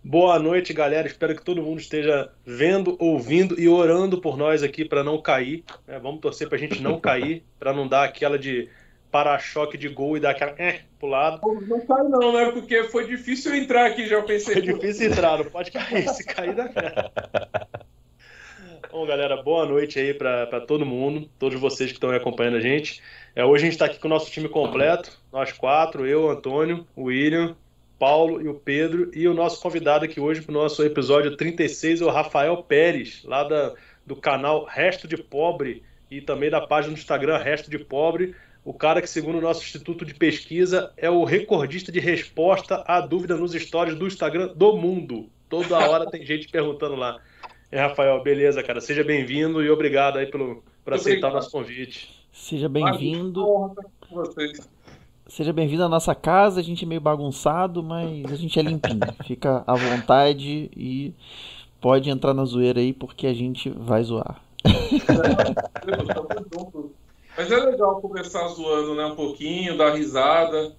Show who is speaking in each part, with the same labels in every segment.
Speaker 1: Boa noite, galera. Espero que todo mundo esteja vendo, ouvindo e orando por nós aqui para não cair, né? Vamos torcer para a gente não cair, para não dar aquela de para-choque de gol e dar aquela pro lado.
Speaker 2: Pô, não cai não, né? Porque foi difícil eu entrar aqui, já eu
Speaker 1: Foi
Speaker 2: pensei, pô,
Speaker 1: difícil entrar, não pode cair. Se cair, dá merda. Bom, galera, boa noite aí para todo mundo, todos vocês que estão aí acompanhando a gente. Hoje a gente está aqui com o nosso time completo, nós quatro, eu, Antônio, o William, Paulo e o Pedro, e o nosso convidado aqui hoje para o nosso episódio 36 é o Rafael Pérez, lá do canal Resto de Pobre e também da página do Instagram Resto de Pobre, o cara que, segundo o nosso instituto de pesquisa, é o recordista de resposta à dúvida nos stories do Instagram do mundo. Toda hora tem gente perguntando lá. Rafael, beleza, cara. Seja bem-vindo e obrigado aí por
Speaker 2: muito
Speaker 1: aceitar o
Speaker 2: obrigado.
Speaker 1: nosso convite.
Speaker 3: Seja
Speaker 2: Imagina, uma
Speaker 3: bem-vindo.
Speaker 2: honra estar aqui com vocês.
Speaker 3: Seja bem-vindo à nossa casa. A gente é meio bagunçado, mas a gente é limpinho. Fica à vontade e pode entrar na zoeira aí porque a gente vai zoar.
Speaker 2: Tamo junto. Mas é legal conversar zoando, né, um pouquinho, dar risada.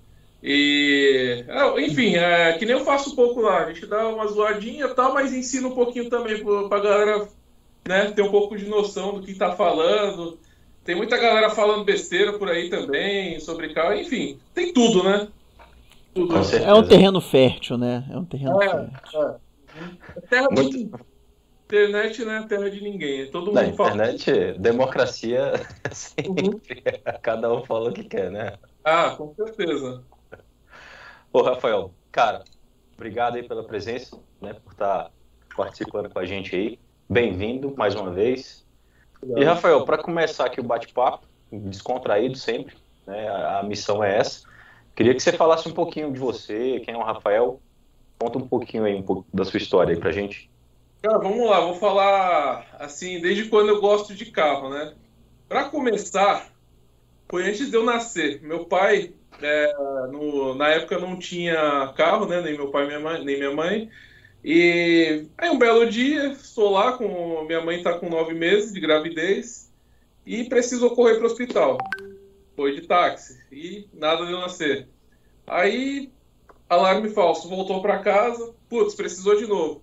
Speaker 2: Enfim, que nem eu faço um pouco lá. A gente dá uma zoadinha e tal, mas ensina um pouquinho também pra galera, né, ter um pouco de noção do que tá falando. Tem muita galera falando besteira por aí também, sobre carro. Enfim, tem tudo, né? Tudo.
Speaker 4: Com
Speaker 3: É um
Speaker 4: certeza.
Speaker 3: terreno fértil, né? É um terreno fértil.
Speaker 2: É terra
Speaker 4: Muito.
Speaker 2: de internet, não é terra de ninguém. Todo
Speaker 4: Na
Speaker 2: mundo fala.
Speaker 4: internet, democracia
Speaker 2: Uhum.
Speaker 4: sempre. Cada um fala o que quer, né?
Speaker 2: Ah, com certeza.
Speaker 4: Ô, Rafael, cara, obrigado aí pela presença, né? Por estar participando com a gente aí. Bem-vindo mais uma vez. E, Rafael, para começar aqui o bate-papo, descontraído sempre, né? A missão é essa. Queria que você falasse um pouquinho de você, quem é o Rafael. Conta um pouquinho aí, um pouco da sua história aí pra gente.
Speaker 2: Cara, vamos lá, vou falar assim, desde quando eu gosto de carro, né? Para começar, foi antes de eu nascer. Meu pai, na época não tinha carro, né? Nem meu pai, nem minha mãe. E aí um belo dia, estou lá com minha mãe está com 9 meses de gravidez e precisou correr para o hospital. Foi de táxi e nada de eu nascer. Aí alarme falso, voltou para casa, putz, precisou de novo.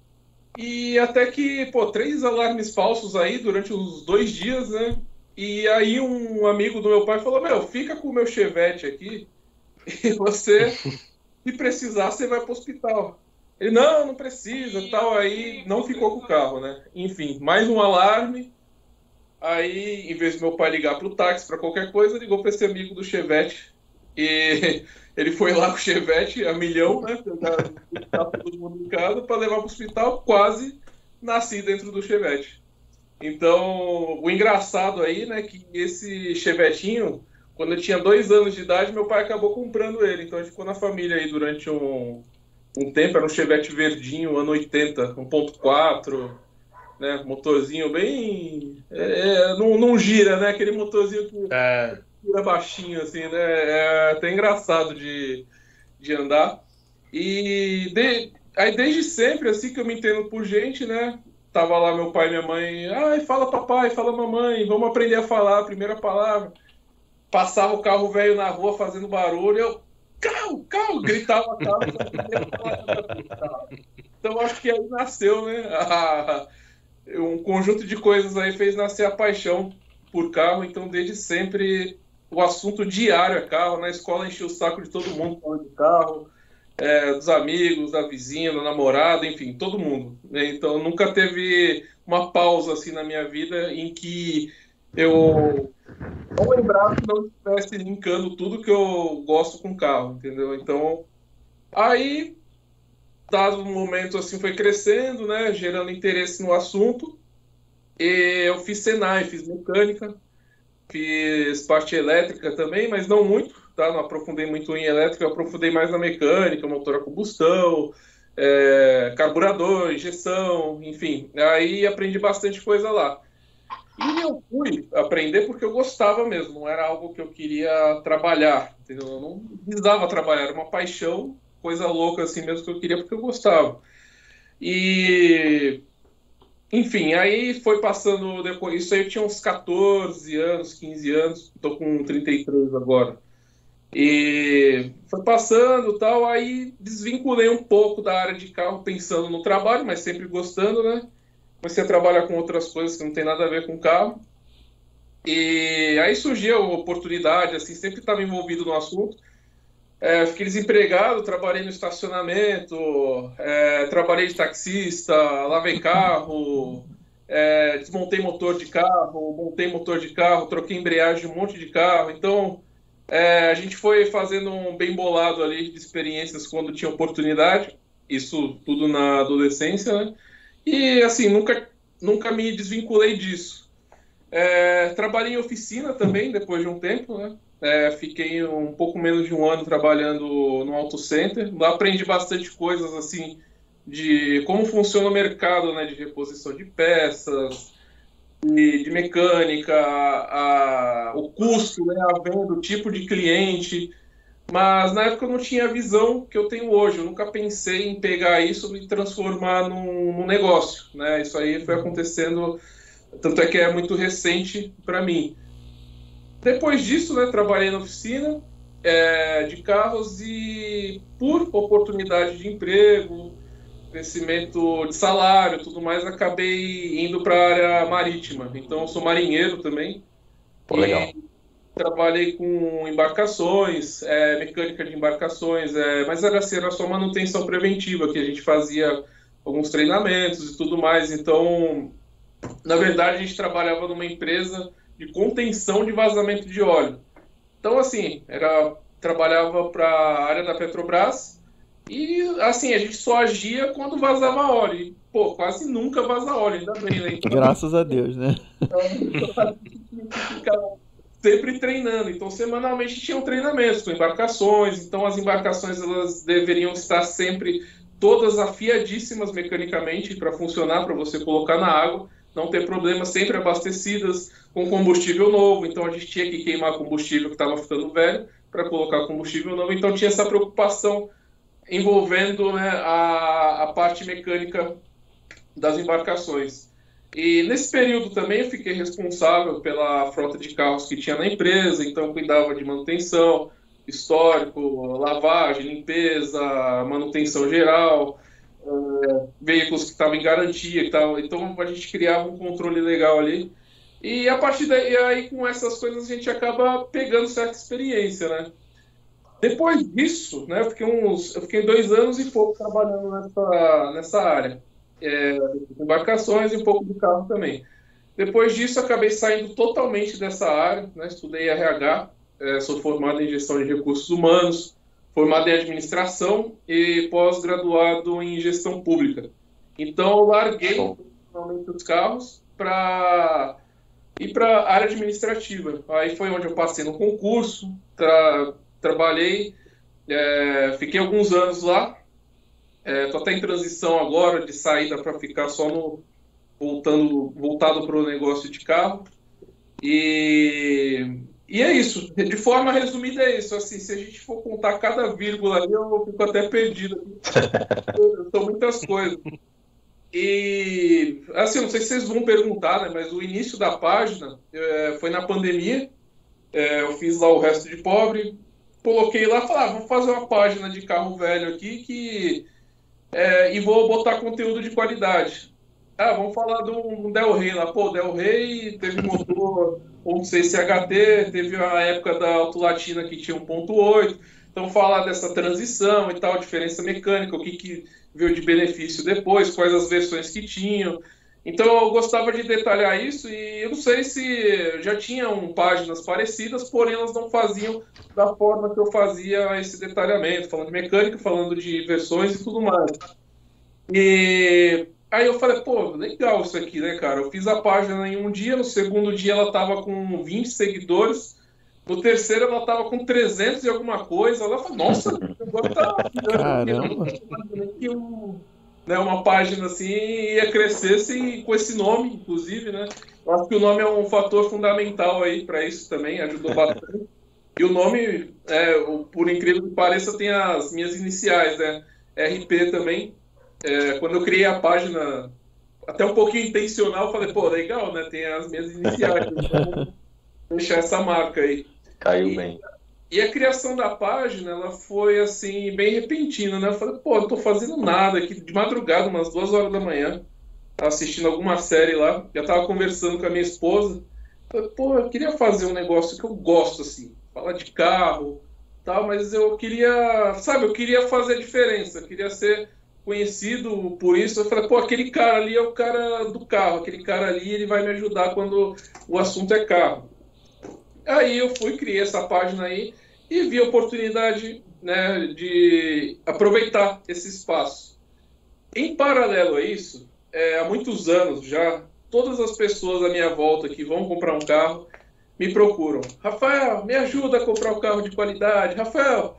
Speaker 2: E até que, pô, 3 alarmes falsos aí durante uns 2 dias, né? E aí um amigo do meu pai falou, meu, fica com o meu Chevette aqui e você, se precisar, você vai pro hospital. Ele, não, não precisa, tal, aí não ficou com o carro, né? Enfim, mais um alarme. Aí, em vez do meu pai ligar pro táxi, para qualquer coisa, ligou para esse amigo do Chevette. E ele foi lá com o Chevette a milhão, né? Pegar todo mundo em casa para levar para o hospital. Quase nasci dentro do Chevette. Então, o engraçado aí, né, que esse Chevetinho, quando eu tinha 2 anos de idade, meu pai acabou comprando ele. Então, a gente ficou na família aí durante um tempo. Era um Chevette verdinho, ano 80, 1.4, né? Motorzinho bem. Não gira, né? Aquele motorzinho que
Speaker 1: É,
Speaker 2: gira baixinho, assim, né? É até engraçado de andar. Aí desde sempre, assim que eu me entendo por gente, né? Tava lá meu pai e minha mãe, ai, fala papai, fala mamãe, vamos aprender a falar a primeira palavra. Passava o carro velho na rua fazendo barulho, eu, carro, gritava carro, a primeira palavra do carro. Então acho que aí nasceu, né? Um conjunto de coisas aí fez nascer a paixão por carro, então desde sempre o assunto diário é carro, na escola enchia o saco de todo mundo falando de carro, dos amigos, da vizinha, da namorada, enfim, todo mundo, né? Então nunca teve uma pausa assim na minha vida em que eu não lembrava que não estivesse linkando tudo que eu gosto com carro, entendeu? Então, aí, dado um momento assim, foi crescendo, né, gerando interesse no assunto, e eu fiz Senai, fiz mecânica, fiz parte elétrica também, mas não muito, tá? Não aprofundei muito em elétrica, eu aprofundei mais na mecânica, motor a combustão, carburador, injeção, enfim. Aí aprendi bastante coisa lá. E eu fui aprender porque eu gostava mesmo, não era algo que eu queria trabalhar, entendeu? Eu não precisava trabalhar, era uma paixão, coisa louca assim mesmo que eu queria porque eu gostava. E enfim, aí foi passando depois. Isso aí eu tinha uns 14 anos, 15 anos, tô com 33 agora. E foi passando tal, aí desvinculei um pouco da área de carro pensando no trabalho, mas sempre gostando, né? Comecei a trabalhar com outras coisas que não tem nada a ver com carro. E aí surgiu a oportunidade, assim, sempre estava envolvido no assunto. Fiquei desempregado, trabalhei no estacionamento, trabalhei de taxista, lavei carro, desmontei motor de carro, montei motor de carro, troquei embreagem de um monte de carro. Então, a gente foi fazendo um bem bolado ali de experiências quando tinha oportunidade, isso tudo na adolescência, né? E, assim, nunca me desvinculei disso. Trabalhei em oficina também, depois de um tempo, né? Fiquei um pouco menos de um ano trabalhando no Auto Center. Lá aprendi bastante coisas, assim, de como funciona o mercado, né? De reposição de peças, de mecânica, o custo, né? A venda, o tipo de cliente. Mas na época eu não tinha a visão que eu tenho hoje. Eu nunca pensei em pegar isso e transformar num negócio, né? Isso aí foi acontecendo, tanto é que é muito recente para mim. Depois disso, né, trabalhei na oficina de carros e por oportunidade de emprego, crescimento de salário, tudo mais, acabei indo para a área marítima. Então, eu sou marinheiro também.
Speaker 4: Pô, legal.
Speaker 2: Trabalhei com embarcações, mecânica de embarcações, mas era só manutenção preventiva, que a gente fazia alguns treinamentos e tudo mais. Então, na verdade, a gente trabalhava numa empresa de contenção de vazamento de óleo. Então, assim, trabalhava para a área da Petrobras e, assim, a gente só agia quando vazava óleo. E, pô, quase nunca vaza óleo, ainda bem, né? Então,
Speaker 3: Graças a Deus, né?
Speaker 2: ficava sempre treinando. Então, semanalmente tinham treinamentos com embarcações. Então, as embarcações elas deveriam estar sempre todas afiadíssimas mecanicamente para funcionar, para você colocar na água, não ter problema, sempre abastecidas com combustível novo. Então, a gente tinha que queimar combustível que estava ficando velho para colocar combustível novo. Então, tinha essa preocupação envolvendo, né, a parte mecânica das embarcações. E nesse período também eu fiquei responsável pela frota de carros que tinha na empresa, então eu cuidava de manutenção, histórico, lavagem, limpeza, manutenção geral, veículos que estavam em garantia, então a gente criava um controle legal ali. E a partir daí, aí, com essas coisas, a gente acaba pegando certa experiência, né? Depois disso, né, eu fiquei 2 anos e pouco trabalhando nessa área, com embarcações e um pouco de carro também. Depois disso, acabei saindo totalmente dessa área, né, estudei RH, sou formado em gestão de recursos humanos, formado em administração e pós-graduado em gestão pública. Então, eu larguei totalmente os carros para ir para a área administrativa. Aí foi onde eu passei no concurso, trabalhei, fiquei alguns anos lá. Estou até em transição agora de saída para ficar só voltado para o negócio de carro. E é isso. De forma resumida é isso. Assim, se a gente for contar cada vírgula ali, eu fico até perdido. São muitas coisas. E, assim, não sei se vocês vão perguntar, né, mas o início da página foi na pandemia. Eu fiz lá o Resto de Pobre, coloquei lá, falei, vou fazer uma página de carro velho aqui e vou botar conteúdo de qualidade. Vamos falar do Del Rey lá. Pô, o Del Rey teve motor 1.6 CHT, teve a época da Autolatina que tinha 1.8. Então, falar dessa transição e tal, diferença mecânica, o que veio de benefício depois, quais as versões que tinham. Então, eu gostava de detalhar isso e eu não sei se já tinham páginas parecidas, porém elas não faziam da forma que eu fazia esse detalhamento, falando de mecânica, falando de versões e tudo mais. E aí eu falei, pô, legal isso aqui, né, cara? Eu fiz a página em um dia, no segundo dia ela tava com 20 seguidores, no terceiro ela tava com 300 e alguma coisa. Ela falou, nossa, agora tá...
Speaker 3: Caramba!
Speaker 2: Uma página assim ia crescer com esse nome, inclusive, né? Eu acho que o nome é um fator fundamental aí para isso também, ajudou bastante. E o nome, por incrível que pareça, tem as minhas iniciais, né? RP também. Quando eu criei a página, até um pouquinho intencional, falei, pô, legal, né? Tem as minhas iniciais, então vou deixar essa marca aí.
Speaker 4: Caiu bem.
Speaker 2: E a criação da página, ela foi, assim, bem repentina, né? Eu falei, pô, eu não tô fazendo nada aqui de madrugada, umas 2 horas da manhã, tava assistindo alguma série lá, já tava conversando com a minha esposa. Falei, pô, eu queria fazer um negócio que eu gosto, assim, falar de carro, tal, mas eu queria, sabe, eu queria fazer a diferença, eu queria ser conhecido por isso. Eu falei, pô, aquele cara ali é o cara do carro, aquele cara ali, ele vai me ajudar quando o assunto é carro. Aí eu fui, criei essa página aí e vi a oportunidade, né, de aproveitar esse espaço. Em paralelo a isso, há muitos anos já, todas as pessoas à minha volta que vão comprar um carro me procuram. Rafael, me ajuda a comprar um carro de qualidade. Rafael,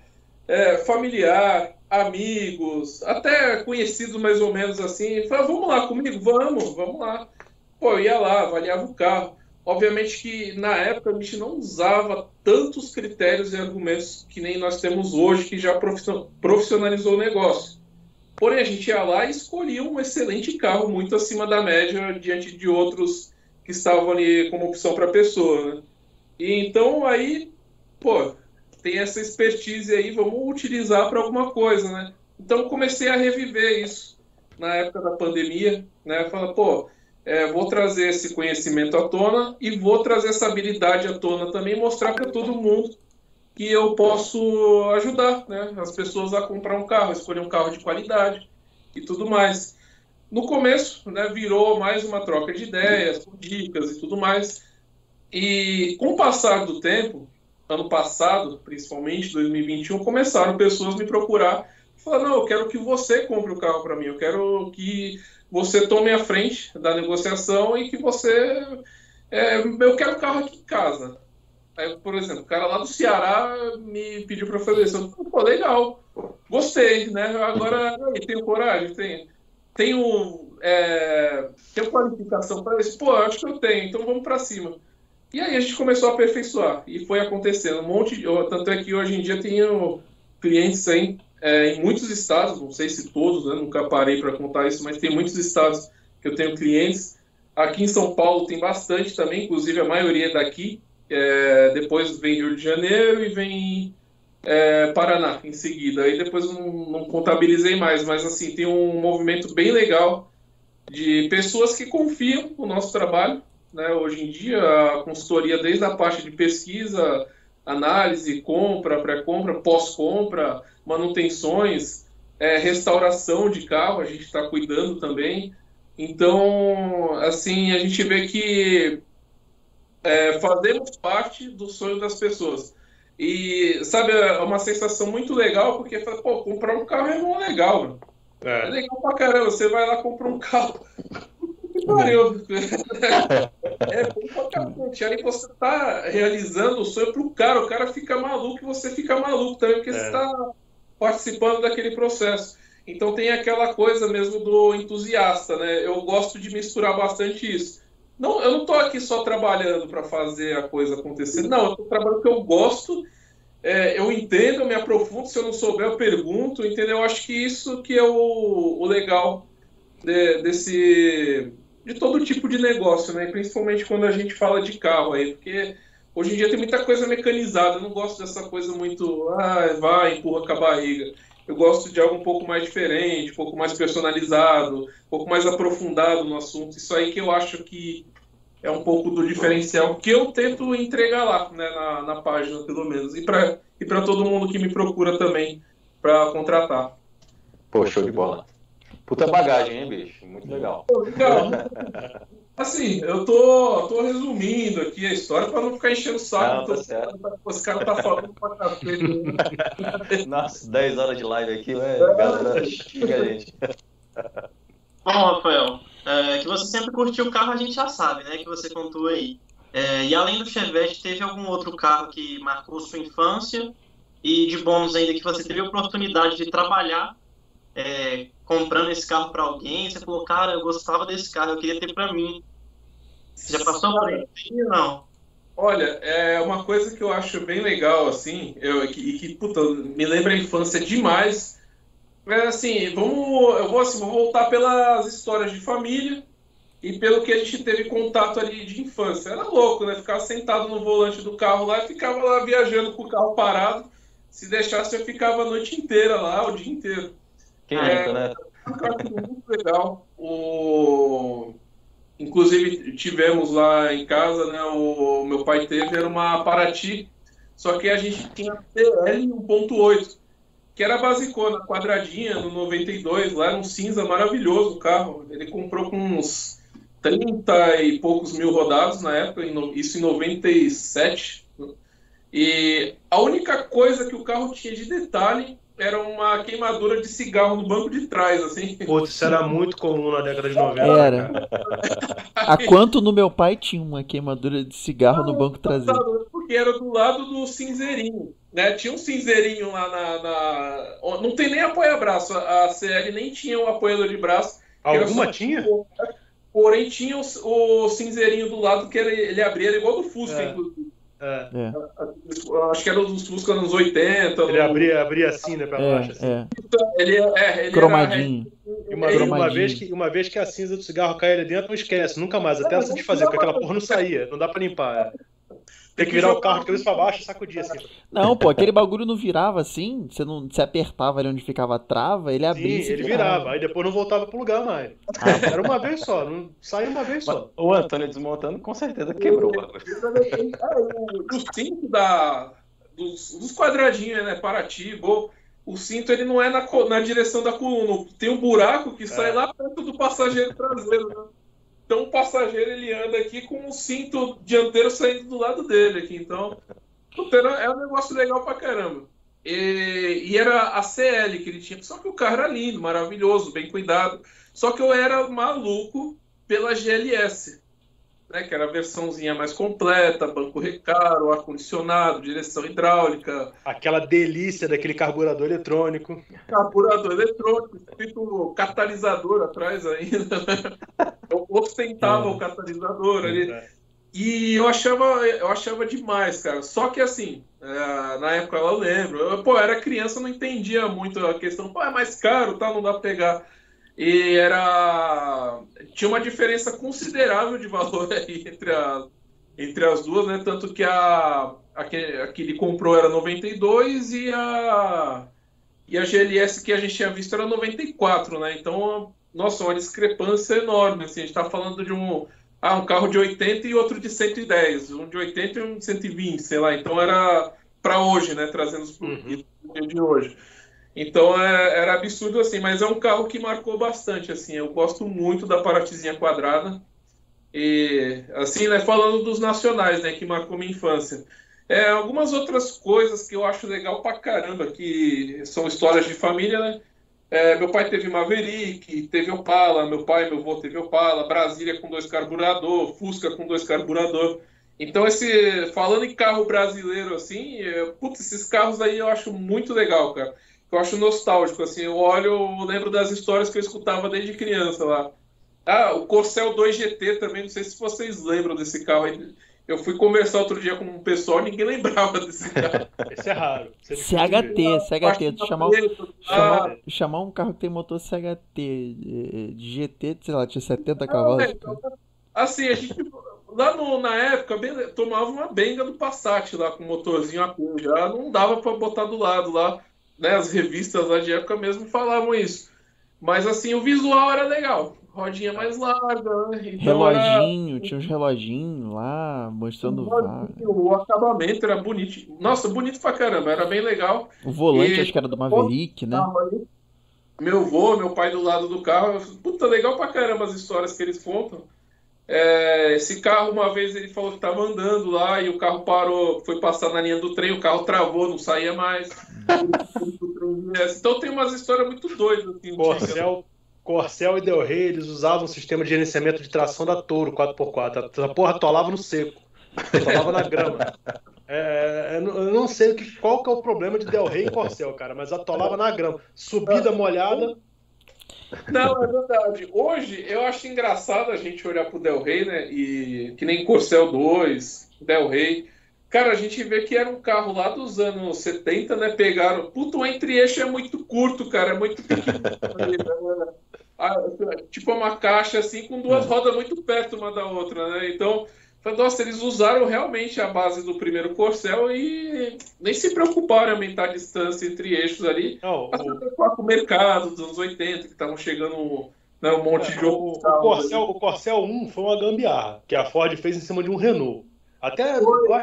Speaker 2: familiar, amigos, até conhecidos mais ou menos assim. Fala, vamos lá comigo? Vamos lá. Pô, eu ia lá, avaliava o carro. Obviamente que na época a gente não usava tantos critérios e argumentos que nem nós temos hoje, que já profissionalizou o negócio. Porém, a gente ia lá e escolhia um excelente carro, muito acima da média, diante de outros que estavam ali como opção para a pessoa, né? E então aí, pô, tem essa expertise aí, vamos utilizar para alguma coisa, né? Então comecei a reviver isso na época da pandemia, né? Fala, pô, vou trazer esse conhecimento à tona e vou trazer essa habilidade à tona também, mostrar para todo mundo que eu posso ajudar, né, as pessoas a comprar um carro, escolher um carro de qualidade e tudo mais. No começo, né, virou mais uma troca de ideias, dicas e tudo mais. E com o passar do tempo, ano passado, principalmente 2021, começaram pessoas a me procurar e falar, não, eu quero que você compre o carro para mim, eu quero que você tome a frente da negociação e que você... eu quero o carro aqui em casa. Aí, por exemplo, o cara lá do Ceará me pediu para fazer isso. Eu falei, pô, legal, gostei, né? Agora, aí, tenho coragem? Tenho qualificação para isso? Pô, acho que eu tenho, então vamos para cima. E aí a gente começou a aperfeiçoar, e foi acontecendo. Tanto é que hoje em dia tenho clientes aí, em muitos estados, não sei se todos, né? Nunca parei para contar isso, mas tem muitos estados que eu tenho clientes. Aqui em São Paulo tem bastante também, inclusive a maioria daqui. Depois vem Rio de Janeiro e vem Paraná em seguida. Aí depois não contabilizei mais, mas assim, tem um movimento bem legal de pessoas que confiam no nosso trabalho, né? Hoje em dia, a consultoria, desde a parte de pesquisa, análise, compra, pré-compra, pós-compra, manutenções, restauração de carro, a gente está cuidando também. Então, assim, a gente vê que fazemos parte do sonho das pessoas. E, sabe, é uma sensação muito legal, porque, pô, comprar um carro é muito legal, mano. É legal pra caramba. Você vai lá e compra um carro. Que pariu. Bom pra cacete. Aí você tá realizando o sonho pro cara. O cara fica maluco e você fica maluco também, porque você tá participando daquele processo. Então tem aquela coisa mesmo do entusiasta, né? Eu gosto de misturar bastante isso. Não, eu não estou aqui só trabalhando para fazer a coisa acontecer. Não, eu estou trabalhando porque eu gosto, eu entendo, eu me aprofundo. Se eu não souber, eu pergunto, entendeu? Eu acho que isso que é o legal de todo tipo de negócio, né? Principalmente quando a gente fala de carro aí, porque hoje em dia tem muita coisa mecanizada. Eu não gosto dessa coisa muito, vai, empurra com a barriga. Eu gosto de algo um pouco mais diferente, um pouco mais personalizado, um pouco mais aprofundado no assunto. Isso aí que eu acho que é um pouco do diferencial que eu tento entregar lá, né, na página, pelo menos. E para todo mundo que me procura também para contratar.
Speaker 4: Pô, show de bola. Puta bagagem, hein, bicho? Muito legal.
Speaker 2: Legal. Assim, eu tô resumindo aqui a história para não ficar enchendo o saco.
Speaker 4: Tá certo.
Speaker 2: Os caras tá falando pra cacete.
Speaker 4: Nossa, 10 horas de live aqui, galera, xinga a gente.
Speaker 5: Bom, Rafael, que você sempre curtiu o carro, a gente já sabe, né, que você contou aí. E além do Chevette, teve algum outro carro que marcou sua infância? E de bônus ainda, que você teve a oportunidade de trabalhar comprando esse carro para alguém, você falou, cara, eu gostava desse carro, eu queria ter para mim. Você já passou por isso ou não?
Speaker 2: Olha, é uma coisa que eu acho bem legal, assim, puta, me lembra a infância demais. Assim, vou voltar pelas histórias de família e pelo que a gente teve contato ali de infância. Era louco, né? Ficava sentado no volante do carro lá e ficava lá viajando com o carro parado. Se deixasse, eu ficava a noite inteira lá, o dia inteiro.
Speaker 4: Que rico, né?
Speaker 2: Um carro muito legal. Inclusive, tivemos lá em casa, né? O meu pai teve, era uma Paraty, só que a gente tinha TL 1.8, que era basicona, quadradinha, no 92, lá era um cinza maravilhoso o carro. Ele comprou com uns 30 e poucos mil rodados na época, isso em 97. E a única coisa que o carro tinha de detalhe era uma queimadura de cigarro no banco de trás, assim.
Speaker 1: Putz, isso era muito comum na década de 90.
Speaker 3: Era.
Speaker 1: Cara.
Speaker 3: Há quanto no meu pai tinha uma queimadura de cigarro no banco traseiro?
Speaker 2: Porque era do lado do cinzeirinho, né? Tinha um cinzeirinho lá Não tem nem apoia-braço, a CL nem tinha um apoiador de braço.
Speaker 1: Alguma tinha?
Speaker 2: Porém tinha o cinzeirinho do lado que ele abria, era igual do Fusca, inclusive. Acho que era dos Fusca nos 80.
Speaker 1: Ele abria assim, né, pra baixo. Assim.
Speaker 2: Ele
Speaker 3: cromadinho.
Speaker 1: E uma vez que a cinza do cigarro cai ali dentro, não esquece, nunca mais. Até essa de fazer, porque aquela porra não saía, não dá pra limpar. Tem que virar o carro de cabeça pra baixo e sacudir assim.
Speaker 3: Não, pô, aquele bagulho não virava assim, você apertava ali onde ficava a trava, ele abria.
Speaker 1: Sim, ele virava, aí depois não voltava pro lugar mais. Era uma vez só, não saía uma vez só.
Speaker 4: O Antônio desmontando com certeza quebrou.
Speaker 2: O cinto dos quadradinhos, né, Paraty, Gol, o cinto ele não é na direção da coluna, tem um buraco que sai lá perto do passageiro traseiro, né? Então o passageiro ele anda aqui com o cinto dianteiro saindo do lado dele aqui. Então, é um negócio legal pra caramba. E era a CL que ele tinha. Só que o carro era lindo, maravilhoso, bem cuidado. Só que eu era maluco pela GLS, né? Que era a versãozinha mais completa, banco recaro, ar-condicionado, direção hidráulica.
Speaker 1: Aquela delícia daquele carburador eletrônico.
Speaker 2: Carburador eletrônico, escrito catalisador atrás ainda, né? Eu ostentava o catalisador ali. E eu achava demais, cara. Só que assim, na época eu lembro, eu era criança, não entendia muito a questão. É mais caro, tá? Não dá pra pegar. E tinha uma diferença considerável de valor aí entre as duas, né? Tanto que a que ele comprou era 92 e a GLS que a gente tinha visto era 94, né? Então, nossa, uma discrepância enorme. Assim, a gente tá falando de um carro de 80 e outro de 110. Um de 80 e um de 120, sei lá. Então era para hoje, né? Trazendo os dia de hoje. Então era absurdo assim, mas é um carro que marcou bastante, assim. Eu gosto muito da Paratyzinha quadrada. E assim, né, falando dos nacionais, né, que marcou minha infância. Algumas outras coisas que eu acho legal pra caramba, que são histórias de família, né? Meu pai teve Maverick, teve Opala, meu pai e meu avô teve Opala, Brasília com 2 carburador, Fusca com 2 carburador. Então, falando em carro brasileiro, assim, esses carros aí eu acho muito legal, cara. Eu acho nostálgico, assim, eu lembro das histórias que eu escutava desde criança lá. O Corcel 2 GT também, não sei se vocês lembram desse carro aí. Eu fui conversar outro dia com um pessoal, ninguém lembrava desse carro.
Speaker 1: Esse é raro.
Speaker 3: CHT. Chamar um carro que tem motor CHT de GT, sei lá, tinha 70 cavalos.
Speaker 2: Assim, a gente lá na época tomava uma benga do Passat lá com motorzinho a cor, já não dava para botar do lado lá, né? As revistas lá de época mesmo falavam isso. Mas assim, o visual era legal. Rodinha mais larga, né? Então
Speaker 3: tinha uns reloginhos lá, mostrando vaga.
Speaker 2: O acabamento era bonito. Nossa, bonito pra caramba, era bem legal.
Speaker 3: O volante acho que era do Maverick, né?
Speaker 2: Meu avô, meu pai do lado do carro. Puta, legal pra caramba as histórias que eles contam. Esse carro, uma vez ele falou que tava andando lá e o carro parou, foi passar na linha do trem, o carro travou, não saía mais. Então tem umas histórias muito doidas. Assim,
Speaker 1: Corcel e Del Rey, eles usavam um sistema de gerenciamento de tração da Toro 4x4. A porra atolava no seco. Atolava na grama. Eu não sei qual que é o problema de Del Rey e Corcel, cara, mas atolava na grama. Subida molhada.
Speaker 2: Não, é verdade. Hoje eu acho engraçado a gente olhar pro Del Rey, né? E que nem Corcel 2, Del Rey. Cara, a gente vê que era um carro lá dos anos 70, né? Pegaram. Puta, o entre-eixo é muito curto, cara. É muito pequeno. tipo uma caixa assim com duas rodas muito perto uma da outra, né? Então, nossa, eles usaram realmente a base do primeiro Corcel e nem se preocuparam em aumentar a distância entre eixos ali.
Speaker 1: Não,
Speaker 2: Com o mercado dos anos 80, que estavam chegando, né, um monte de outros carros.
Speaker 1: O Corcel 1 foi uma gambiarra que a Ford fez em cima de um Renault. Até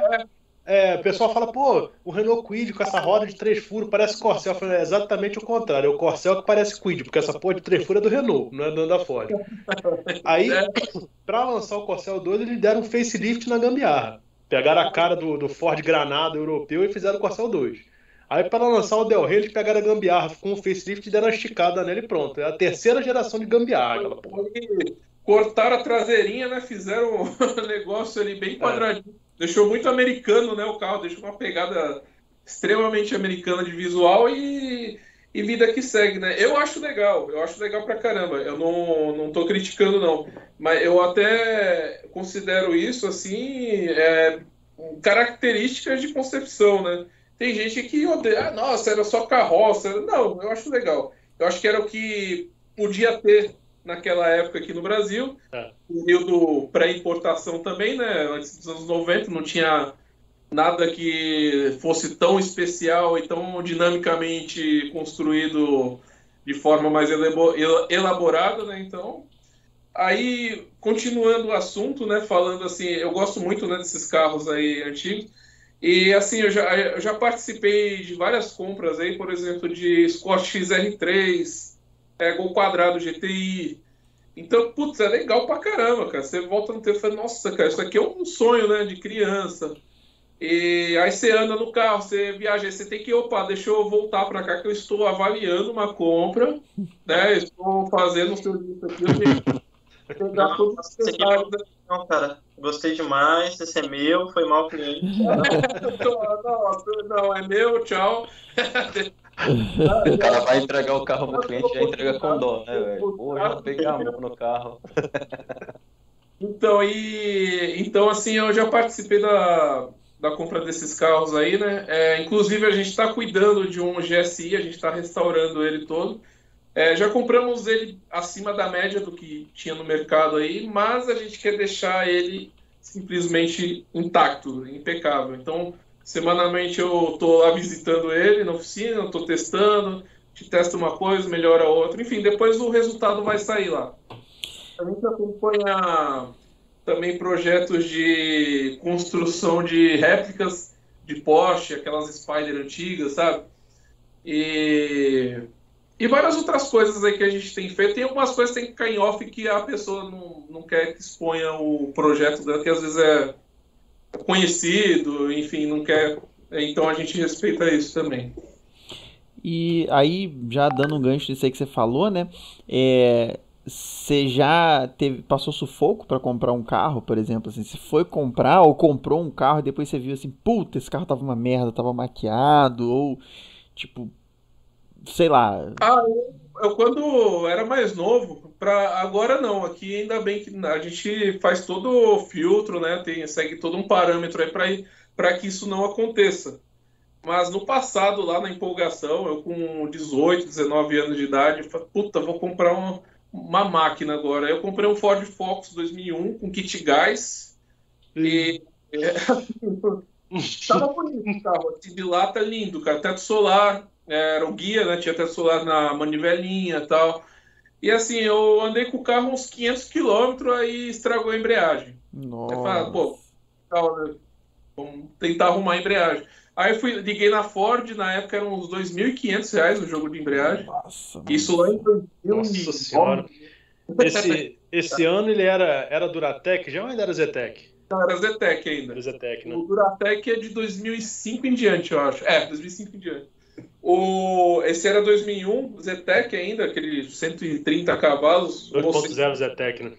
Speaker 1: o pessoal fala, pô, o Renault Kwid com essa roda de 3 furos parece Corcel. Eu falei, é exatamente o contrário, é o Corcel que parece Kwid, porque essa porra de 3 furos é do Renault, não é da Ford. Aí, pra lançar o Corcel 2, eles deram um facelift na gambiarra. Pegaram a cara do Ford Granada europeu e fizeram o Corcel 2. Aí, para lançar o Del Rey, eles pegaram a gambiarra com o facelift e deram uma esticada nele e pronto. É a terceira geração de gambiarra, aquela porra.
Speaker 2: Cortaram a traseirinha, né? Fizeram um negócio ali bem quadradinho. Deixou muito americano, né? O carro deixou uma pegada extremamente americana de visual e vida que segue, né? Eu acho legal pra caramba. Eu não tô criticando, não. Mas eu até considero isso, assim, características de concepção, né? Tem gente que odeia, nossa, era só carroça. Não, eu acho legal. Eu acho que era o que podia ter naquela época aqui no Brasil, período pré-importação também, né? Antes dos anos 90 não tinha nada que fosse tão especial e tão dinamicamente construído de forma mais elaborada, né? Então, aí, continuando o assunto, né? Falando assim, eu gosto muito, né, desses carros aí antigos. E assim, eu já participei de várias compras aí, por exemplo, de Escort XR3, Gol Quadrado GTI. Então, putz, é legal pra caramba, cara. Você volta no tempo e fala, nossa, cara, isso aqui é um sonho, né, de criança. E aí você anda no carro, você viaja, aí você tem que, deixa eu voltar pra cá que eu estou avaliando uma compra, né, estou fazendo um serviço aqui, eu tenho que pegar todos os detalhes.
Speaker 5: Não, cara, gostei demais, esse é meu, foi mal cliente.
Speaker 2: Não, é meu, tchau.
Speaker 4: O cara vai entregar o carro pro cliente e já entrega com dó, né, velho? Pô, já peguei a mão no carro.
Speaker 2: Então, assim, eu já participei da compra desses carros aí, né? Inclusive, a gente está cuidando de um GSI, a gente está restaurando ele todo. Já compramos ele acima da média do que tinha no mercado aí, mas a gente quer deixar ele simplesmente intacto, impecável. Então, semanalmente eu estou lá visitando ele na oficina, estou testando, te testa uma coisa, melhora outra. Enfim, depois o resultado vai sair lá. A gente acompanha também projetos de construção de réplicas de Porsche, aquelas Spider antigas, sabe? E várias outras coisas aí que a gente tem feito. Tem algumas coisas que tem que ficar em off que a pessoa não quer que exponha o projeto dela, que às vezes é conhecido, enfim, não quer. Então a gente respeita isso também.
Speaker 3: E aí, já dando um gancho disso aí que você falou, né? Você já passou sufoco para comprar um carro, por exemplo? Assim, você foi comprar ou comprou um carro e depois você viu assim, puta, esse carro tava uma merda, tava maquiado, ou tipo, sei lá.
Speaker 2: Eu quando era mais novo, agora não, aqui ainda bem que a gente faz todo o filtro, né? Segue todo um parâmetro aí para que isso não aconteça. Mas no passado, lá na empolgação, eu com 18, 19 anos de idade, falei, puta, vou comprar uma máquina agora. Eu comprei um Ford Focus 2001 com kit gás e tava bonito o carro, assim, de lá tá lindo, cara, teto solar, era o guia, né, tinha teto solar na manivelinha e tal. E assim, eu andei com o carro uns 500 km, aí estragou a embreagem.
Speaker 3: Nossa.
Speaker 2: Eu falei, pô, vamos tentar arrumar a embreagem. Aí eu liguei na Ford, na época eram uns R$2.500 o jogo de embreagem.
Speaker 3: Nossa,
Speaker 2: isso lá em 2000.
Speaker 1: Nossa senhora. Esse ano ele era Duratec já ou ainda era Zetec?
Speaker 2: Não, era Zetec ainda.
Speaker 1: Era Zetec, né?
Speaker 2: O Duratec é de 2005 em diante, eu acho. 2005 em diante. Esse era 2001, Zetec ainda, aquele 130 cavalos.
Speaker 1: 2.0 Zetec, né?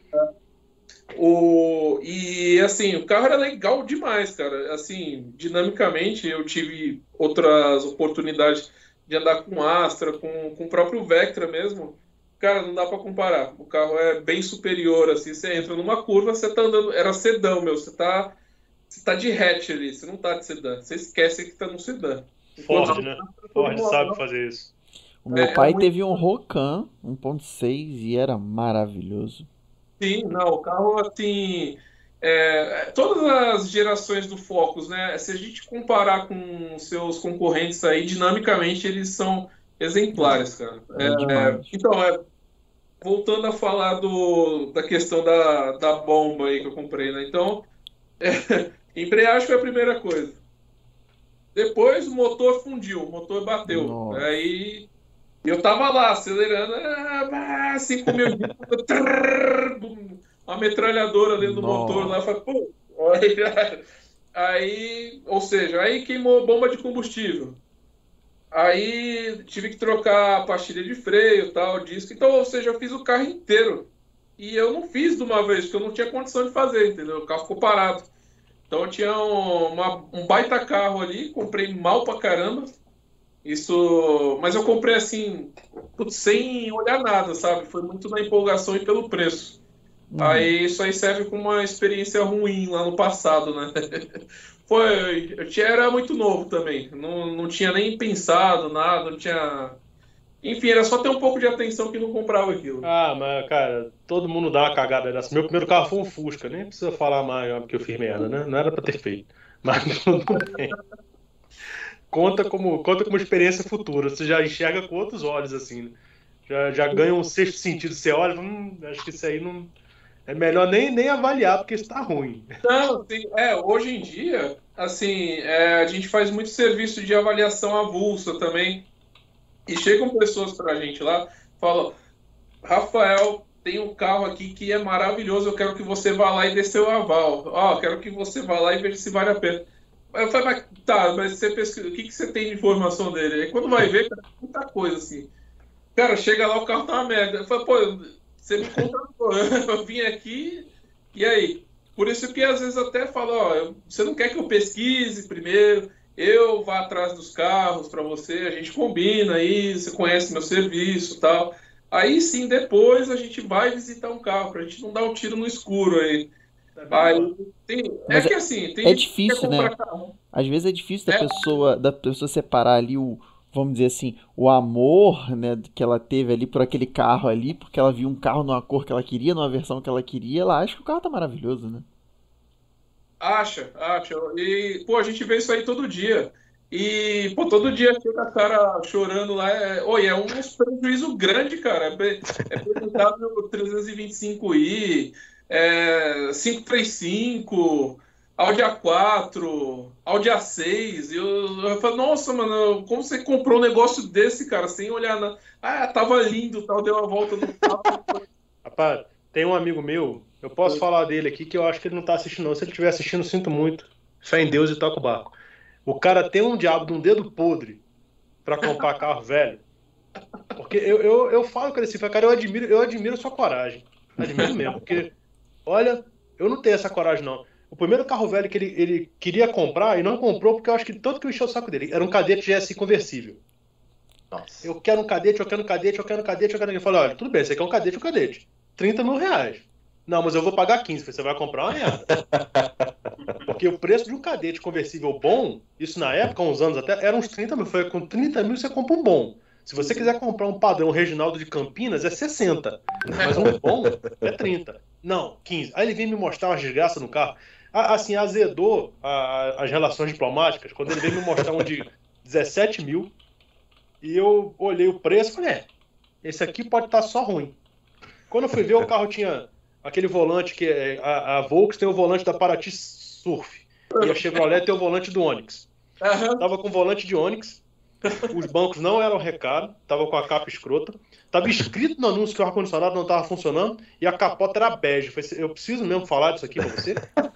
Speaker 2: E assim, o carro era legal demais, cara. Assim, dinamicamente eu tive outras oportunidades de andar com Astra, com o próprio Vectra mesmo. Cara, não dá pra comparar. O carro é bem superior, assim, você entra numa curva, você tá andando, era sedã, meu, você tá de hatch ali, você não tá de sedã. Você esquece que tá no sedã.
Speaker 1: Ford, né? Ford sabe fazer isso.
Speaker 3: O meu pai teve um Rocan 1.6 e era maravilhoso.
Speaker 2: Sim, não, o carro, assim, todas as gerações do Focus, né? Se a gente comparar com seus concorrentes aí, dinamicamente eles são exemplares, cara.
Speaker 3: É demais.
Speaker 2: Então, voltando a falar da questão da bomba aí que eu comprei, né? Então, embreagem foi a primeira coisa. Depois o motor fundiu, o motor bateu.
Speaker 3: Nossa.
Speaker 2: Aí eu tava lá acelerando, 5 mil, uma metralhadora dentro do motor lá, falei, pô, aí, ou seja, aí queimou bomba de combustível. Aí tive que trocar a pastilha de freio, tal, disco. Então, ou seja, eu fiz o carro inteiro. E eu não fiz de uma vez, porque eu não tinha condição de fazer, entendeu? O carro ficou parado. Então eu tinha um baita carro ali, comprei mal pra caramba. Mas eu comprei assim, sem olhar nada, sabe? Foi muito na empolgação e pelo preço. Aí isso aí serve como uma experiência ruim lá no passado, né? Era muito novo também, não tinha nem pensado nada, não tinha. Enfim, era só ter um pouco de atenção que não comprava aquilo.
Speaker 1: Ah, mas, cara, todo mundo dá uma cagada dessa. Meu primeiro carro foi um Fusca, nem precisa falar mais porque eu fiz merda, né? Não era pra ter feito. Mas tudo bem. Conta como experiência futura. Você já enxerga com outros olhos, assim, né? Já ganha um sexto sentido. Você olha, acho que isso aí não. É melhor nem avaliar, porque isso tá ruim.
Speaker 2: Não, hoje em dia, assim, a gente faz muito serviço de avaliação avulsa também. E chegam pessoas pra gente lá, falam, Rafael, tem um carro aqui que é maravilhoso, eu quero que você vá lá e dê seu aval. Quero que você vá lá e veja se vale a pena. Eu falei, mas você pesquisa, o que você tem de informação dele? Aí quando vai ver, cara, muita coisa assim. Cara, chega lá, o carro tá uma merda. Eu falei, pô, você me contratou, eu vim aqui, e aí? Por isso que às vezes até falo, você não quer que eu pesquise primeiro, eu vá atrás dos carros para você, a gente combina aí, você conhece meu serviço e tal. Aí sim, depois a gente vai visitar um carro, pra gente não dar um tiro no escuro aí.
Speaker 3: Mas
Speaker 2: que assim, tem
Speaker 3: é
Speaker 2: gente que
Speaker 3: difícil,
Speaker 2: quer
Speaker 3: né?
Speaker 2: comprar carro.
Speaker 3: Às vezes é difícil da pessoa separar ali vamos dizer assim, o amor, né, que ela teve ali por aquele carro ali, porque ela viu um carro numa cor que ela queria, numa versão que ela queria, ela acha que o carro tá maravilhoso, né?
Speaker 2: Acha. E, pô, a gente vê isso aí todo dia. E, pô, todo dia chega a cara chorando lá. É um prejuízo grande, cara. É BMW 325i, 535, Audi A4, Audi A6. E eu falo, nossa, mano, como você comprou um negócio desse, cara, sem olhar na. Tava lindo, tal, deu a volta no carro.
Speaker 1: Rapaz, tem um amigo meu, eu posso falar dele aqui, que eu acho que ele não tá assistindo não. Se ele estiver assistindo, sinto muito. Fé em Deus e toca o barco. O cara tem um diabo de um dedo podre pra comprar carro velho. Porque eu falo com ele assim, cara, eu admiro a sua coragem. Admiro mesmo, porque, olha, eu não tenho essa coragem não. O primeiro carro velho que ele queria comprar e não comprou, porque eu acho que tanto que eu encheu o saco dele, era um Cadete GSI conversível. Nossa. Eu quero um Cadete, eu quero um Cadete, eu quero um Cadete, eu quero um Cadete. Eu falei, olha, tudo bem, você quer um Cadete. 30 mil reais. Não, mas eu vou pagar 15, você vai comprar uma merda. Porque o preço de um Cadete conversível bom, isso na época, há uns anos até, era uns 30 mil. Foi com 30 mil você compra um bom. Se você quiser comprar um padrão Reginaldo de Campinas, é 60. Mas um bom é 30. Não, 15. Aí ele veio me mostrar umas desgraças no carro. Assim, azedou as relações diplomáticas, quando ele veio me mostrar um de 17 mil. E eu olhei o preço e falei, esse aqui pode estar só ruim. Quando eu fui ver, o carro tinha aquele volante que a Volks tem o volante da Paraty Surf. E a Chevrolet tem o volante do Onix. Tava com o volante de Onix. Os bancos não eram recaro, tava com a capa escrota. Tava escrito no anúncio que o ar-condicionado não tava funcionando e a capota era bege. Eu preciso mesmo falar disso aqui pra você?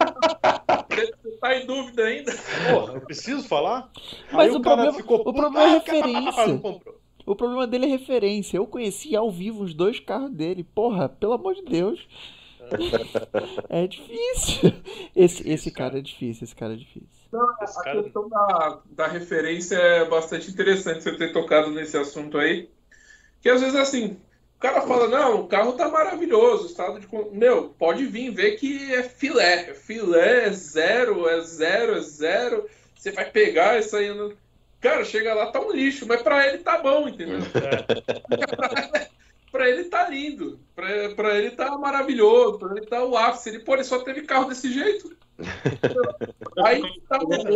Speaker 2: Você tá em dúvida ainda?
Speaker 1: Porra, eu preciso falar?
Speaker 3: Mas
Speaker 1: aí
Speaker 3: o problema é referência. O problema dele é referência. Eu conheci ao vivo os dois carros dele. Porra, pelo amor de Deus. É difícil. Esse cara é difícil,
Speaker 2: Não, a questão da referência é bastante interessante você ter tocado nesse assunto aí. Que às vezes assim, o cara fala, não, o carro tá maravilhoso, estado de... Meu, pode vir ver que é filé. Filé é zero. Você vai pegar isso aí... Cara, chega lá, tá um lixo, mas pra ele tá bom, entendeu? Pra ele tá lindo, pra ele tá maravilhoso, pra ele tá o ápice. Ele só teve carro desse jeito. Aí tá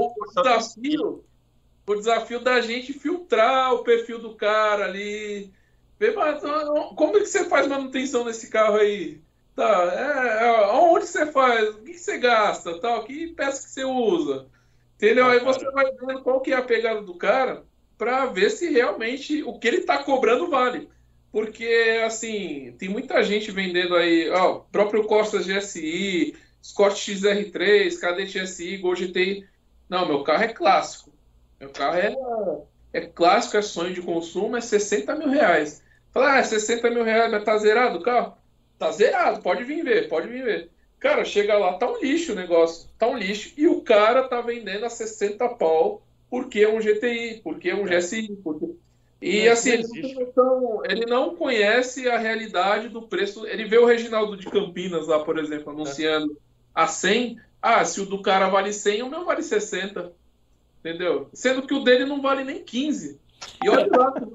Speaker 2: o desafio da gente filtrar o perfil do cara ali. Ver, mas, como é que você faz manutenção nesse carro aí? Tá, onde você faz? O que você gasta? Tal? Que peça que você usa? Entendeu? Aí você vai vendo qual que é a pegada do cara para ver se realmente o que ele está cobrando vale. Porque, assim, tem muita gente vendendo aí, ó, próprio Corsa GSI, Scott XR3, Cadete GSI, Gol GTI. Não, meu carro é clássico. Meu carro é clássico, é sonho de consumo, é 60 mil reais. Fala, 60 mil reais, mas tá zerado o carro? Tá zerado, pode vir ver, pode vir ver. Cara, chega lá, tá um lixo o negócio, tá um lixo, e o cara tá vendendo a 60 pau porque é um GTI, porque é um GSI. E assim, ele não conhece a realidade do preço. Ele vê o Reginaldo de Campinas lá, por exemplo, anunciando a 100. Se o do cara vale 100, o meu vale 60. Entendeu? Sendo que o dele não vale nem 15. E olha lá que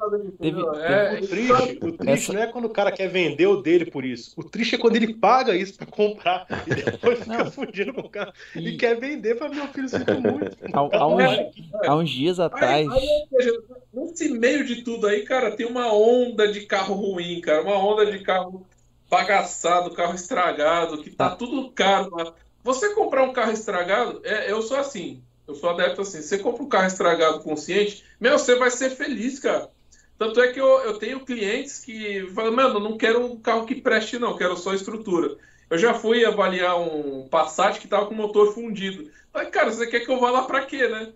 Speaker 1: o triste não é quando o cara quer vender o dele por isso. O triste é quando ele paga isso pra comprar e depois fica fudindo com o cara e quer vender para meu filho sinto muito.
Speaker 3: Há uns dias atrás.
Speaker 2: Nesse meio de tudo aí, cara, tem uma onda de carro ruim, cara. Uma onda de carro bagaçado, carro estragado, que tá tudo caro. Você comprar um carro estragado, eu sou assim. Eu sou adepto assim. Você compra um carro estragado consciente, você vai ser feliz, cara. Tanto é que eu tenho clientes que falam, mano, eu não quero um carro que preste, não, quero só estrutura. Eu já fui avaliar um Passat que tava com o motor fundido. Falei, cara, você quer que eu vá lá pra quê, né?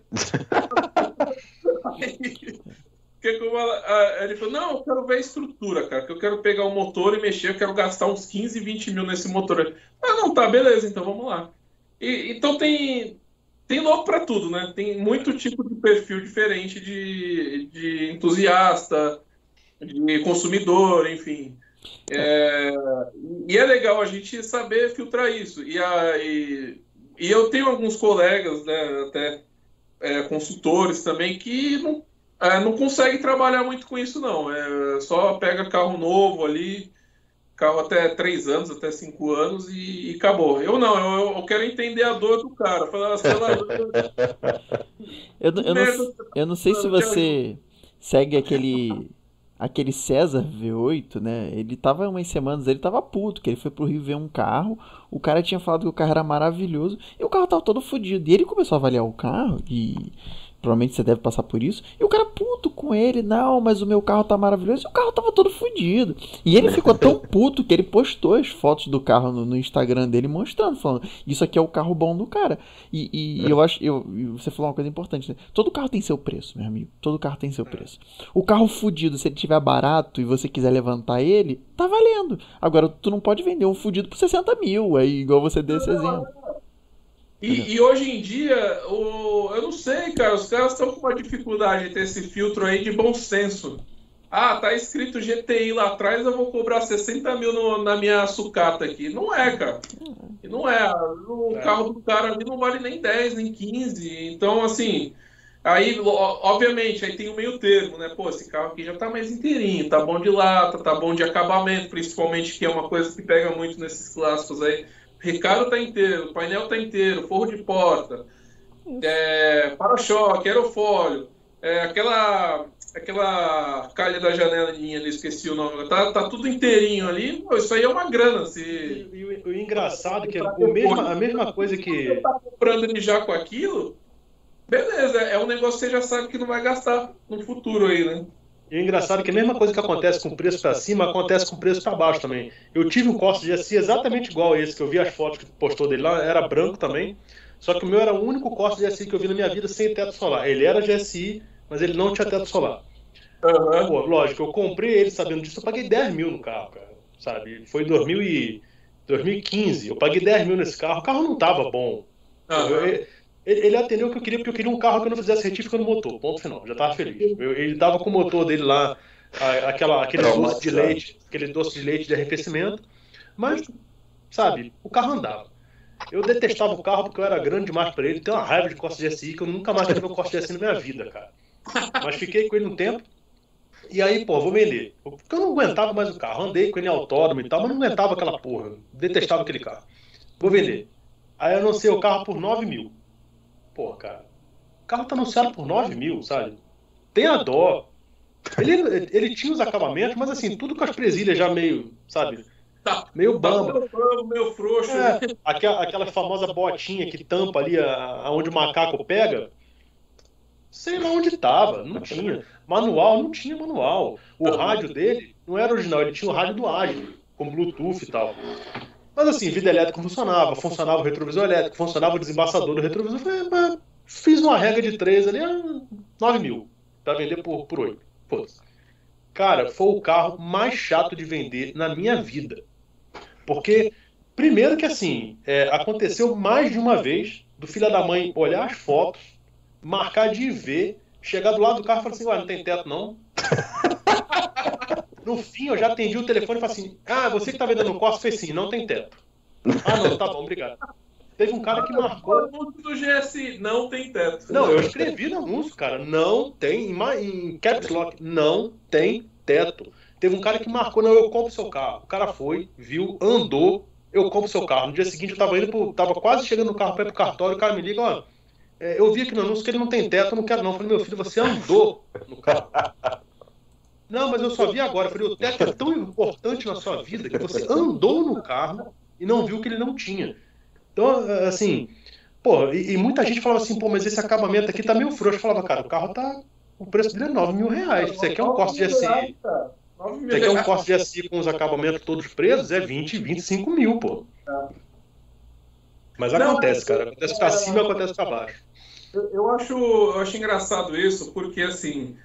Speaker 2: Ele falou, não, eu quero ver a estrutura, cara, que eu quero pegar o motor e mexer, eu quero gastar uns 15, 20 mil nesse motor. Não, tá, beleza, então vamos lá. Então tem louco para tudo, né? Tem muito tipo de perfil diferente de entusiasta, de consumidor, enfim. E é legal a gente saber filtrar isso. E eu tenho alguns colegas, né, até consultores também, que não conseguem trabalhar muito com isso, não. Só pega carro novo ali, carro até 3 anos, até 5 anos e acabou. Eu não, eu quero entender a dor do cara. Falar, sei lá,
Speaker 3: eu não sei se você segue aquele César V8, né? Ele tava umas semanas, ele tava puto, que ele foi pro Rio ver um carro, o cara tinha falado que o carro era maravilhoso e o carro tava todo fodido. E ele começou a avaliar o carro e provavelmente você deve passar por isso. E o cara puto com ele, não, mas o meu carro tá maravilhoso. E o carro tava todo fodido. E ele ficou tão puto que ele postou as fotos do carro no Instagram dele mostrando, falando, isso aqui é o carro bom do cara. E eu acho, você falou uma coisa importante, né? Todo carro tem seu preço, meu amigo. Todo carro tem seu preço. O carro fudido, se ele tiver barato e você quiser levantar ele, tá valendo. Agora, tu não pode vender um fudido por 60 mil, aí igual você deu esse exemplo.
Speaker 2: E hoje em dia, eu não sei, cara, os caras estão com uma dificuldade de ter esse filtro aí de bom senso. Tá escrito GTI lá atrás, eu vou cobrar 60 mil na minha sucata aqui. Não é, cara. Não é. O carro do cara ali não vale nem 10, nem 15. Então, assim, aí, obviamente, aí tem o meio termo, né? Pô, esse carro aqui já tá mais inteirinho, tá bom de lata, tá bom de acabamento, principalmente, que é uma coisa que pega muito nesses clássicos aí. Recaro tá inteiro, painel tá inteiro, forro de porta, para-choque, aerofólio, aquela calha da janelinha ali, esqueci o nome, tá tudo inteirinho ali. Pô, isso aí é uma grana.
Speaker 1: E o engraçado é que a mesma coisa que...
Speaker 2: Você tá comprando ele já com aquilo, beleza, é um negócio que você já sabe que não vai gastar no futuro aí, né?
Speaker 1: E o engraçado é que a mesma coisa que acontece com o preço para cima, acontece com o preço para baixo também. Eu tive um Corsa GSI exatamente igual a esse, que eu vi as fotos que postou dele lá, era branco também, só que o meu era o único Corsa GSI que eu vi na minha vida sem teto solar. Ele era GSI, mas ele não tinha teto solar. Pô, lógico, eu comprei ele sabendo disso, eu paguei 10 mil no carro, cara, sabe? Foi em 2015, eu paguei 10 mil nesse carro, o carro não tava bom. Ele atendeu o que eu queria, porque eu queria um carro que eu não fizesse retífica no motor. Ponto final, já estava feliz. Ele tava com o motor dele lá, aquele doce de leite de arrefecimento, mas, sabe, o carro andava. Eu detestava o carro porque eu era grande demais para ele, tenho uma raiva de Corsa GSI, que eu nunca mais tive meu Corsa GSI na minha vida, cara. Mas fiquei com ele um tempo. E aí, pô, vou vender. Porque eu não aguentava mais o carro. Andei com ele em autódromo e tal, mas não aguentava aquela porra. Detestava aquele carro. Vou vender. Aí eu anunciei o carro por 9 mil. Pô, cara. O carro tá anunciado por 9 mil, sabe? Tenha dó. Ele tinha os acabamentos, mas assim, tudo com as presilhas já meio, sabe?
Speaker 2: Tá,
Speaker 1: Meio bamba.
Speaker 2: meio frouxo.
Speaker 1: Aquela famosa botinha que tampa ali aonde o macaco pega. Sei lá onde tava, não tinha. Manual, não tinha manual. O rádio dele não era original, ele tinha o rádio do Ágil, com Bluetooth e tal. Mas assim, vida elétrica funcionava o retrovisor elétrico, funcionava o desembaçador do retrovisor. Fiz uma regra de 3 ali, 9 mil, pra vender por 8. Foda-se. Cara, foi o carro mais chato de vender na minha vida. Porque, primeiro que assim, aconteceu mais de uma vez do filho da mãe olhar as fotos, marcar de ver, chegar do lado do carro e falar assim, ué, não tem teto não? No fim, eu já atendi o telefone e falei assim, você que tá vendendo no Corsa, fez sim, não tem teto. Não, tá bom, obrigado. Teve um cara que marcou...
Speaker 2: O anúncio do GSI, não tem teto.
Speaker 1: Não, eu escrevi no anúncio, cara, não tem, em caps lock, não tem teto. Teve um cara que marcou, não, eu compro seu carro. O cara foi, viu, andou, eu compro seu carro. No dia seguinte eu tava quase chegando no carro para ir pro cartório, o cara me liga, ó, eu vi aqui no anúncio que ele não tem teto, eu não quero não. Eu falei, meu filho, você andou no carro. Não, mas eu só vi agora. Eu falei, o teto é tão importante na sua vida que você andou no carro e não viu que ele não tinha. Então, assim, pô, e muita gente falava assim, pô, mas esse acabamento aqui tá meio frouxo. Eu falava, cara, o carro tá... O preço dele é 9 mil reais. Você quer um Corsa GSI? Você quer um Corsa GSI com os acabamentos todos presos? É 20, 25 mil, pô. Mas acontece, cara. Acontece pra cima e acontece pra baixo.
Speaker 2: Eu acho engraçado isso, porque assim,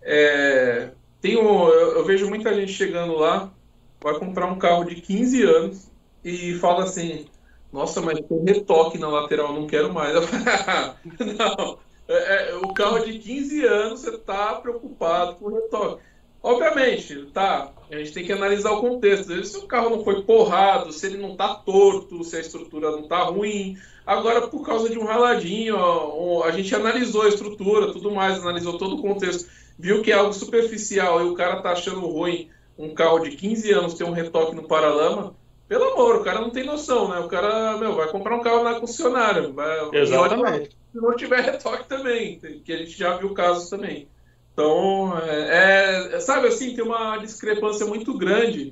Speaker 2: eu vejo muita gente chegando lá, vai comprar um carro de 15 anos e fala assim, nossa, mas tem retoque na lateral, não quero mais. Eu falo, não, o carro de 15 anos você tá preocupado com o retoque. Obviamente, tá, a gente tem que analisar o contexto. Se o carro não foi porrado, se ele não tá torto, se a estrutura não tá ruim. Agora, por causa de um raladinho, a gente analisou a estrutura, tudo mais, analisou todo o contexto, viu que é algo superficial e o cara tá achando ruim um carro de 15 anos ter um retoque no paralama. Pelo amor, o cara não tem noção, né? O cara, vai comprar um carro na concessionária.
Speaker 1: Exatamente.
Speaker 2: Se não tiver retoque também, que a gente já viu casos também. Então, sabe assim, tem uma discrepância muito grande.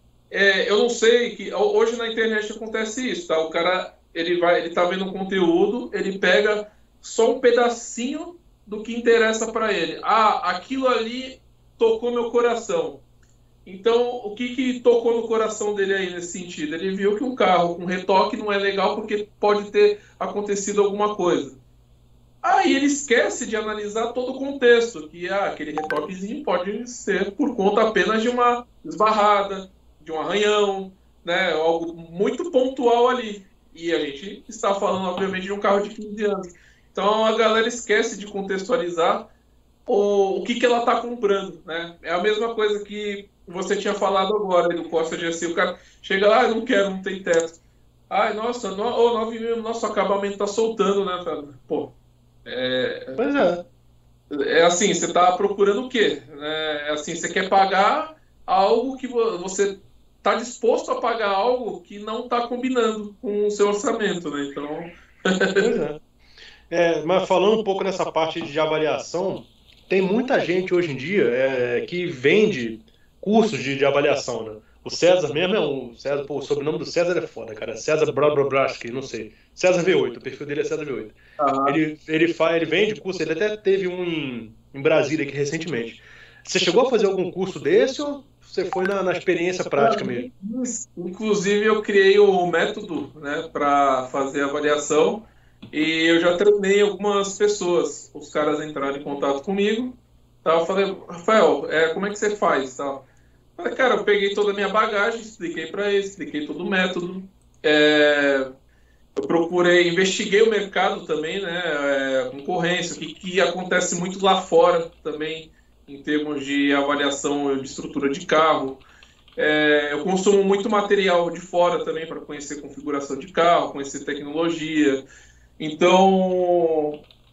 Speaker 2: Eu não sei, que hoje na internet acontece isso, tá? O cara, ele tá vendo um conteúdo, ele pega só um pedacinho do que interessa para ele. Aquilo ali tocou meu coração. Então, o que tocou no coração dele aí nesse sentido? Ele viu que um carro com retoque não é legal porque pode ter acontecido alguma coisa. Aí ele esquece de analisar todo o contexto, que aquele retoquezinho pode ser por conta apenas de uma esbarrada, de um arranhão, né? Algo muito pontual ali. E a gente está falando, obviamente, de um carro de 15 anos. Então a galera esquece de contextualizar o que ela está comprando, né? É a mesma coisa que você tinha falado agora do Corsa GSI. O cara chega lá, não quero, não tem teto. Nossa, 9 mil, nosso acabamento tá soltando, né? Pô.
Speaker 1: Pois é.
Speaker 2: É assim, você está procurando o quê? Assim, você quer pagar algo que você está disposto a pagar algo que não está combinando com o seu orçamento, né? Então...
Speaker 1: Pois é. Mas falando um pouco nessa parte de avaliação, tem muita gente hoje em dia que vende cursos de avaliação, né? O César mesmo o sobrenome do César é foda, cara. César Brabraski, não sei. César V8, o perfil dele é César V8. Ele vende curso, ele até teve um em Brasília aqui recentemente. Você chegou a fazer algum curso desse ou você foi na experiência prática mesmo?
Speaker 2: Inclusive eu criei o método, né, para fazer a avaliação e eu já treinei algumas pessoas. Os caras entraram em contato comigo. Eu falei, Rafael, como é que você faz? Falei, cara, eu peguei toda a minha bagagem, expliquei para ele, expliquei todo o método. Eu investiguei o mercado também, né, concorrência, o que acontece muito lá fora também, em termos de avaliação de estrutura de carro. Eu consumo muito material de fora também para conhecer configuração de carro, conhecer tecnologia. Então,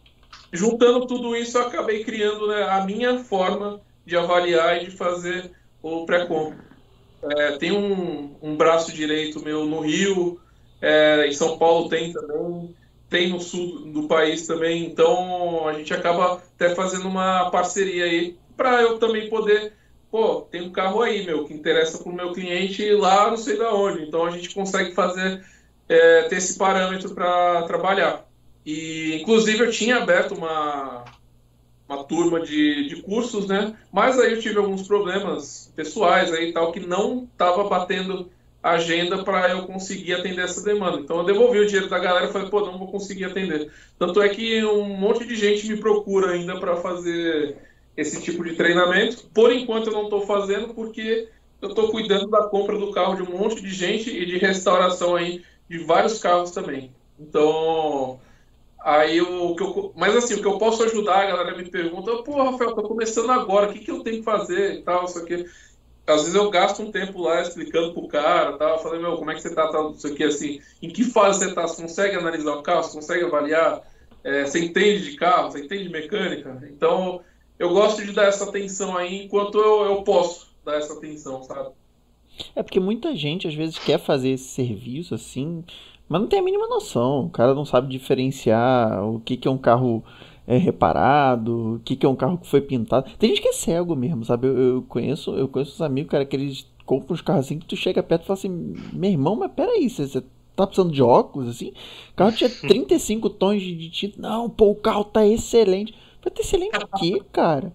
Speaker 2: juntando tudo isso, eu acabei criando, né, a minha forma de avaliar e de fazer o pré-compra. Tem um braço direito meu no Rio, em São Paulo tem também, tem no sul do país também, então a gente acaba até fazendo uma parceria aí para eu também poder, pô, tem um carro aí, meu, que interessa para o meu cliente lá não sei da onde, então a gente consegue fazer, ter esse parâmetro para trabalhar. E inclusive eu tinha aberto uma turma de cursos, né? Mas aí eu tive alguns problemas pessoais aí e tal, que não estava batendo a agenda para eu conseguir atender essa demanda. Então eu devolvi o dinheiro da galera e falei, pô, não vou conseguir atender. Tanto é que um monte de gente me procura ainda para fazer esse tipo de treinamento. Por enquanto eu não estou fazendo porque eu estou cuidando da compra do carro de um monte de gente e de restauração aí de vários carros também. Então... Aí mas assim, o que eu posso ajudar, a galera me pergunta, pô, Rafael, tô começando agora, o que eu tenho que fazer e tal, isso aqui. Às vezes eu gasto um tempo lá explicando pro cara, tal, falei, meu, como é que você tá, tal, isso aqui, assim, em que fase você tá, você consegue analisar o carro, você consegue avaliar, você entende de carro, você entende de mecânica, então eu gosto de dar essa atenção aí enquanto eu posso dar essa atenção, sabe?
Speaker 3: É porque muita gente às vezes quer fazer esse serviço assim, mas não tem a mínima noção. O cara não sabe diferenciar o que é um carro reparado, o que é um carro que foi pintado. Tem gente que é cego mesmo, sabe? Eu conheço os amigos, cara, que eles compram uns carros assim que tu chega perto e fala assim, meu irmão, mas peraí, você tá precisando de óculos, assim? O carro tinha 35 tons de tinta. Não, pô, o carro tá excelente. Vai ter excelente o quê, cara?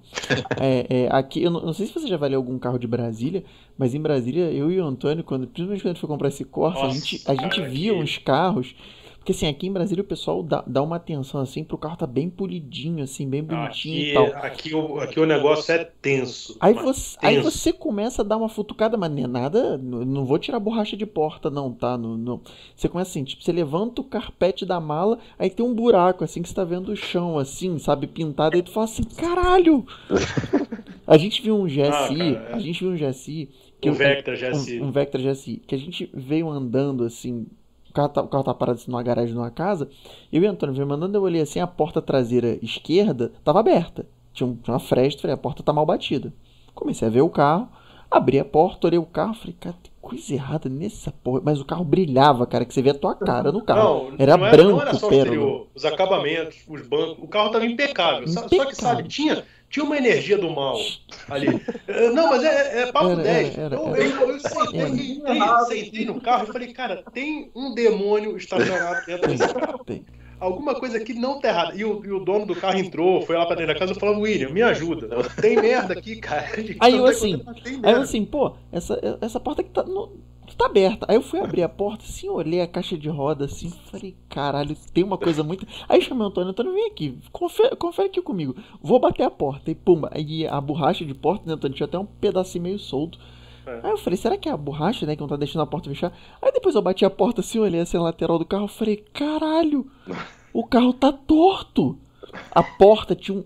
Speaker 3: Aqui, eu não sei se você já avaliou algum carro de Brasília, mas em Brasília, eu e o Antônio, principalmente quando a gente foi comprar esse Corsa,
Speaker 1: Nossa,
Speaker 3: a gente
Speaker 1: cara,
Speaker 3: via
Speaker 1: que-
Speaker 3: uns carros. Porque assim, aqui em Brasília o pessoal dá uma atenção assim pro carro tá bem polidinho, assim, bem bonitinho e tal.
Speaker 1: Aqui o negócio é tenso.
Speaker 3: Aí
Speaker 1: mas
Speaker 3: aí
Speaker 1: tenso.
Speaker 3: você começa a dar uma futucada, mas não é nada. Não vou tirar borracha de porta, não, tá? Não. Você começa assim, tipo, você levanta o carpete da mala, aí tem um buraco, assim, que você tá vendo o chão, assim, sabe, pintado, aí tu fala assim, caralho! A gente viu um GSI,
Speaker 1: cara,
Speaker 3: a gente viu um GSI,
Speaker 1: O Vectra GSI.
Speaker 3: um Vectra GSI, que a gente veio andando assim, o carro tá parado assim, numa garagem de uma casa, eu e o Antônio veio andando, eu olhei assim, a porta traseira esquerda tava aberta, tinha uma fresta, falei, a porta tá mal batida. Comecei a ver o carro, abri a porta, olhei o carro, falei, cara, tem coisa errada nessa porra, mas o carro brilhava, cara, que você vê a tua cara no carro, era
Speaker 1: não era
Speaker 3: branco,
Speaker 1: só o
Speaker 3: pérola.
Speaker 1: exterior, os acabamentos, os bancos, o carro tava impecável. Só que, sabe,
Speaker 3: Impecável.
Speaker 1: tinha uma energia do mal ali. Não, mas é papo
Speaker 3: Era,
Speaker 1: 10.
Speaker 3: era.
Speaker 1: Eu sentei no carro e falei, cara, tem um demônio estacionado dentro desse carro.
Speaker 3: Tem.
Speaker 1: Alguma coisa que não tá errada. E o dono do carro entrou, foi lá pra dentro da casa e falou, William, me ajuda. Tem merda aqui, cara.
Speaker 3: Aí
Speaker 1: Não
Speaker 3: eu
Speaker 1: tá
Speaker 3: assim,
Speaker 1: acontecendo, tem
Speaker 3: aí eu
Speaker 1: merda.
Speaker 3: assim, pô, essa porta aqui tá aberta. Aí eu fui abrir a porta, assim, olhei a caixa de roda, assim, falei, caralho, tem uma coisa muito... Aí chamei o Antônio, vem aqui, confere aqui comigo. Vou bater a porta. E pumba, aí a borracha de porta, né, Antônio, tinha até um pedacinho meio solto. Aí eu falei, será que é a borracha, né, que não tá deixando a porta fechar? Aí depois eu bati a porta assim, olhei assim na lateral do carro, falei, caralho, o carro tá torto. A porta tinha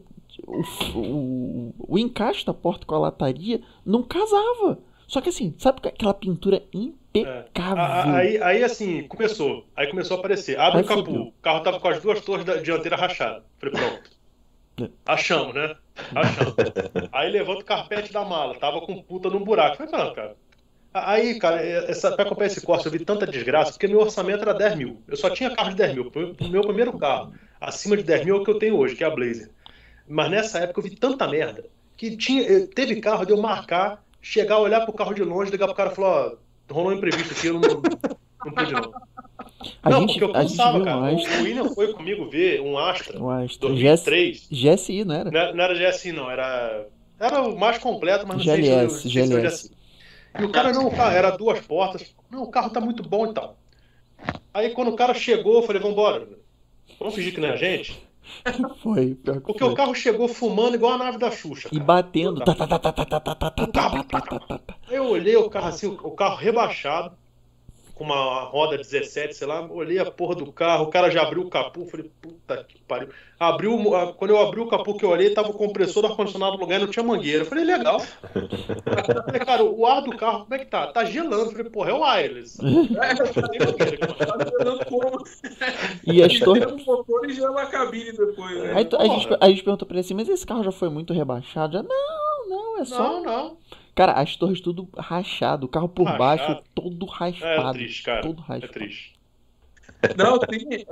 Speaker 3: o encaixe da porta com a lataria não casava. Só que assim, sabe aquela pintura impecável?
Speaker 1: Aí assim, começou. Aí começou a aparecer. Abre
Speaker 3: Aí
Speaker 1: o capô.
Speaker 3: fudeu.
Speaker 1: O carro tava com as duas torres da dianteira rachadas. Falei, pronto. Achamos, né? Achamos. Aí levanta o carpete da mala. Tava com puta num buraco. Falei, não, cara. Aí, cara, pra comprar esse Corsa eu vi tanta desgraça, porque meu orçamento era 10 mil. Eu só tinha carro de 10 mil. O meu primeiro carro, acima de 10 mil, é o que eu tenho hoje, que é a Blazer. Mas nessa época eu vi tanta merda, que teve carro de eu marcar, chegar, olhar pro carro de longe, ligar pro cara e falar, ó, rolou um imprevisto aqui, eu não pude não. Porque eu
Speaker 3: A gente
Speaker 1: cansava,
Speaker 3: viu
Speaker 1: cara.
Speaker 3: um Astra.
Speaker 1: O William foi comigo ver um Astra,
Speaker 3: Um Astra.
Speaker 1: 2003.
Speaker 3: GSI, não era?
Speaker 1: Não era GSI, não. Era o mais completo, mas não sei
Speaker 3: GLS,
Speaker 1: se foi
Speaker 3: GLS.
Speaker 1: GSI. E o cara, não, cara, era duas portas. Não, o carro tá muito bom e tal. Aí quando o cara chegou, eu falei, vambora. Vamos fingir que não é a gente?
Speaker 3: Foi, pior que
Speaker 1: Porque
Speaker 3: foi.
Speaker 1: o carro chegou fumando igual a nave da Xuxa.
Speaker 3: E
Speaker 1: Cara.
Speaker 3: batendo.
Speaker 1: Aí eu olhei o carro assim, o carro rebaixado, com uma roda 17, sei lá, olhei a porra do carro, o cara já abriu o capô, falei, puta que pariu. Quando eu abri o capô que eu olhei, tava o compressor do ar-condicionado no lugar e não tinha mangueira. Eu falei, legal. Eu falei, cara, o ar do carro, como é que tá? Tá gelando. Eu falei, porra, é o wireless.
Speaker 2: Tá gelando como?
Speaker 3: E as torres.
Speaker 2: Gela o motor e gela a cabine depois, né?
Speaker 3: Aí a gente perguntou pra ele assim, mas esse carro já foi muito rebaixado? Já, não, é só.
Speaker 1: Não.
Speaker 3: Cara, as torres tudo rachado, o carro por
Speaker 1: Rachado.
Speaker 3: baixo todo
Speaker 1: É
Speaker 3: raspado.
Speaker 1: triste, cara.
Speaker 3: Todo
Speaker 1: É
Speaker 3: raspado.
Speaker 1: triste.
Speaker 2: Não, tem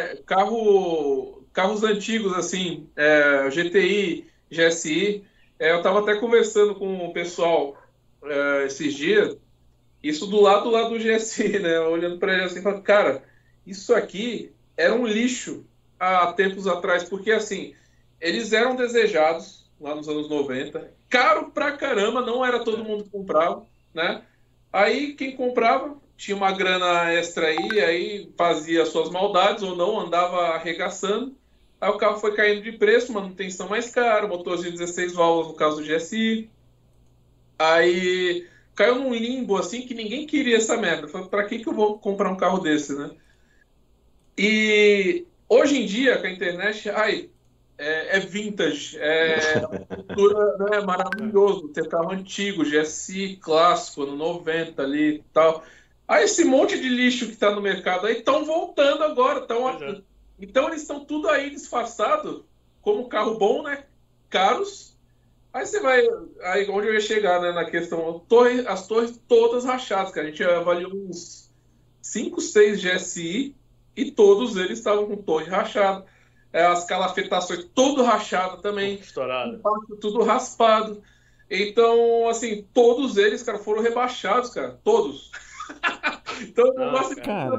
Speaker 2: carros antigos, assim, GTI, GSI. Eu tava até conversando com o pessoal esses dias, isso do lado lá do GSI, né? Olhando para ele assim, falando, cara, isso aqui era um lixo há tempos atrás, porque assim, eles eram desejados lá nos anos 90, caro pra caramba, não era todo mundo que comprava, né? Aí quem comprava tinha uma grana extra aí fazia suas maldades ou não, andava arregaçando. Aí o carro foi caindo de preço, manutenção mais cara, motorzinho 16 válvulas no caso do GSI. Aí caiu num limbo assim que ninguém queria essa merda. Falei, pra que eu vou comprar um carro desse, né? E hoje em dia, com a internet, é vintage, cultura, né, maravilhoso, ter carro antigo, GSI clássico, ano 90 ali e tal. Aí esse monte de lixo que está no mercado aí estão voltando agora. Então eles estão tudo aí disfarçado como carro bom, né? Caros. Aí você vai. Aí onde eu ia chegar, né? Na questão. As torres todas rachadas, que a gente avaliou uns 5, 6 GSI e todos eles estavam com torre rachada. As calafetações tudo rachado também.
Speaker 1: Estourado.
Speaker 2: Tudo raspado. Então, assim, todos eles, cara, foram rebaixados, cara. Todos. Então, eu não gosto de
Speaker 3: cara.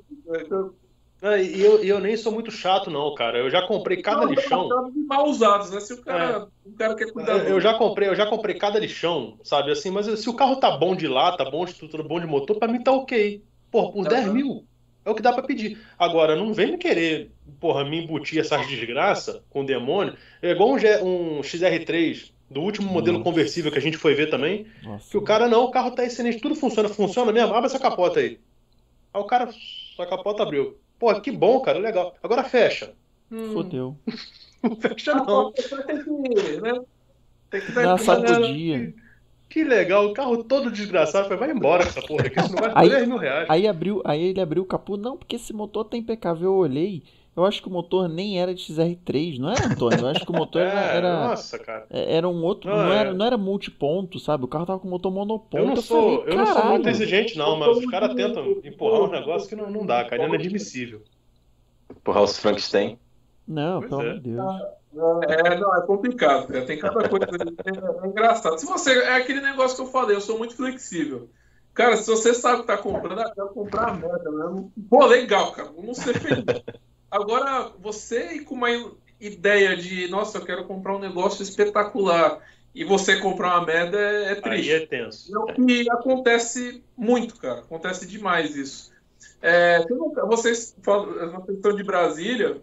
Speaker 1: E eu nem sou muito chato, não, cara. Eu já comprei cada lixão.
Speaker 2: Mal usados, né? Se o cara quer cuidar.
Speaker 1: Eu já comprei cada lixão, sabe? Assim, mas se o carro tá bom de lata, bom de estrutura, bom de motor, pra mim tá ok. Pô, por 10 mil é o que dá pra pedir. Agora, não vem me querer, porra, me embutir essas desgraças com o demônio. É igual um XR3 do último modelo conversível que a gente foi ver também.
Speaker 3: Nossa.
Speaker 1: Que o carro tá excelente, tudo funciona mesmo. Abre essa capota aí. Aí o cara, sua capota abriu. Pô, que bom, cara, legal. Agora fecha.
Speaker 3: Fodeu.
Speaker 1: Não fecha não.
Speaker 2: Tem que
Speaker 3: Dá uma sacudinha.
Speaker 1: Que legal, o carro todo desgraçado. Falei, vai embora com essa porra aqui, senão vai por
Speaker 3: Aí-
Speaker 1: 10 mil reais.
Speaker 3: Aí ele abriu o capô, não, porque esse motor tá impecável. Eu olhei, eu acho que o motor nem era de XR3, não era, Antônio? Eu acho que o motor era
Speaker 1: Nossa, cara.
Speaker 3: era um outro, não era multiponto, sabe? O carro tava com motor monoponto.
Speaker 1: Eu não sou muito
Speaker 3: caralho.
Speaker 1: exigente, não, mas os caras tentam empurrar um negócio que não dá, cara. É inadmissível.
Speaker 4: Empurrar os Frankenstein.
Speaker 3: Não,
Speaker 1: Pois
Speaker 3: pelo
Speaker 1: é.
Speaker 3: amor de Deus.
Speaker 2: Não, é complicado, cara. Tem cada coisa. É engraçado. Se você. É aquele negócio que eu falei, eu sou muito flexível. Cara, se você sabe que tá comprando, eu quero comprar a merda mesmo. Pô, legal, cara. Vamos ser felizes. Agora, você ir com uma ideia de, nossa, eu quero comprar um negócio espetacular e você comprar uma merda é triste.
Speaker 1: Aí é tenso.
Speaker 2: É o que acontece muito, cara. Acontece demais isso. Vocês estão de Brasília.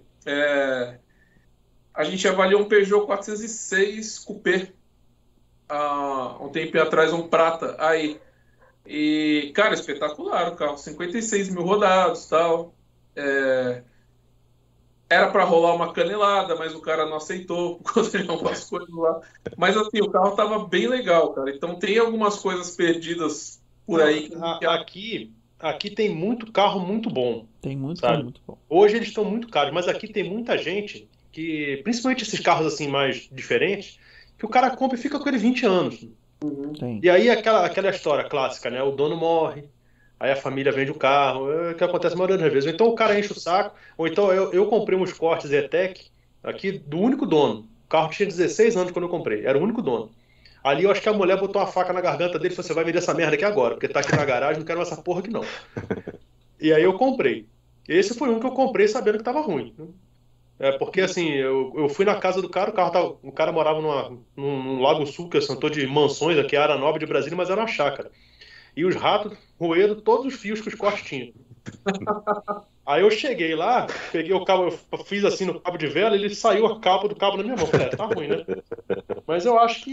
Speaker 2: A gente avaliou um Peugeot 406 Coupé há um tempo atrás, um prata aí. E, cara, espetacular o carro. 56 mil rodados e tal. Era para rolar uma canelada, mas o cara não aceitou por causa de algumas coisas lá. Mas assim, o carro tava bem legal, cara. Então tem algumas coisas perdidas por aí.
Speaker 1: Aqui tem muito carro muito bom.
Speaker 3: Tem muito,
Speaker 1: Sabe?
Speaker 3: tá muito bom.
Speaker 1: Hoje eles estão muito caros, mas aqui tem muita gente que, principalmente esses carros assim mais diferentes, que o cara compra e fica com ele 20 anos.
Speaker 3: Tem.
Speaker 1: E aí aquela história clássica, né? O dono morre, aí a família vende o carro, é o que acontece a maioria das vezes. Ou então o cara enche o saco, ou então eu comprei uns Corsa E-Tech aqui do único dono. O carro tinha 16 anos quando eu comprei, era o único dono. Ali eu acho que a mulher botou uma faca na garganta dele e falou: você vai vender essa merda aqui agora, porque tá aqui na garagem, não quero essa porra aqui não. E aí eu comprei. Esse foi um que eu comprei sabendo que tava ruim. Porque assim, eu fui na casa do cara, o cara morava num Lago Sul, que é setor de mansões, aqui é a área nobre de Brasília, mas era uma chácara. E os ratos roeram todos os fios que os cortes tinham. Aí eu cheguei lá, peguei o cabo, eu fiz assim no cabo de vela, ele saiu a cabo do cabo na minha mão. Falei, tá ruim, né? Mas eu acho que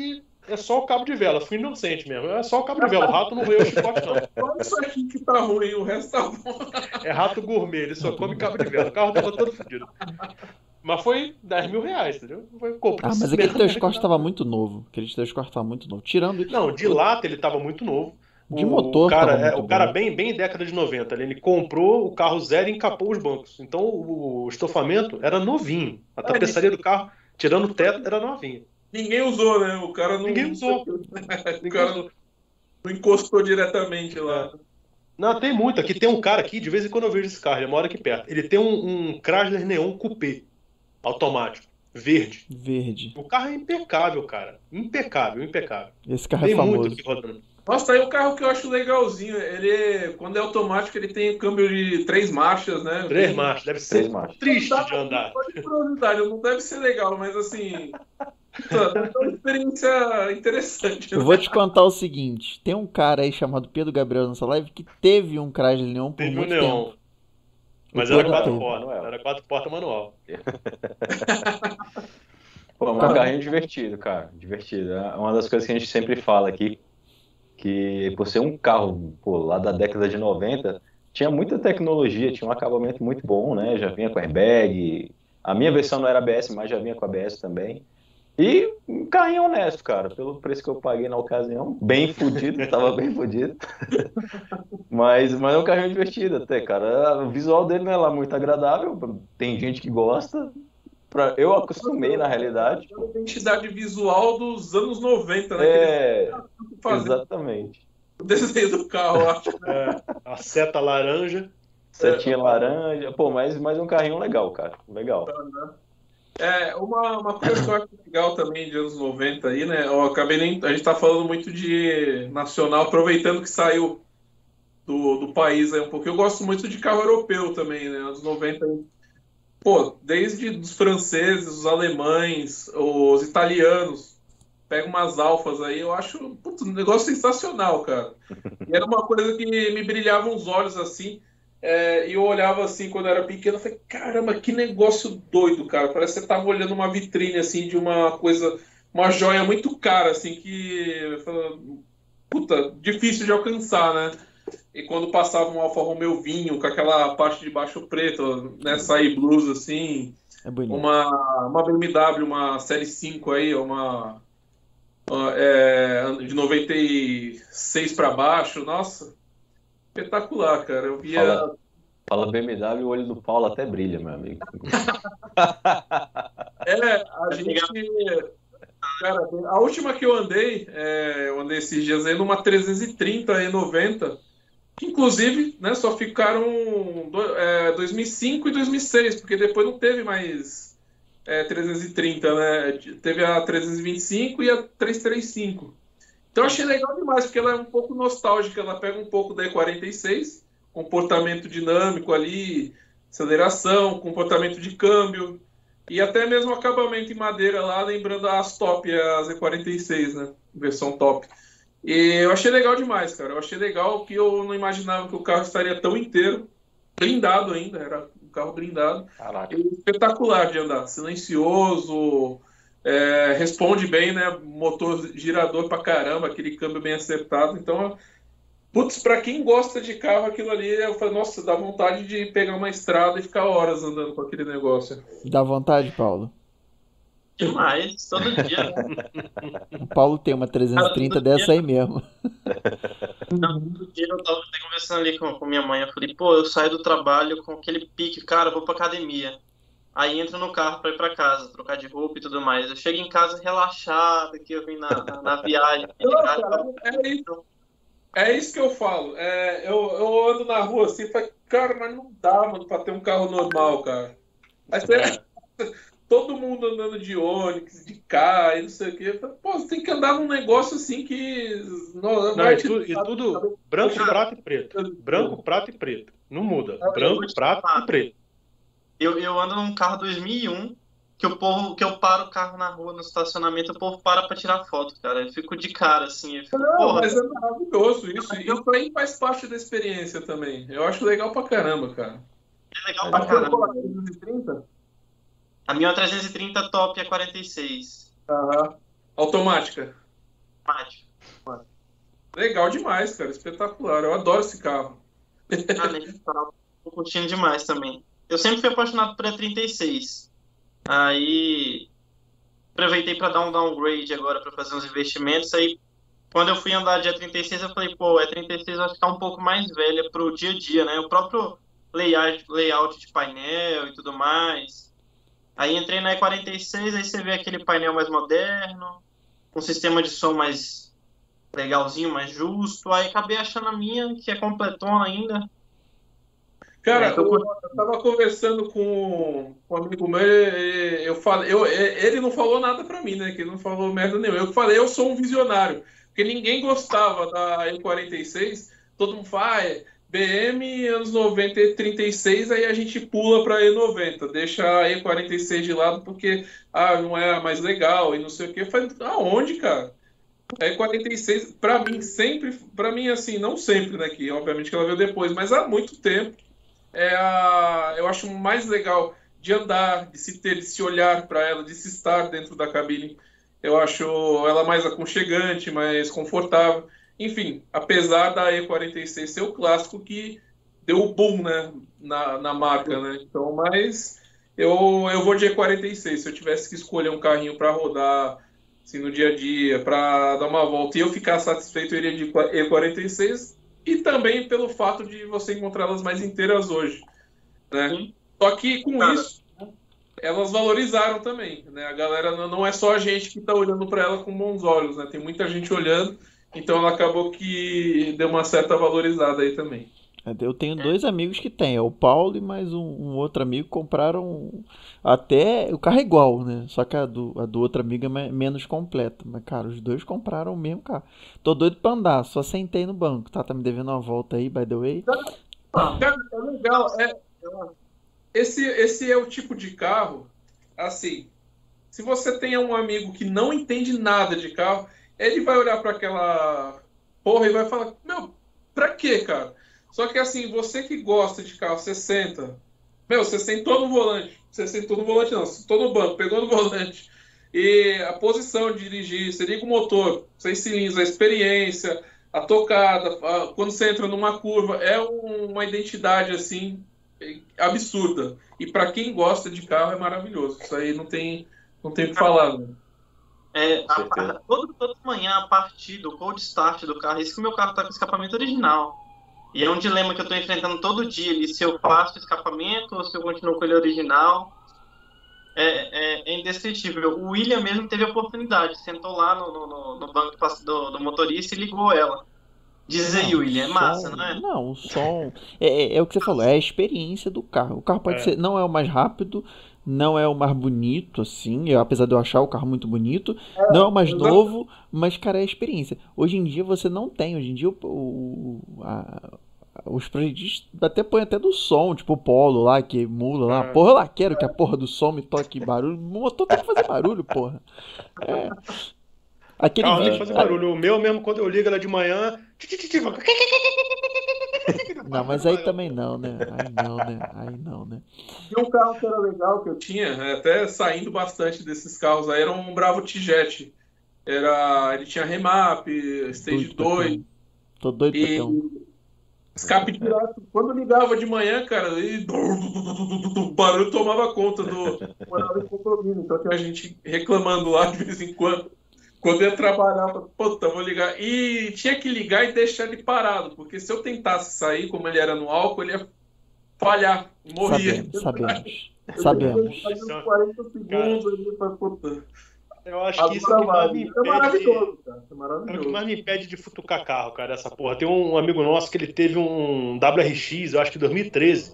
Speaker 1: é só o cabo de vela. Fui inocente mesmo. É só o cabo de vela. O rato não roeu o chicote, não.
Speaker 2: Olha isso aqui que tá ruim, o resto tá bom.
Speaker 1: É rato gourmet, ele só come cabo de vela. O carro tava todo fodido. Mas foi 10 mil reais, entendeu? Foi compra.
Speaker 3: Mas aquele teu Escort estava muito novo. Aquele teu Escort estava muito novo. Tirando.
Speaker 1: Não, de lata ele tava muito novo.
Speaker 3: De motor
Speaker 1: cara,
Speaker 3: tava muito
Speaker 1: o cara
Speaker 3: bom.
Speaker 1: bem década de 90. Ele comprou o carro zero e encapou os bancos. Então o estofamento era novinho. A tapeçaria do carro, tirando o teto, era novinha.
Speaker 2: Ninguém usou, né? O cara não.
Speaker 1: Ninguém usou.
Speaker 2: O cara não encostou diretamente lá.
Speaker 1: Não, tem muito. Aqui tem um cara aqui, de vez em quando eu vejo esse carro, ele mora aqui perto. Ele tem um Chrysler Neon Coupé automático, verde.
Speaker 3: Verde.
Speaker 1: O carro é impecável, cara. Impecável.
Speaker 3: Esse carro
Speaker 1: Tem
Speaker 3: é famoso.
Speaker 1: muito aqui rodando.
Speaker 2: Nossa, tá aí um carro que eu acho legalzinho. Ele, quando é automático, ele tem câmbio de 3 marchas, né?
Speaker 1: 3 marchas, deve ser
Speaker 4: 3 marchas.
Speaker 1: triste de andar.
Speaker 2: Não deve ser legal, mas assim. É uma experiência interessante.
Speaker 3: Eu vou te contar o seguinte: tem um cara aí chamado Pedro Gabriel nessa live que teve um Chrysler Neon por
Speaker 1: Teve um
Speaker 3: muito
Speaker 1: Neon.
Speaker 3: tempo.
Speaker 1: Mas
Speaker 3: O
Speaker 1: era
Speaker 3: Pedro
Speaker 1: 4
Speaker 3: teve.
Speaker 1: portas. Era 4 portas manual.
Speaker 4: Pô, mas é um carrinho divertido, cara. Divertido. É uma das coisas que a gente sempre fala aqui, que por ser um carro, pô, lá da década de 90, tinha muita tecnologia, tinha um acabamento muito bom, né? Já vinha com airbag. A minha versão não era ABS, mas já vinha com ABS também. E um carrinho honesto, cara, pelo preço que eu paguei na ocasião, bem fudido, tava bem fudido. Mas é um carrinho divertido até, cara. O visual dele não é lá muito agradável, tem gente que gosta. Eu acostumei, na realidade.
Speaker 2: É uma identidade visual dos anos 90, né?
Speaker 4: É,
Speaker 2: Fazer
Speaker 4: exatamente.
Speaker 2: o desenho do carro, eu acho.
Speaker 1: A seta laranja.
Speaker 4: Setinha laranja. Pô, mas é um carrinho legal, cara. Legal.
Speaker 2: Uma coisa que eu acho legal também de anos 90 aí, né? A gente tá falando muito de nacional, aproveitando que saiu do país aí um pouco. Eu gosto muito de carro europeu também, né? Anos 90 aí. Pô, desde os franceses, os alemães, os italianos, pega umas alfas aí, eu acho um negócio sensacional, cara. E era uma coisa que me brilhava os olhos assim. E eu olhava assim quando eu era pequeno, eu falei, caramba, que negócio doido, cara. Parece que você tava olhando uma vitrine assim de uma coisa, uma joia muito cara, assim, que puta, difícil de alcançar, né? E quando passava um Alfa Romeo vinho com aquela parte de baixo preto, né, sair blues assim,
Speaker 3: É bonito.
Speaker 2: uma BMW, uma Série 5 aí, de 96 para baixo, nossa, espetacular, cara. Eu via.
Speaker 4: Fala BMW, o olho do Paulo até brilha, meu amigo.
Speaker 2: A gente. Cara, a última que eu andei esses dias aí numa 330 E90, que inclusive, né, só ficaram 2005 e 2006, porque depois não teve mais 330, né? Teve a 325 e a 335. Então eu achei legal demais, porque ela é um pouco nostálgica, ela pega um pouco da E46, comportamento dinâmico ali, aceleração, comportamento de câmbio, e até mesmo acabamento em madeira lá, lembrando as top, as E46, né? Versão top. E eu achei legal demais, cara. Eu achei legal que eu não imaginava que o carro estaria tão inteiro, blindado ainda, era um carro blindado.
Speaker 4: Caraca.
Speaker 2: E espetacular de andar, silencioso, responde bem, né? Motor girador pra caramba, aquele câmbio bem acertado. Então, putz, pra quem gosta de carro, aquilo ali, eu falei, nossa, dá vontade de pegar uma estrada e ficar horas andando com aquele negócio.
Speaker 3: Dá vontade, Paulo?
Speaker 5: Demais, todo dia, né?
Speaker 3: O Paulo tem uma 330 dessa aí mesmo.
Speaker 5: Todo dia eu tava até conversando ali com minha mãe. Eu falei, pô, eu saio do trabalho com aquele pique, cara, eu vou pra academia. Aí entro no carro pra ir pra casa, trocar de roupa e tudo mais. Eu chego em casa relaxado, que eu vim na viagem.
Speaker 2: É isso que eu falo. Eu ando na rua assim e falo, cara, mas não dá, mano, pra ter um carro normal, cara. Aí todo mundo andando de Onix, de K e não sei o quê. Pô, você tem que andar num negócio assim que.
Speaker 1: E tudo branco, prata e preto. Branco, prata e preto. Não muda. Branco, prata e preto.
Speaker 5: Eu ando num carro 2001 que eu paro o carro na rua, no estacionamento, o povo para pra tirar foto, cara. Eu fico de cara, assim. Eu fico,
Speaker 2: mas é maravilhoso isso. Isso aí faz parte da experiência também. Eu acho legal pra caramba, cara.
Speaker 5: É legal pra caramba.
Speaker 2: 330?
Speaker 5: A minha 330 top é 46.
Speaker 2: Automática.
Speaker 5: Mate.
Speaker 2: Legal demais, cara. Espetacular. Eu adoro esse carro.
Speaker 5: Tô curtindo demais também. Eu sempre fui apaixonado por E36. Aí aproveitei para dar um downgrade agora para fazer uns investimentos. Aí quando eu fui andar de E36, eu falei, pô, E36 eu acho que tá um pouco mais velha pro dia a dia, né? O próprio layout de painel e tudo mais. Aí entrei na E46, aí você vê aquele painel mais moderno, um sistema de som mais legalzinho, mais justo. Aí acabei achando a minha, que é completona ainda.
Speaker 2: Cara, eu tava conversando com um amigo meu, ele não falou nada pra mim, né? Que ele não falou merda nenhuma. Eu falei, eu sou um visionário. Porque ninguém gostava da E46. Todo mundo fala, BM anos 90 e 36, aí a gente pula pra E90. Deixa a E46 de lado porque não é a mais legal e não sei o quê. Eu falei, aonde, cara? A E46, pra mim, sempre... Pra mim, assim, não sempre, né? Que obviamente que ela veio depois, mas há muito tempo. Eu acho mais legal de andar, de se olhar para ela, de se estar dentro da cabine. Eu acho ela mais aconchegante, mais confortável. Enfim, apesar da E46 ser o clássico que deu o boom, né, na marca, né? Então, mas eu vou de E46. Se eu tivesse que escolher um carrinho para rodar assim, no dia a dia, para dar uma volta e eu ficar satisfeito, eu iria de E46. E também pelo fato de você encontrá-las mais inteiras hoje, né? Só que com isso, elas valorizaram também, né? A galera não é só a gente que está olhando para ela com bons olhos, né? Tem muita gente olhando, então ela acabou que deu uma certa valorizada aí também.
Speaker 3: Eu tenho dois amigos que tem, o Paulo e mais um outro amigo compraram até o carro é igual, né? Só que a do outro amigo é menos completa. Mas, cara, os dois compraram o mesmo carro. Tô doido pra andar, só sentei no banco. Tá me devendo uma volta aí, by the way.
Speaker 2: Cara, é legal. Esse é o tipo de carro, assim, se você tem um amigo que não entende nada de carro, ele vai olhar para aquela porra e vai falar, meu, pra quê, cara? Só que assim, você que gosta de carro, você sentou no volante. Você sentou no volante não, você sentou no banco, pegou no volante. E a posição de dirigir, você liga o motor, 6 cilindros, a experiência, a tocada, quando você entra numa curva, é uma identidade assim absurda. E para quem gosta de carro é maravilhoso. Isso aí não tem o que falar. Né?
Speaker 5: Toda manhã, a partir do cold start do carro, isso que o meu carro tá com escapamento original. E é um dilema que eu estou enfrentando todo dia ali, se eu faço o escapamento ou se eu continuo com ele original. É indescritível. O William mesmo teve a oportunidade, sentou lá no banco do motorista e ligou ela. Diz aí, William, é massa, não é?
Speaker 3: Não, o som... É o que você falou, é a experiência do carro. O carro pode ser... Não é o mais rápido, não é o mais bonito, assim, apesar de eu achar o carro muito bonito. Não é o mais novo, mas, cara, é a experiência. Hoje em dia você não tem. Hoje em dia os projetistas até põem até do som, tipo o Polo lá, que emula lá. Porra, eu lá quero que a porra do som me toque barulho. O motor tem que fazer barulho, porra.
Speaker 1: Aquele vídeo fazer barulho. O meu mesmo, quando eu ligo ela de manhã...
Speaker 3: Não, mas aí também não, né? Aí não, né?
Speaker 2: E um carro que era legal que eu tinha, até saindo bastante desses carros aí, era um Bravo T-Jet. Ele tinha remap, Stage 2.
Speaker 3: Tô doido pra ter um.
Speaker 2: Escape direto. Quando ligava de manhã, cara, o barulho tomava conta do condomínio. Então tinha gente reclamando lá de vez em quando. Quando eu ia trabalhar, eu puta, vou ligar. E tinha que ligar e deixar ele parado, porque se eu tentasse sair, como ele era no álcool, ele ia falhar, morria.
Speaker 3: Sabemos.
Speaker 2: Uns 40 segundos ali pra puta.
Speaker 1: Eu acho que isso é o que mais me impede. É maravilhoso, cara. É maravilhoso. É o que mais me impede de futucar carro, cara, essa porra. Tem um amigo nosso que ele teve um WRX, eu acho que 2003.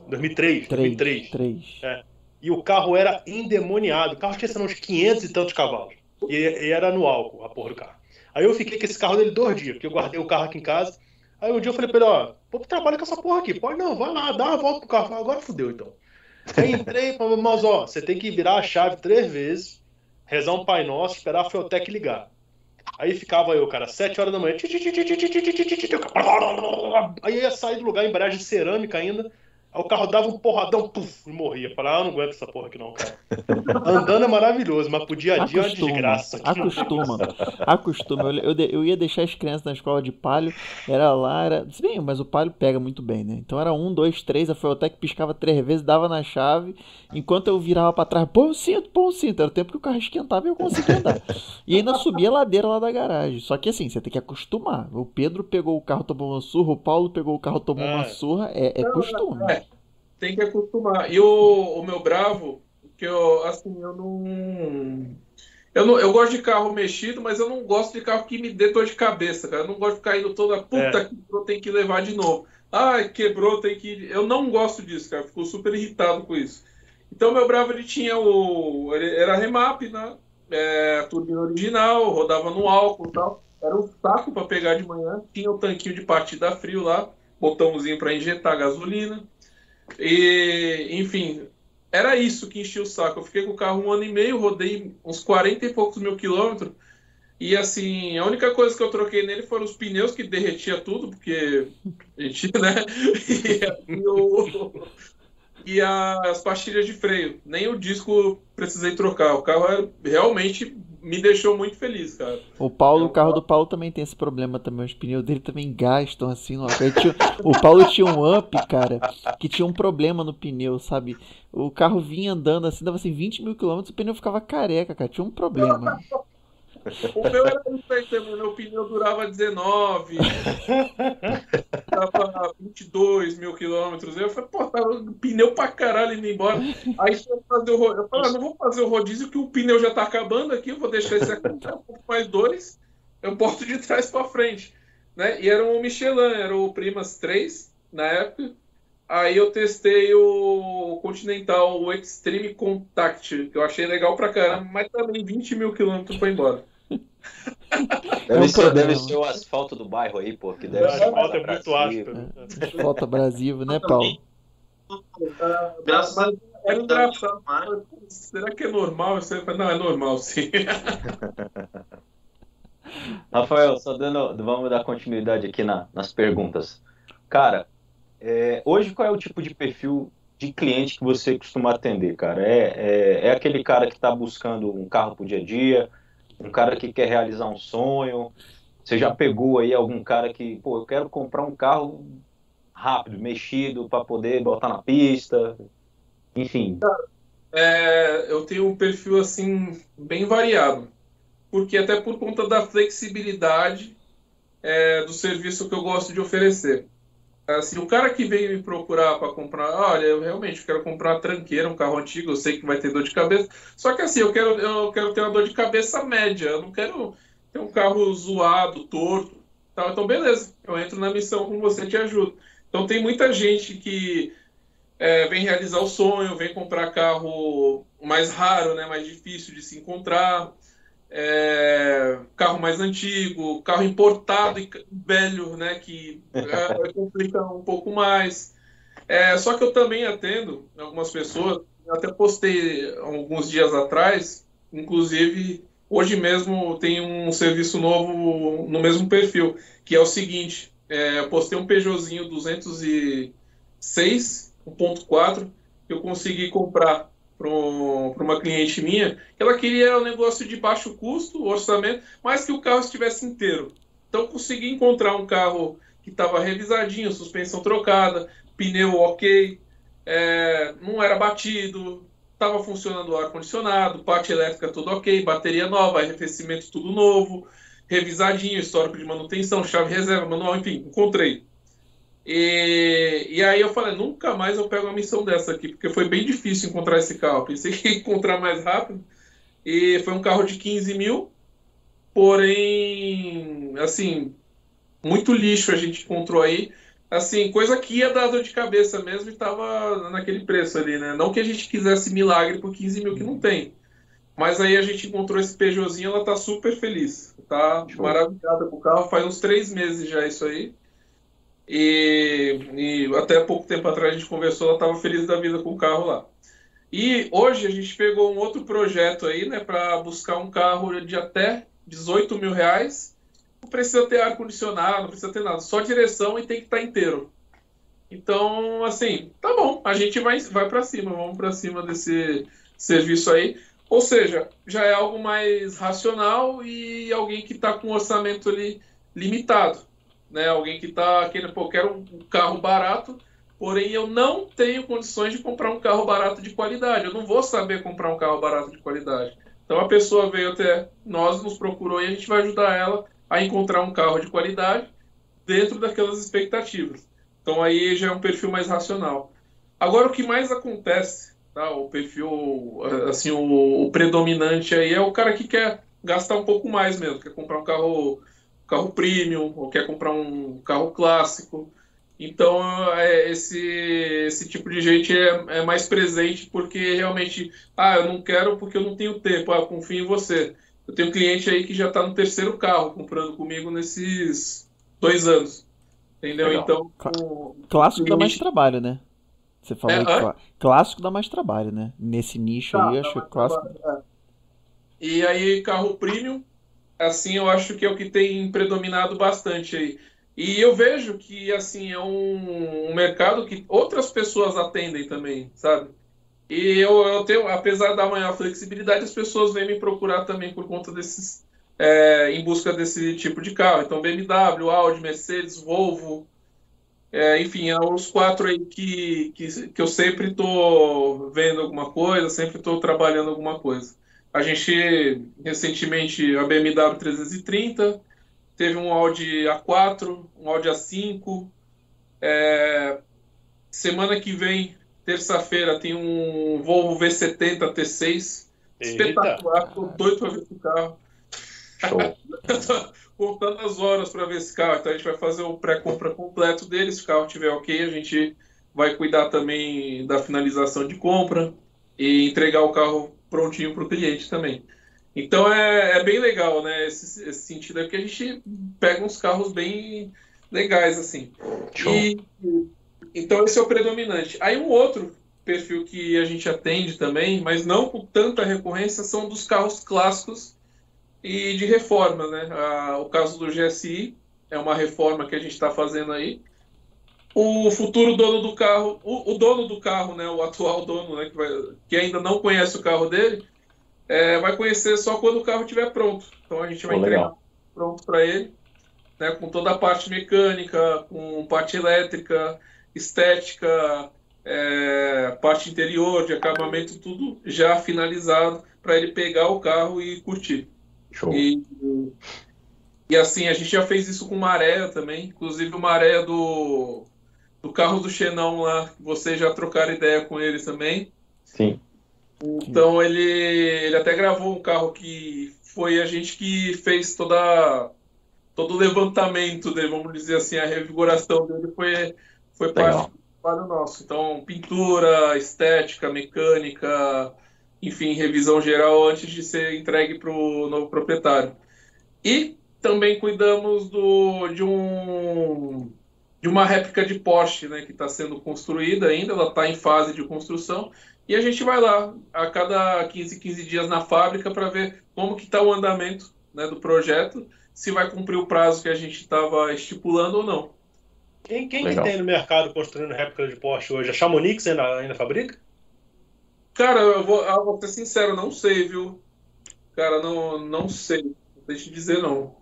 Speaker 1: E o carro era endemoniado. O carro tinha uns 500 e tantos cavalos. E era no álcool, a porra do carro. Aí eu fiquei com esse carro dele 2 dias, porque eu guardei o carro aqui em casa. Aí um dia eu falei pra ele, vou pro trabalho com essa porra aqui. Pode não, vai lá, dá uma volta pro carro. Agora fudeu, então. Aí entrei, mas você tem que virar a chave 3 vezes, rezar um Pai Nosso, esperar a Feotec ligar. Aí ficava eu, cara, 7 horas da manhã. Aí ia sair do lugar, embreagem cerâmica ainda. Aí o carro dava um porradão, puf, e morria. Eu falava, não aguento essa porra aqui não, cara. Andando é maravilhoso, mas pro dia a dia é uma desgraça.
Speaker 3: Acostuma. Eu ia deixar as crianças na escola de Palio, se bem, mas o Palio pega muito bem, né? Então era 1, 2, 3, a Feotec piscava 3 vezes, dava na chave, enquanto eu virava pra trás, põe o cinto. Era o tempo que o carro esquentava e eu conseguia andar. E ainda subia a ladeira lá da garagem. Só que assim, você tem que acostumar. O Pedro pegou o carro, tomou uma surra, o Paulo pegou o carro, tomou uma surra, é costume.
Speaker 2: Tem que acostumar. E o meu Bravo, que eu gosto de carro mexido, mas eu não gosto de carro que me dê dor de cabeça, cara. Eu não gosto de ficar indo toda quebrou, tem que levar de novo. Ai, quebrou, tem que. Eu não gosto disso, cara. Fico super irritado com isso. Então, meu Bravo, ele tinha ele era remap, né? Turbina original, rodava no álcool e tal. Era um saco para pegar de manhã. Tinha o tanquinho de partida frio lá, botãozinho para injetar gasolina. E, enfim, era isso que enchia o saco. Eu fiquei com o carro 1 ano e meio, rodei uns 40 e poucos mil quilômetros. E, assim, a única coisa que eu troquei nele foram os pneus, que derretia tudo, porque a gente, né? E as pastilhas de freio. Nem o disco precisei trocar. O carro realmente me deixou muito feliz, cara.
Speaker 3: O carro do Paulo também tem esse problema também. Os pneus dele também gastam assim. O Paulo tinha um Up, cara, que tinha um problema no pneu, sabe? O carro vinha andando assim, dava assim 20 mil quilômetros, o pneu ficava careca, cara. Tinha um problema.
Speaker 2: O meu era isso aí também, meu pneu durava 19, dava 22 mil quilômetros. Eu falei, pô, tava pneu pra caralho indo embora. Aí eu falei, não vou fazer o rodízio que o pneu já tá acabando aqui, eu vou deixar esse aqui, mais 2, eu boto de trás pra frente. Né? E era um Michelin, era o Primas 3 na época. Aí eu testei o Continental, o Extreme Contact, que eu achei legal pra caramba, mas também 20 mil quilômetros foi embora.
Speaker 4: Deve ser o asfalto do bairro aí, pô, que deve ser
Speaker 1: asfalto é muito áspero.
Speaker 3: Asfalto abrasivo, né, Paulo?
Speaker 2: Mas era engraçado. Será que é normal? Não, é normal, sim.
Speaker 4: Rafael, vamos dar continuidade aqui nas perguntas. Cara, hoje qual é o tipo de perfil de cliente que você costuma atender, cara? É aquele cara que está buscando um carro pro dia a dia, um cara que quer realizar um sonho? Você já pegou aí algum cara que, pô, eu quero comprar um carro rápido, mexido, para poder botar na pista, enfim?
Speaker 2: Eu tenho um perfil, assim, bem variado, porque até por conta da flexibilidade do serviço que eu gosto de oferecer. Assim, o cara que veio me procurar para comprar, olha, eu realmente quero comprar uma tranqueira, um carro antigo, eu sei que vai ter dor de cabeça, só que assim, eu quero ter uma dor de cabeça média, eu não quero ter um carro zoado, torto, tal. Então beleza, eu entro na missão com você, te ajudo. Então tem muita gente que vem realizar o sonho, vem comprar carro mais raro, né, mais difícil de se encontrar, carro mais antigo, carro importado e velho, né, que complica um pouco mais. Só que eu também atendo algumas pessoas, eu até postei alguns dias atrás, inclusive hoje mesmo tem um serviço novo no mesmo perfil, que é o seguinte, eu postei um Peugeotzinho 206 1.4 que eu consegui comprar para uma cliente minha, que ela queria um negócio de baixo custo, orçamento, mas que o carro estivesse inteiro. Então eu consegui encontrar um carro que estava revisadinho, suspensão trocada, pneu ok, não era batido, estava funcionando o ar-condicionado, parte elétrica tudo ok, bateria nova, arrefecimento tudo novo, revisadinho, histórico de manutenção, chave reserva, manual, enfim, encontrei. E aí eu falei, nunca mais eu pego uma missão dessa aqui, porque foi bem difícil encontrar esse carro. Pensei que ia encontrar mais rápido. E foi um carro de 15 mil, porém, assim, muito lixo a gente encontrou aí. Assim, coisa que ia dar dor de cabeça mesmo e tava naquele preço ali, né? Não que a gente quisesse milagre por 15 mil, que não tem. Mas aí a gente encontrou esse Peugeotzinho, ela tá super feliz. Tá maravilhada com o carro, faz uns 3 meses já isso aí. E até pouco tempo atrás a gente conversou, ela estava feliz da vida com o carro lá. E hoje a gente pegou um outro projeto aí, né, para buscar um carro de até 18 mil reais. Não precisa ter ar-condicionado, não precisa ter nada, só direção e tem que estar inteiro. Então, assim, tá bom, a gente vai para cima, vamos para cima desse serviço aí. Ou seja, já é algo mais racional e alguém que está com um orçamento ali limitado, né? Alguém que está querendo, pô, quero um carro barato, porém eu não tenho condições de comprar um carro barato de qualidade. Eu não vou saber comprar um carro barato de qualidade. Então a pessoa veio até nós, nos procurou e a gente vai ajudar ela a encontrar um carro de qualidade dentro daquelas expectativas. Então aí já é um perfil mais racional. Agora o que mais acontece, tá? O perfil, assim, o predominante aí é o cara que quer gastar um pouco mais mesmo, quer comprar um carro premium, ou quer comprar um carro clássico. Então esse tipo de gente é mais presente porque realmente, eu não quero porque eu não tenho tempo, eu confio em você. Eu tenho um cliente aí que já está no terceiro carro comprando comigo nesses 2 anos. Entendeu?
Speaker 4: Legal.
Speaker 2: Então.
Speaker 3: Clássico dá mais trabalho, né? Você falou aí
Speaker 2: hã?
Speaker 3: clássico dá mais trabalho, né? Nesse nicho aí, eu acho que clássico.
Speaker 2: E aí, carro premium, assim, eu acho que é o que tem predominado bastante aí. E eu vejo que, assim, é um mercado que outras pessoas atendem também, sabe? E eu tenho, apesar da maior flexibilidade, as pessoas vêm me procurar também por conta desses, em busca desse tipo de carro. Então, BMW, Audi, Mercedes, Volvo, enfim, é os 4 aí que eu sempre estou vendo alguma coisa, sempre estou trabalhando alguma coisa. A gente, recentemente, a BMW 330, teve um Audi A4, um Audi A5. Semana que vem, terça-feira, tem um Volvo V70 T6.
Speaker 1: Eita.
Speaker 2: Espetacular, estou doido para ver esse carro.
Speaker 4: Show.
Speaker 2: Contando as horas para ver esse carro. Então a gente vai fazer o pré-compra completo dele. Se o carro estiver ok, a gente vai cuidar também da finalização de compra e entregar o carro prontinho para o cliente também. Então é bem legal, né? Esse sentido é que a gente pega uns carros bem legais, assim.
Speaker 4: Show.
Speaker 2: Então esse é o predominante. Aí um outro perfil que a gente atende também, mas não com tanta recorrência, são dos carros clássicos e de reforma, né? O caso do GSI é uma reforma que a gente está fazendo aí. O futuro dono do carro, o dono do carro, né? O atual dono, né? Que ainda não conhece o carro dele, vai conhecer só quando o carro estiver pronto. Então a gente vai entregar pronto para ele, né? Com toda a parte mecânica, com parte elétrica, estética, parte interior, de acabamento, tudo já finalizado para ele pegar o carro e curtir.
Speaker 4: Show.
Speaker 2: E assim, a gente já fez isso com o Maré também, inclusive o Maré do carro do Xenon lá, que vocês já trocaram ideia com ele também.
Speaker 4: Sim.
Speaker 2: Então ele até gravou um carro que foi a gente que fez todo o levantamento dele, vamos dizer assim, a revigoração dele foi parte do trabalho nosso. Então, pintura, estética, mecânica, enfim, revisão geral antes de ser entregue para o novo proprietário. E também cuidamos de uma réplica de Porsche, né, que está sendo construída ainda, ela está em fase de construção, e a gente vai lá a cada 15 dias na fábrica para ver como que está o andamento, né, do projeto, se vai cumprir o prazo que a gente estava estipulando ou não.
Speaker 1: Quem que tem no mercado construindo réplica de Porsche hoje? A Chamonix ainda fabrica?
Speaker 2: Cara, eu vou ser sincero, não sei, viu? Cara, não sei. Não sei te dizer, não.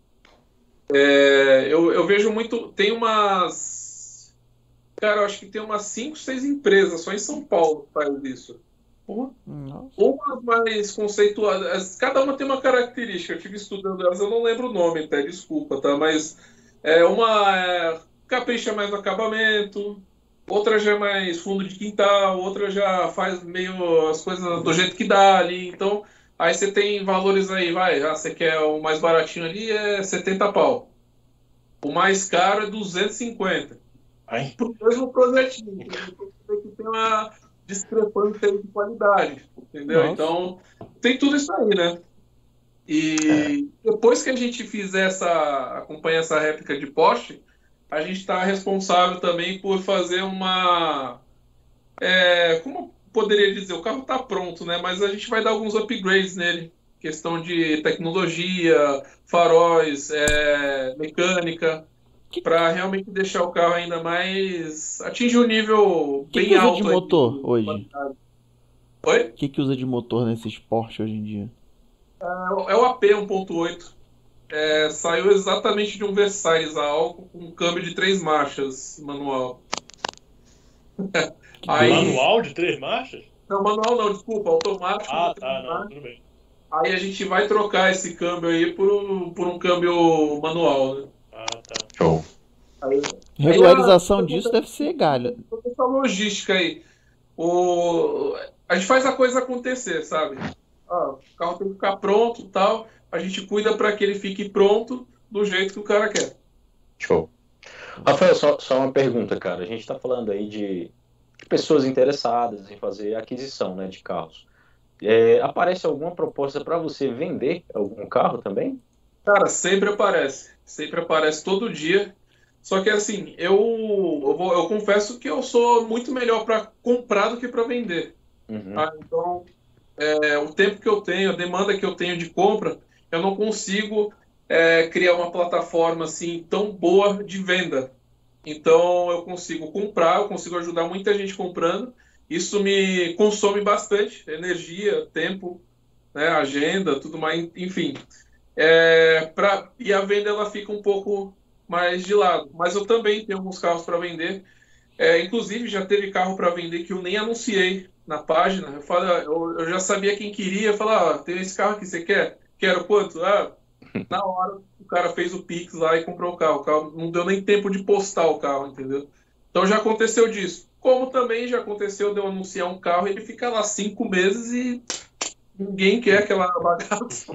Speaker 2: Eu vejo muito... Tem umas... Cara, eu acho que tem umas 5, 6 empresas só em São Paulo que faz isso. Umas mais conceituadas. Cada uma tem uma característica. Eu estive estudando elas, eu não lembro o nome até, desculpa, tá? Mas uma capricha mais no acabamento, outra já é mais fundo de quintal, outra já faz meio as coisas do jeito que dá ali. Então, aí você tem valores aí, você quer o mais baratinho ali, é 70 pau. O mais caro é 250. Pro mesmo projetinho. Que tem uma discrepância de qualidade, entendeu? Nossa. Então, tem tudo isso aí, né? E depois que a gente fizer acompanhar essa réplica de Porsche, a gente está responsável também por fazer uma... como poderia dizer? O carro está pronto, né? Mas a gente vai dar alguns upgrades nele. Questão de tecnologia, faróis, mecânica. para realmente deixar o carro ainda mais... atingir um nível
Speaker 3: que
Speaker 2: bem
Speaker 3: que usa
Speaker 2: alto.
Speaker 3: de
Speaker 2: aí
Speaker 3: motor hoje?
Speaker 2: Oi?
Speaker 3: O que usa de motor nesse esporte hoje em dia?
Speaker 2: É o AP 1.8. Saiu exatamente de um Versailles a álcool com um câmbio de 3 marchas manual.
Speaker 3: Que
Speaker 2: Aí-
Speaker 3: doido.
Speaker 1: Manual de 3 marchas?
Speaker 2: Não, manual não, desculpa, automático.
Speaker 1: Ah,
Speaker 2: de 3
Speaker 1: tá, não,
Speaker 2: marchas.
Speaker 1: tudo bem.
Speaker 2: Aí a gente vai trocar esse câmbio aí por um câmbio manual, né?
Speaker 1: Ah, tá.
Speaker 4: Show.
Speaker 3: Regularização disso deve ser galho.
Speaker 2: Toda essa logística aí. A gente faz a coisa acontecer, sabe? O carro tem que ficar pronto e tal. A gente cuida para que ele fique pronto do jeito que o cara quer.
Speaker 4: Show. Rafael, só uma pergunta, cara. A gente está falando aí de pessoas interessadas em fazer aquisição, né, de carros. Aparece alguma proposta para você vender algum carro também?
Speaker 2: Cara, sempre aparece. Sempre aparece todo dia. Só que assim, eu confesso que eu sou muito melhor para comprar do que para vender.
Speaker 4: Uhum.
Speaker 2: Tá? Então, o tempo que eu tenho, a demanda que eu tenho de compra, eu não consigo criar uma plataforma assim tão boa de venda. Então, eu consigo comprar, eu consigo ajudar muita gente comprando. Isso me consome bastante energia, tempo, né, agenda, tudo mais, enfim. E a venda ela fica um pouco mais de lado. Mas eu também tenho alguns carros para vender. Inclusive, já teve carro para vender que eu nem anunciei na página. Eu já sabia quem queria. Eu falei, tem esse carro aqui, você quer? Quero quanto? Na hora, o cara fez o Pix lá e comprou o carro. O carro não deu nem tempo de postar o carro, entendeu? Então já aconteceu disso. Como também já aconteceu de eu anunciar um carro e ele fica lá 5 meses e ninguém quer aquela bagaça.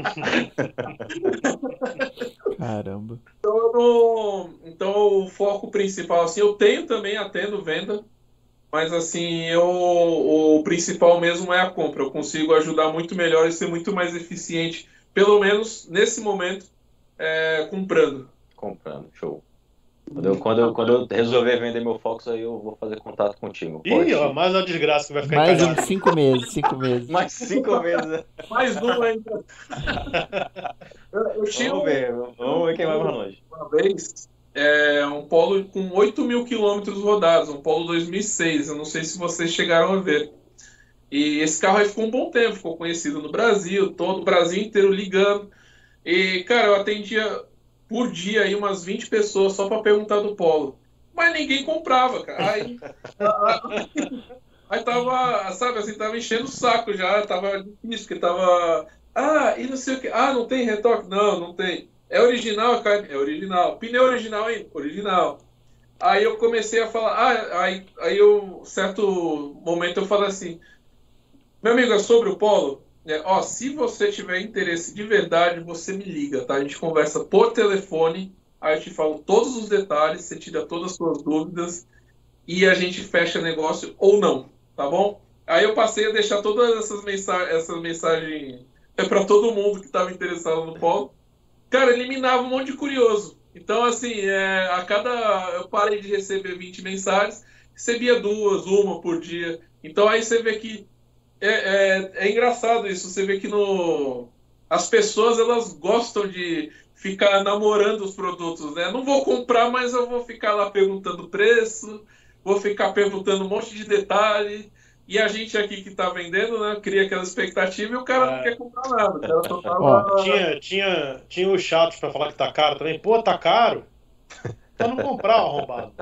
Speaker 3: Caramba.
Speaker 2: Então o foco principal, assim, eu atendo venda, mas assim, o principal mesmo é a compra. Eu consigo ajudar muito melhor e ser muito mais eficiente, pelo menos nesse momento, comprando.
Speaker 4: Comprando, show. Quando eu resolver vender meu Fox, aí eu vou fazer contato contigo.
Speaker 1: Ih, ó, mais uma desgraça que vai ficar
Speaker 3: Mais
Speaker 1: encalhado.
Speaker 3: uns 5 meses, 5 meses.
Speaker 4: Mais 5 meses, né?
Speaker 2: Mais um ainda. Eu tinha
Speaker 4: Vamos ver quem vai mais longe.
Speaker 2: uma vez um Polo com 8.000 quilômetros rodados, um Polo 2006. Eu não sei se vocês chegaram a ver. E esse carro aí ficou um bom tempo, ficou conhecido no Brasil, todo o Brasil inteiro ligando. E, cara, eu atendia por dia aí umas 20 pessoas só para perguntar do Polo. Mas ninguém comprava, cara. Aí tava, sabe, assim, tava enchendo o saco já, tava difícil, porque tava... e não sei o que. Não tem retoque? Não tem. É original, cara? É original. Pneu original, hein? Original. Aí eu comecei a falar... certo momento eu falei assim, meu amigo, é sobre o Polo? Se você tiver interesse de verdade, você me liga, tá? A gente conversa por telefone, aí eu te falo todos os detalhes, você tira todas as suas dúvidas e a gente fecha negócio ou não, tá bom? Aí eu passei a deixar todas essas mensagens para todo mundo que estava interessado no Polo. Cara, eliminava um monte de curioso. Então, assim, eu parei de receber 20 mensagens, recebia 2, uma por dia. Então aí você vê que é engraçado isso, você vê que as pessoas elas gostam de ficar namorando os produtos, né? Não vou comprar, mas eu vou ficar lá perguntando preço, vou ficar perguntando um monte de detalhe, e a gente aqui que tá vendendo, né, cria aquela expectativa e o cara não quer comprar nada. O cara só tava...
Speaker 1: Tinha os chatos pra falar que tá caro também. Pô, tá caro. Pra não comprar, arrombado.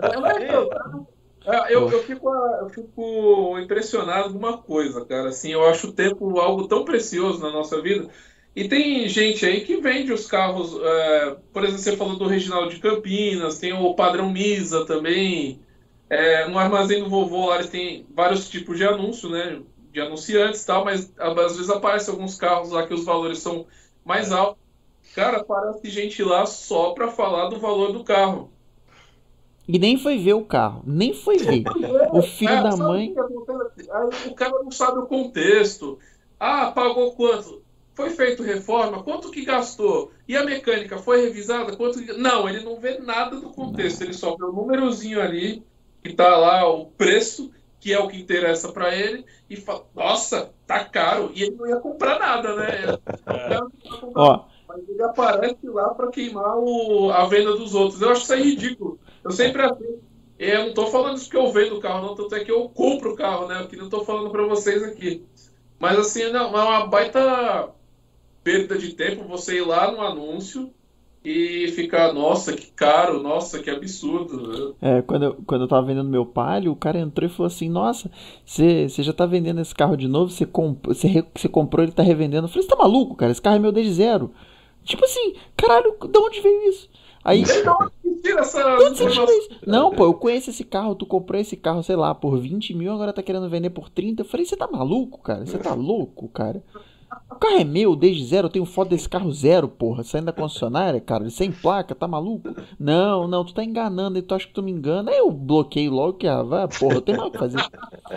Speaker 2: Eu fico impressionado com uma coisa, cara. Assim, eu acho o tempo algo tão precioso na nossa vida. E tem gente aí que vende os carros. Por exemplo, você falou do Reginaldo de Campinas, tem o Padrão Misa também. No Armazém do Vovô lá eles têm vários tipos de anúncio, né? De anunciantes e tal, mas às vezes aparecem alguns carros lá que os valores são mais altos. Cara, parece gente lá só para falar do valor do carro.
Speaker 3: E nem foi ver o carro, nem foi ver. O filho da mãe...
Speaker 2: O cara não sabe o contexto. Pagou quanto? Foi feito reforma? Quanto que gastou? E a mecânica foi revisada? Não, ele não vê nada do contexto. Ele só vê o númerozinho ali, que tá lá o preço, que é o que interessa para ele, e fala, nossa, tá caro. E ele não ia comprar nada, né?
Speaker 3: Ó,
Speaker 2: mas ele aparece lá para queimar a venda dos outros. Eu acho isso aí ridículo. Eu sempre assim. Eu não tô falando isso que eu vendo o carro, não, tanto é que eu compro o carro, né? O que não tô falando para vocês aqui. Mas assim, não, é uma baita perda de tempo você ir lá no anúncio e ficar, nossa, que caro, nossa, que absurdo.
Speaker 3: Quando eu tava vendendo meu Palio, o cara entrou e falou assim: Nossa, você já tá vendendo esse carro de novo? Você comprou, ele tá revendendo. Eu falei: Você tá maluco, cara? Esse carro é meu desde zero. Tipo assim, caralho, de onde veio isso? Aí.
Speaker 2: Tira essa
Speaker 3: De onde você tira isso? Não, pô, eu conheço esse carro, tu comprou esse carro, sei lá, por 20 mil, agora tá querendo vender por 30. Eu falei: Você tá maluco, cara? Você tá louco, cara? O carro é meu desde zero, eu tenho foto desse carro zero, porra, saindo da concessionária, cara, sem placa, tá maluco? Não, tu tá enganando, tu acha que tu me engana? Aí eu bloqueei logo que, vai, porra, eu tenho mais o que fazer.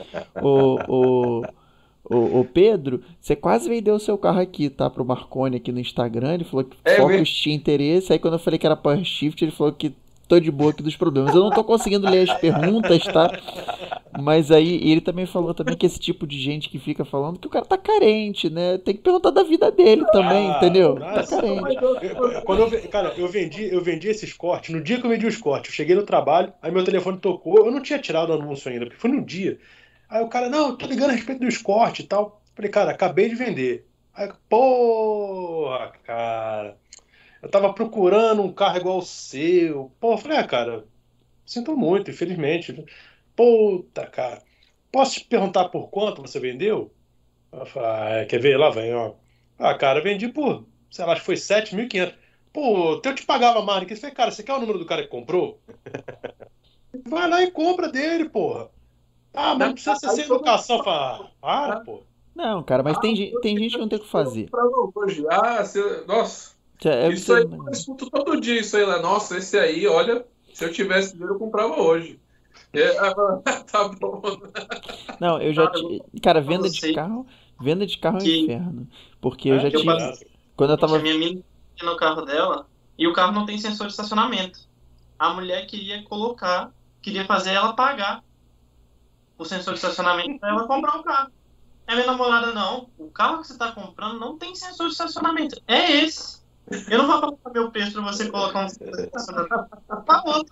Speaker 3: Ô Pedro, você quase vendeu o seu carro aqui, tá, pro Marconi aqui no Instagram, ele falou que Focus tinha interesse, aí quando eu falei que era Power Shift, ele falou que tô de boa aqui dos problemas. Eu não tô conseguindo ler as perguntas, tá? Mas aí ele também falou também que esse tipo de gente que fica falando que o cara tá carente, né? Tem que perguntar da vida dele também, entendeu? Tá carente.
Speaker 1: Eu vendi esses cortes. No dia que eu vendi os cortes, eu cheguei no trabalho, aí meu telefone tocou, eu não tinha tirado o anúncio ainda, porque foi no dia. Aí o cara, não, eu tô ligando a respeito dos cortes e tal. Falei, cara, acabei de vender. Aí, porra, cara. Eu tava procurando um carro igual o seu. Pô, eu falei, cara, sinto muito, infelizmente. Puta, cara. Posso te perguntar por quanto você vendeu? Eu falei, quer ver? Lá vem, ó. Cara, eu vendi por, sei lá, acho que foi 7.500. Pô, eu te pagava mais do que isso. Eu falei, cara, você quer o número do cara que comprou? Vai lá e compra dele, porra. Mas não precisa ser sem educação. Para, pô.
Speaker 3: Não, cara, mas tem gente que não tem o que fazer.
Speaker 2: Nossa. Isso aí, eu escuto todo dia isso aí lá. Nossa, esse aí, olha, se eu tivesse dinheiro, eu comprava hoje. Tá bom.
Speaker 3: Não, eu já cara, venda de carro é um inferno. Porque eu já tive. Quando eu tava.
Speaker 5: A minha amiga no carro dela e o carro não tem sensor de estacionamento. A mulher queria fazer ela pagar o sensor de estacionamento pra ela comprar o carro. A minha namorada, não. O carro que você tá comprando não tem sensor de estacionamento. É esse. Eu não vou colocar meu preço pra você colocar um sensor de estacionamento. Tá outro.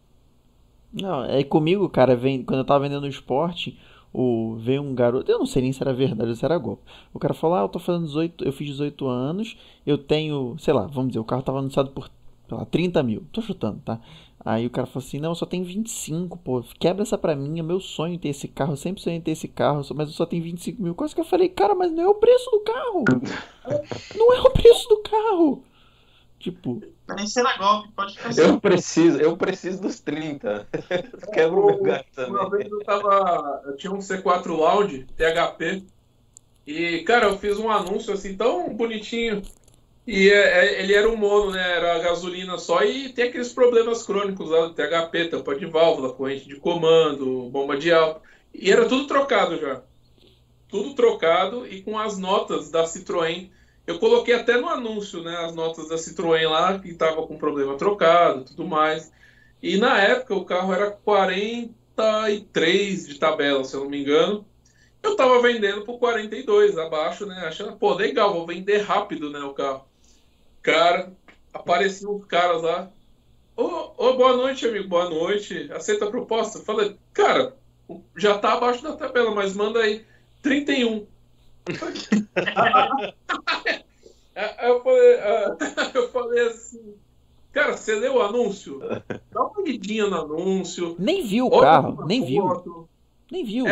Speaker 3: Não, é comigo, cara, quando eu tava vendendo o esporte, veio um garoto, eu não sei nem se era verdade ou se era golpe. O cara falou, eu tô fazendo 18, eu fiz 18 anos, eu tenho, sei lá, vamos dizer, o carro tava anunciado por, sei lá, 30 mil, tô chutando, tá? Aí o cara falou assim, não, eu só tenho 25, pô, quebra essa pra mim, é meu sonho ter esse carro, eu sempre sonhei em ter esse carro, mas eu só tenho 25 mil. Quase que eu falei, cara, mas não é o preço do carro, não é o preço do carro. Tipo...
Speaker 5: Nem será golpe, pode ficar assim.
Speaker 4: Eu preciso dos 30. Quebra o meu gato também.
Speaker 2: Uma vez eu tinha um C4 Loud, THP, e, cara, eu fiz um anúncio assim, tão bonitinho, e ele era um mono, né, era gasolina só, e tem aqueles problemas crônicos lá do THP, tampa de válvula, corrente de comando, bomba de álcool, e era tudo trocado já. Tudo trocado e com as notas da Citroën. Eu coloquei até no anúncio, né, as notas da Citroën lá, que estava com problema trocado, tudo mais. E na época o carro era 43 de tabela, se eu não me engano. Eu estava vendendo por 42 abaixo, né, achando, pô, legal, vou vender rápido, né, o carro. Cara, apareciam os caras lá. Ô, boa noite, amigo, boa noite. Aceita a proposta? Eu falei, cara, já tá abaixo da tabela, mas manda aí 31. Eu falei assim, cara, você leu o anúncio? Dá uma lidinha no anúncio.
Speaker 3: Nem viu o carro, nem viu. Nem viu.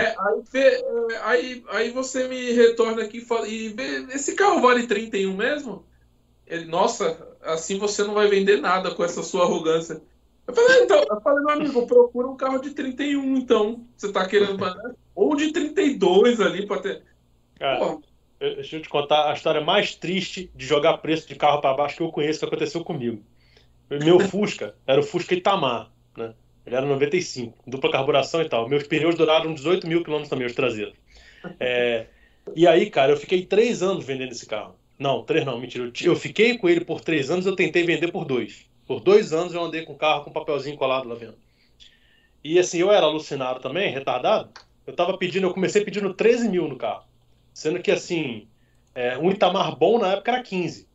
Speaker 2: Aí você me retorna aqui e vê, esse carro vale 31 mesmo? Ele, nossa, assim você não vai vender nada com essa sua arrogância. Eu falei, meu amigo, procura um carro de 31, então. Você tá querendo... Ou de 32 ali pra ter...
Speaker 1: Cara, deixa eu te contar a história mais triste de jogar preço de carro para baixo que eu conheço, que aconteceu comigo. Meu Fusca era o Fusca Itamar, né? Ele era 95, dupla carburação e tal. Meus pneus duraram 18 mil quilômetros também, os traseiros. E aí, cara, eu fiquei 3 anos vendendo esse carro. Não, 3 não, mentira. Eu fiquei com ele por 3 anos, eu tentei vender por 2. Por 2 anos eu andei com o carro com papelzinho colado lá dentro. E assim, eu era alucinado também, retardado. Eu comecei pedindo 13 mil no carro. Sendo que, assim, um Itamar bom na época era 15.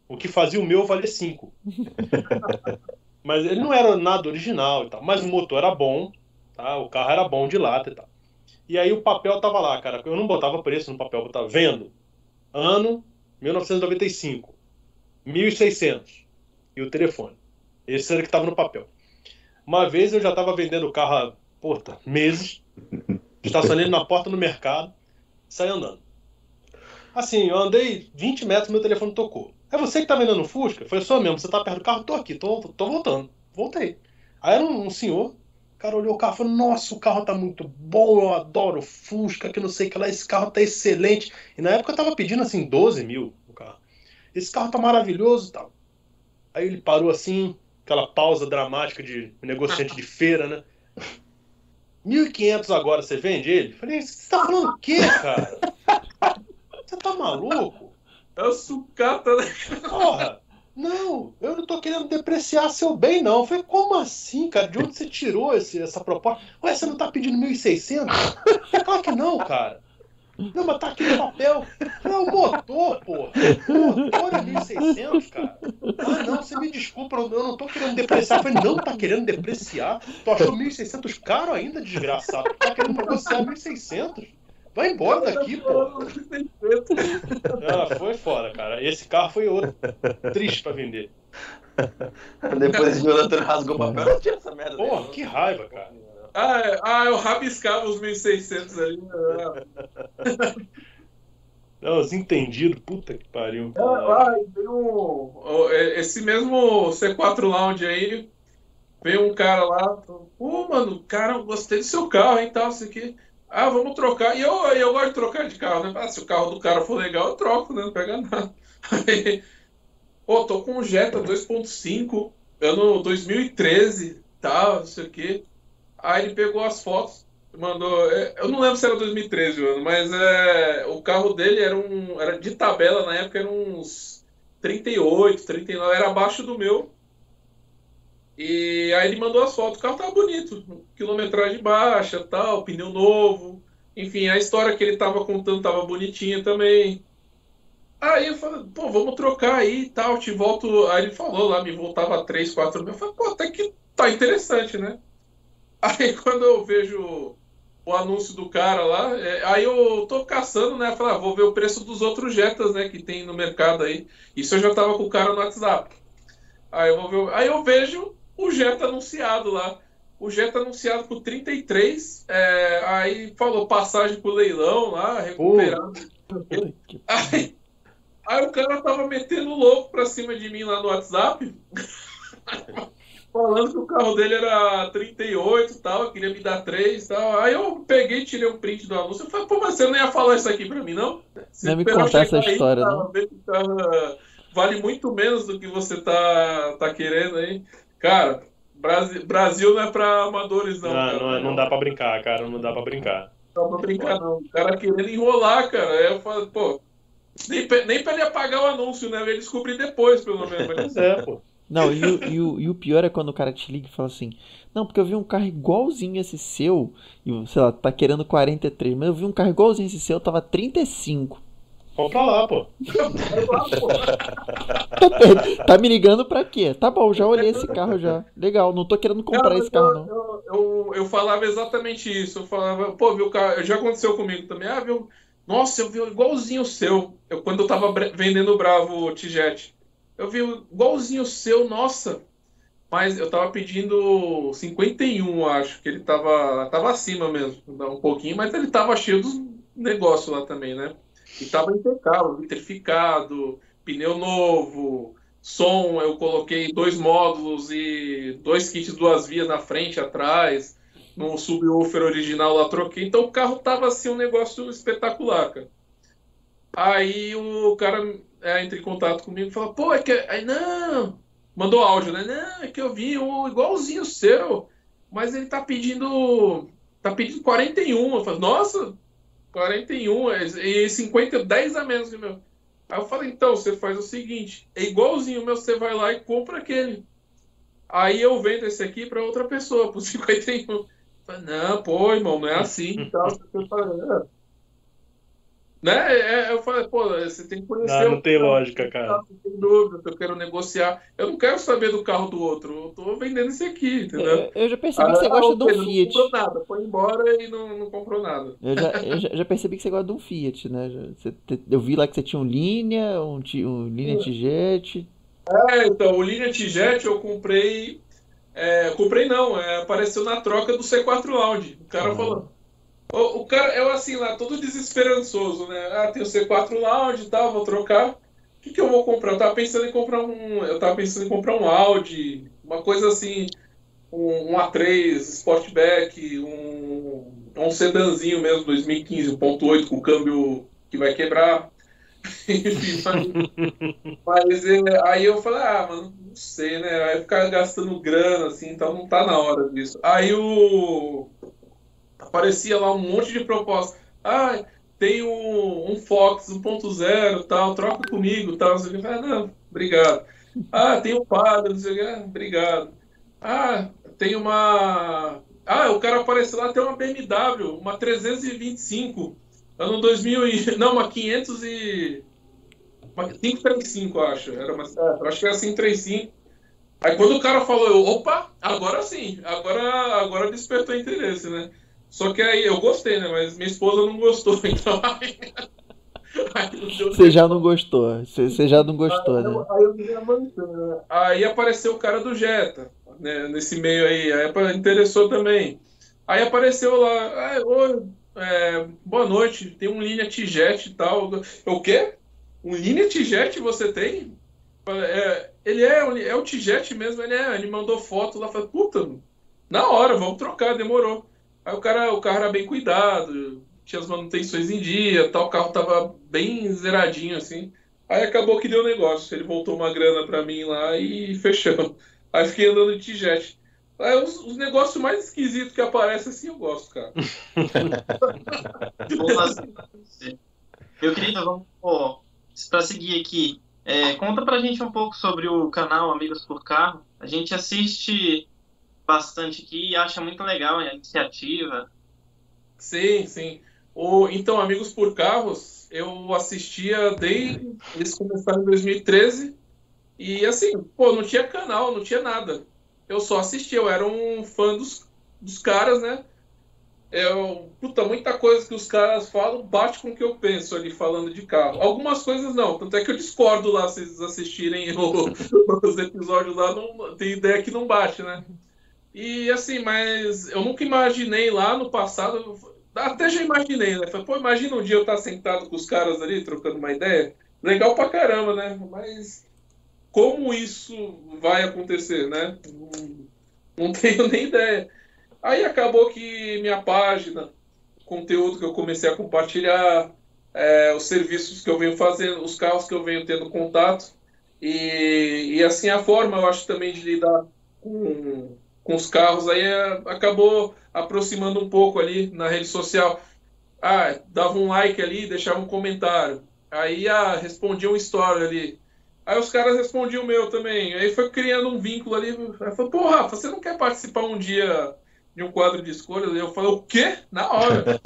Speaker 1: O que fazia o meu valer 5. Mas ele não era nada original e tal. Mas o motor era bom, tá? O carro era bom de lata e tal. E aí o papel tava lá, cara. Eu não botava preço no papel, eu botava vendo. Ano 1995. 1.600. E o telefone. Esse era o que tava no papel. Uma vez eu já tava vendendo o carro há, meses. Estacionei ele na porta do mercado. Saí andando. Assim, eu andei 20 metros e meu telefone tocou. É você que tá vendendo um Fusca? Foi só mesmo, você tá perto do carro? Tô aqui, tô voltando. Voltei. Aí era um senhor, o cara olhou o carro e falou, nossa, o carro tá muito bom, eu adoro Fusca, que não sei o que lá, esse carro tá excelente. E na época eu tava pedindo assim, 12 mil o carro. Esse carro tá maravilhoso e tal. Aí ele parou assim, aquela pausa dramática de negociante de feira, né? 1.500 agora, você vende ele? Falei, você tá falando o quê, cara? Você tá maluco?
Speaker 2: É o sucata, né?
Speaker 1: Porra, não, eu não tô querendo depreciar seu bem, não. Eu falei, como assim, cara? De onde você tirou essa proposta? Ué, você não tá pedindo 1.600? Claro que não, cara. Não, mas tá aqui no papel. É o motor, porra. O motor é 1.600, cara. Ah, não, você me desculpa, eu não tô querendo depreciar. Eu falei, não, tá querendo depreciar? Tu achou 1.600 caro ainda, desgraçado? Tu tá querendo negociar 1.600? Vai embora daqui, pô. Ah, foi fora, cara. Esse carro foi outro. Triste pra vender.
Speaker 4: Depois o Jonathan rasgou o papel, não tinha essa merda.
Speaker 1: Porra, que raiva, cara.
Speaker 2: Eu rabiscava os 1.600 ali.
Speaker 1: Não, os entendidos, puta que pariu.
Speaker 2: Esse mesmo C4 Lounge aí, veio um cara lá, pô, mano, cara, eu gostei do seu carro e tal, isso aqui. Ah, vamos trocar. E eu gosto de trocar de carro, né? Ah, se o carro do cara for legal, eu troco, né? Não pega nada. Aí, pô, tô com um Jetta 2.5, ano 2013, tal, não sei o quê. Aí ele pegou as fotos, mandou. Eu não lembro se era 2013 o ano, mas o carro dele era de tabela na época, era uns 38, 39, era abaixo do meu. E aí ele mandou as fotos, o carro tava bonito, quilometragem baixa, tal, pneu novo. Enfim, a história que ele tava contando tava bonitinha também. Aí eu falei, pô, vamos trocar aí e tal, te volto. Aí ele falou lá, me voltava 3, 4 mil. Eu falei, pô, até que tá interessante, né? Aí quando eu vejo o anúncio do cara lá, aí eu tô caçando, né? Falei, vou ver o preço dos outros Jettas, né, que tem no mercado aí. Isso eu já tava com o cara no WhatsApp. Aí eu vejo o Jetta anunciado lá. O Jetta anunciado por 33, aí falou passagem pro leilão lá, recuperado. Aí o cara tava metendo louco pra cima de mim lá no WhatsApp, falando que o carro dele era 38 e tal, queria me dar 3 e tal. Aí eu peguei e tirei um print do anúncio. Eu falei, pô, mas você não ia falar isso aqui pra mim, não?
Speaker 3: Não me contar essa história, não.
Speaker 2: Ver que o carro vale muito menos do que você tá querendo aí. Cara, Brasil não é pra amadores, não.
Speaker 1: Não dá pra brincar, cara. Não dá pra brincar.
Speaker 2: Não dá pra brincar, não. O cara querendo enrolar, cara. Aí eu falo, pô, nem pra ele apagar o anúncio, né? Eu ia descobrir depois, pelo menos.
Speaker 1: Mas pô.
Speaker 3: Não, e o pior é quando o cara te liga e fala assim, não, porque eu vi um carro igualzinho esse seu, e sei lá, tá querendo 43, mas eu vi um carro igualzinho esse seu, tava 35.
Speaker 1: Compra lá, pô.
Speaker 3: Tá me ligando pra quê? Tá bom, já olhei esse carro já. Legal, não tô querendo comprar esse carro, não.
Speaker 2: Eu falava exatamente isso. Eu falava, pô, viu o carro. Já aconteceu comigo também. Viu? Nossa, eu vi igualzinho o seu. Quando eu tava vendendo o Bravo T-Jet. Eu vi igualzinho o seu, nossa. Mas eu tava pedindo 51, acho. Que ele tava acima mesmo. Um pouquinho, mas ele tava cheio dos negócios lá também, né? E tava impecável, vitrificado, pneu novo, som, eu coloquei 2 módulos e 2 kits 2 vias na frente e atrás, no subwoofer original lá troquei, então o carro tava assim um negócio espetacular, cara. Aí o cara entra em contato comigo e fala, pô, é que... Aí, não, mandou áudio, né? Não, é que eu vi igualzinho o seu, mas ele tá pedindo 41. Eu falo, nossa... 41 e 50, 10 a menos que o meu. Aí eu falei, então, você faz o seguinte, é igualzinho o meu, você vai lá e compra aquele. Aí eu vendo esse aqui para outra pessoa, por 51. Eu falei, não, pô, irmão, não é assim e tal. Né? Eu falei, pô, você tem que conhecer.
Speaker 1: Não tem lógica, cara.
Speaker 2: Tem dúvida, eu quero negociar. Eu não quero saber do carro do outro. Eu tô vendendo esse aqui, entendeu?
Speaker 3: Eu já percebi que você gosta de um
Speaker 2: Não
Speaker 3: Fiat.
Speaker 2: comprou nada, foi embora e não comprou nada.
Speaker 3: Eu já percebi que você gosta de um Fiat, né? Eu vi lá que você tinha um Linea, um Linea T-Jet.
Speaker 2: Então, o Linea T-Jet eu comprei. Comprei não, apareceu na troca do C4 Lounge. O cara falou. O cara, eu assim lá, todo desesperançoso, né? Tem o C4 Lounge e tal, vou trocar. O que eu vou comprar? Eu tava pensando em comprar um Audi, uma coisa assim, um A3 Sportback, um sedanzinho mesmo, 2015, 1.8 com câmbio que vai quebrar. Enfim, aí eu falei, mano, não sei, né? Aí ficar gastando grana, assim, então não tá na hora disso. Aí aparecia lá um monte de propostas. Tem um Fox 1.0 tal, troca comigo tal. Você fala, não, obrigado. Tem um Padre, não sei o que, obrigado. Tem uma. O cara apareceu lá, tem uma BMW, uma 325, ano 2000 não, uma 500 e... Uma 535, acho. Acho que era 535. Aí quando o cara falou, opa, agora sim, agora despertou interesse, né? Só que aí eu gostei, né? Mas minha esposa não gostou, então
Speaker 3: Você já não gostou, você já não gostou, né?
Speaker 2: Aí eu me avançando, né? Aí apareceu o cara do Jetta, né? Nesse meio aí interessou também. Aí apareceu lá, boa noite, tem um Linea T-Jet e tal. O quê? Um Linea T-Jet você tem? Ele é o T-Jet mesmo, ele mandou foto lá, falei, puta, na hora, vamos trocar, demorou. Aí o carro era bem cuidado, tinha as manutenções em dia, tal, o carro tava bem zeradinho, assim. Aí acabou que deu negócio, ele voltou uma grana pra mim lá e fechamos. Aí fiquei andando de T-Jet. Aí os negócios mais esquisitos que aparecem assim, eu gosto, cara.
Speaker 5: Meu querido, vamos para seguir aqui. Conta pra gente um pouco sobre o canal Amigos por Carro. A gente assiste bastante aqui e acha muito legal a iniciativa.
Speaker 2: Sim, sim. Então, Amigos por Carros, eu assistia desde eles começaram em 2013 e assim, não tinha canal, não tinha nada. Eu só assistia, eu era um fã dos caras, né? Muita coisa que os caras falam bate com o que eu penso ali falando de carro. Algumas coisas não, tanto é que eu discordo lá, se vocês assistirem os episódios lá, não, tem ideia que não bate, né? E assim, mas eu nunca imaginei lá no passado, até já imaginei, né? Falei, imagina um dia eu estar sentado com os caras ali, trocando uma ideia. Legal pra caramba, né? Mas como isso vai acontecer, né? Não tenho nem ideia. Aí acabou que minha página, conteúdo que eu comecei a compartilhar, os serviços que eu venho fazendo, os carros que eu venho tendo contato, e assim a forma, eu acho, também de lidar com os carros, aí acabou aproximando um pouco ali na rede social. Dava um like ali, deixava um comentário. Aí respondia um story ali. Aí os caras respondiam o meu também. Aí foi criando um vínculo ali. Aí falei, pô, Rafa, você não quer participar um dia de um quadro de escolhas? Eu falei, o quê? Na hora.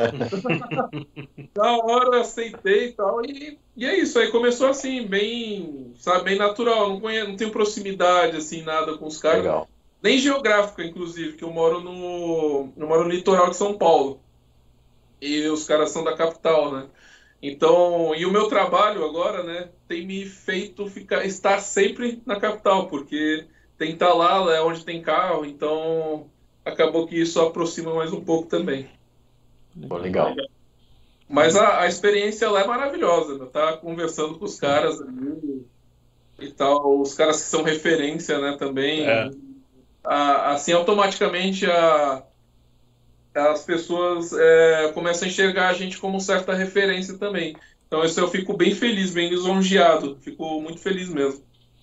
Speaker 2: Na hora eu aceitei e tal. E é isso. Aí começou assim, bem, sabe, bem natural. Não tenho proximidade, assim, nada com os caras.
Speaker 4: Legal.
Speaker 2: Nem geográfica, inclusive, que eu moro no litoral de São Paulo. E os caras são da capital, né? Então, e o meu trabalho agora, né, tem me feito estar sempre na capital, porque tem que estar lá, é onde tem carro, então acabou que isso aproxima mais um pouco também.
Speaker 4: Legal.
Speaker 2: Mas a experiência lá é maravilhosa, né? Tá conversando com os caras ali e tal, os caras que são referência, né, também. Assim, automaticamente as pessoas começam a enxergar a gente como certa referência também. Então isso eu fico bem feliz, bem lisonjeado. Fico muito feliz mesmo.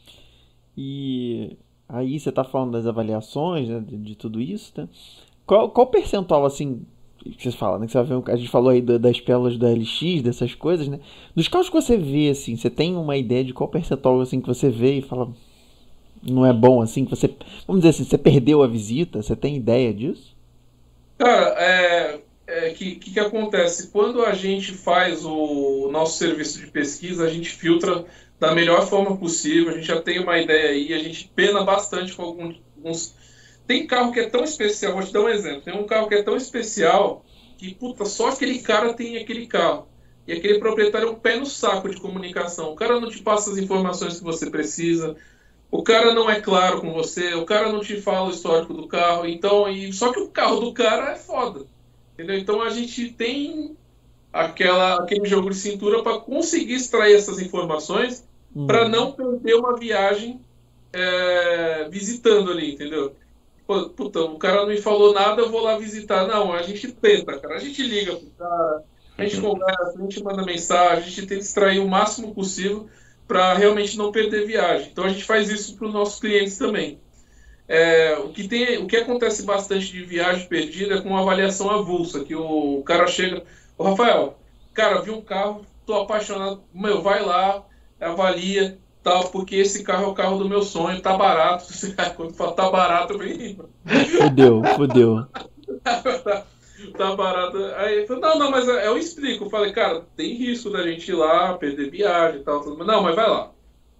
Speaker 3: E aí você tá falando das avaliações, né, de tudo isso, né? Qual percentual, assim, que você fala, né? Que você vai ver, a gente falou aí das pérolas da LX, dessas coisas, né? Dos carros que você vê, assim, você tem uma ideia de qual percentual, assim, que você vê e fala, não é bom, assim, que você, vamos dizer assim, você perdeu a visita? Você tem ideia disso?
Speaker 2: Cara, que acontece? Quando a gente faz o nosso serviço de pesquisa, a gente filtra da melhor forma possível, a gente já tem uma ideia aí, a gente pena bastante com alguns... Tem carro que é tão especial, vou te dar um exemplo, tem um carro que é tão especial que, puta, só aquele cara tem aquele carro. E aquele proprietário é um pé no saco de comunicação. O cara não te passa as informações que você precisa, o cara não é claro com você, o cara não te fala o histórico do carro, então, só que o carro do cara é foda. Entendeu? Então a gente tem aquele jogo de cintura para conseguir extrair essas informações para não perder uma viagem visitando ali, entendeu? Pô, puta, o cara não me falou nada, eu vou lá visitar. Não, a gente tenta, cara. A gente liga pro cara, a gente conversa, a gente manda mensagem, a gente tenta extrair o máximo possível para realmente não perder viagem. Então a gente faz isso para os nossos clientes também. O que acontece bastante de viagem perdida é com avaliação avulsa, que o cara chega, ô Rafael, cara, vi um carro, tô apaixonado, meu, vai lá, avalia, tal, porque esse carro é o carro do meu sonho, tá barato. Quando fala tá barato, eu falei,
Speaker 3: Fudeu.
Speaker 2: tá barato. Aí eu falei, não, mas eu explico. Eu falei, cara, tem risco da gente ir lá, perder viagem e tal. Não, mas vai lá.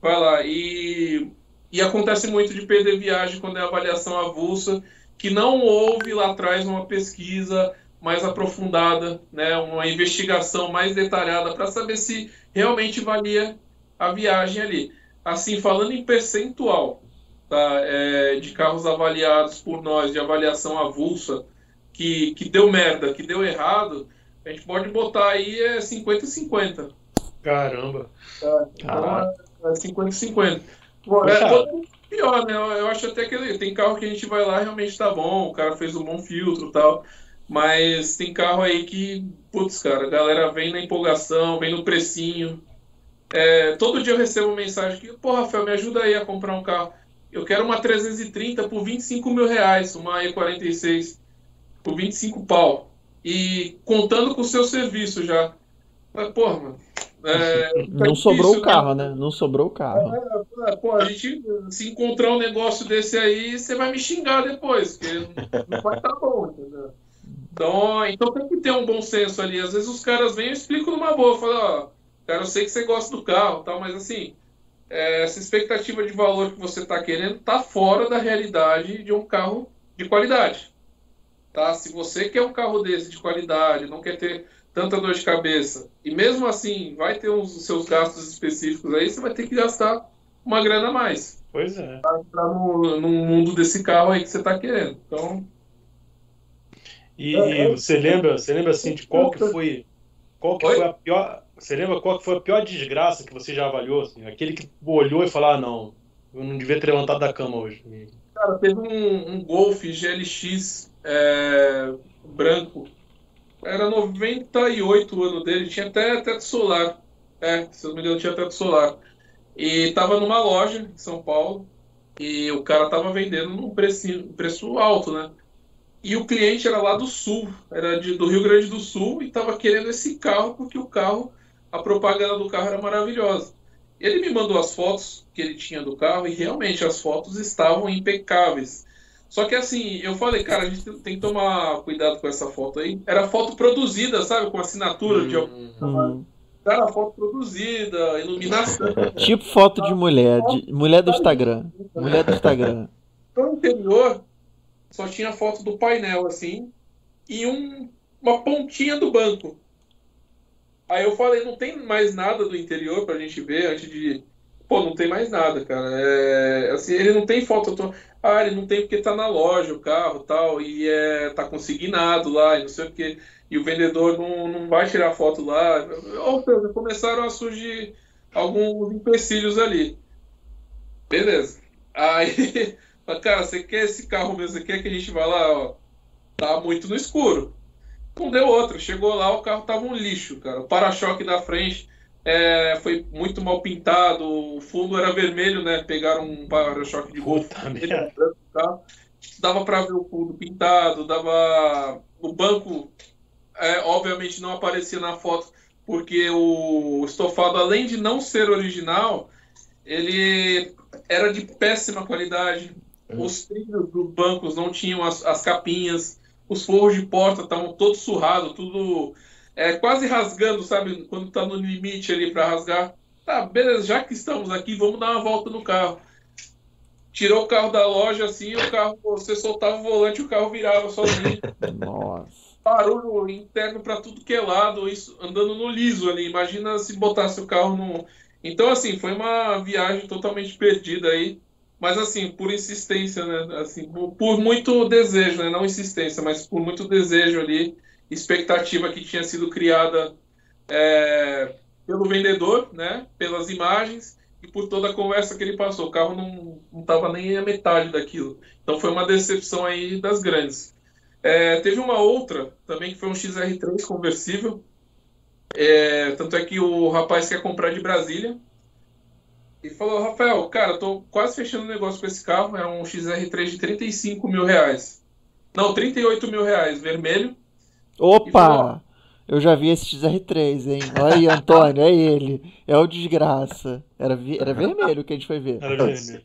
Speaker 2: E acontece muito de perder viagem quando é avaliação avulsa, que não houve lá atrás uma pesquisa mais aprofundada, né, uma investigação mais detalhada para saber se realmente valia a viagem ali. Assim, falando em percentual, tá, de carros avaliados por nós, de avaliação avulsa, que deu merda, que deu errado, a gente pode botar aí 50-50.
Speaker 1: Caramba.
Speaker 2: Então, 50-50. Pior, né? Eu acho até que tem carro que a gente vai lá e realmente tá bom, o cara fez um bom filtro e tal, mas tem carro aí que, putz, cara, a galera vem na empolgação, vem no precinho. Todo dia eu recebo mensagem que, pô, Rafael, me ajuda aí a comprar um carro. Eu quero uma 330 por 25 mil reais, uma E46 por 25 pau. E contando com o seu serviço já. Mas, porra, mano.
Speaker 3: Não sobrou o carro, né? Não sobrou o carro.
Speaker 2: Pô, a gente, se encontrar um negócio desse aí, você vai me xingar depois, porque não vai estar bom, entendeu? Então tem que ter um bom senso ali. Às vezes os caras vêm e explicam numa boa. Falam, ó, cara, eu sei que você gosta do carro, tal, mas assim, essa expectativa de valor que você está querendo está fora da realidade de um carro de qualidade. Tá? Se você quer um carro desse de qualidade, não quer ter tanta dor de cabeça, e mesmo assim vai ter os seus gastos específicos aí, você vai ter que gastar uma grana a mais.
Speaker 1: Pois é.
Speaker 2: Para entrar no mundo desse carro aí que você está querendo. Então...
Speaker 1: E você lembra assim de qual que foi a pior... Você lembra qual que foi a pior desgraça que você já avaliou? Assim? Aquele que olhou e falou, não, eu não devia ter levantado da cama hoje.
Speaker 2: Cara, teve um Golf GLX branco. Era 98 o ano dele, tinha até teto solar. Se eu não me engano, tinha teto solar. E tava numa loja em São Paulo, e o cara tava vendendo num preço alto, né? E o cliente era lá do sul, era do Rio Grande do Sul, e tava querendo esse carro, porque a propaganda do carro era maravilhosa. Ele me mandou as fotos que ele tinha do carro, e realmente as fotos estavam impecáveis. Só que assim, eu falei, cara, a gente tem que tomar cuidado com essa foto aí. Era foto produzida, sabe? Com assinatura de algum. Cara, foto produzida, iluminação.
Speaker 3: Tipo foto de mulher do Instagram. Mulher do Instagram.
Speaker 2: No interior, só tinha foto do painel, assim, e uma pontinha do banco. Aí eu falei, não tem mais nada do interior pra gente ver antes de... Pô, não tem mais nada, cara. Assim, ele não tem foto. Ele não tem porque tá na loja o carro e tal, e tá consignado lá, e não sei o quê. E o vendedor não vai tirar foto lá. Ou seja, começaram a surgir alguns empecilhos ali. Beleza. Aí, cara, você quer esse carro mesmo? Você quer que a gente vá lá? Ó, tá muito no escuro. Não deu outra. Chegou lá, o carro tava um lixo, cara. O para-choque da frente foi muito mal pintado. O fundo era vermelho, né? Pegaram um para-choque de Golf. Dava para ver o fundo pintado, o banco obviamente não aparecia na foto, porque o estofado, além de não ser original, ele era de péssima qualidade. Os trilhos dos bancos não tinham as capinhas, os forros de porta estavam todos surrados, tudo quase rasgando, sabe? Quando tá no limite ali para rasgar. Tá, beleza, já que estamos aqui, vamos dar uma volta no carro. Tirou o carro da loja assim, o carro, você soltava o volante, o carro virava sozinho.
Speaker 3: Nossa.
Speaker 2: Barulho interno para tudo que é lado, isso andando no liso ali. Imagina se botasse o carro no. Então, assim, foi uma viagem totalmente perdida aí. Mas, assim, por insistência, né? Assim, por muito desejo, né? Não insistência, mas por muito desejo ali, expectativa que tinha sido criada pelo vendedor, né? Pelas imagens e por toda a conversa que ele passou. O carro não estava nem a metade daquilo. Então, foi uma decepção aí das grandes. Teve uma outra também que foi um XR3 conversível. Tanto é que o rapaz quer comprar de Brasília. E falou, Rafael, cara, eu tô quase fechando um negócio com esse carro. É um XR3 de 35 mil reais. Não, 38 mil reais, vermelho.
Speaker 3: Opa! Eu já vi esse XR3, hein? Olha aí, Antônio, é ele. É o desgraça. Era vermelho que a gente foi ver.
Speaker 1: Era vermelho.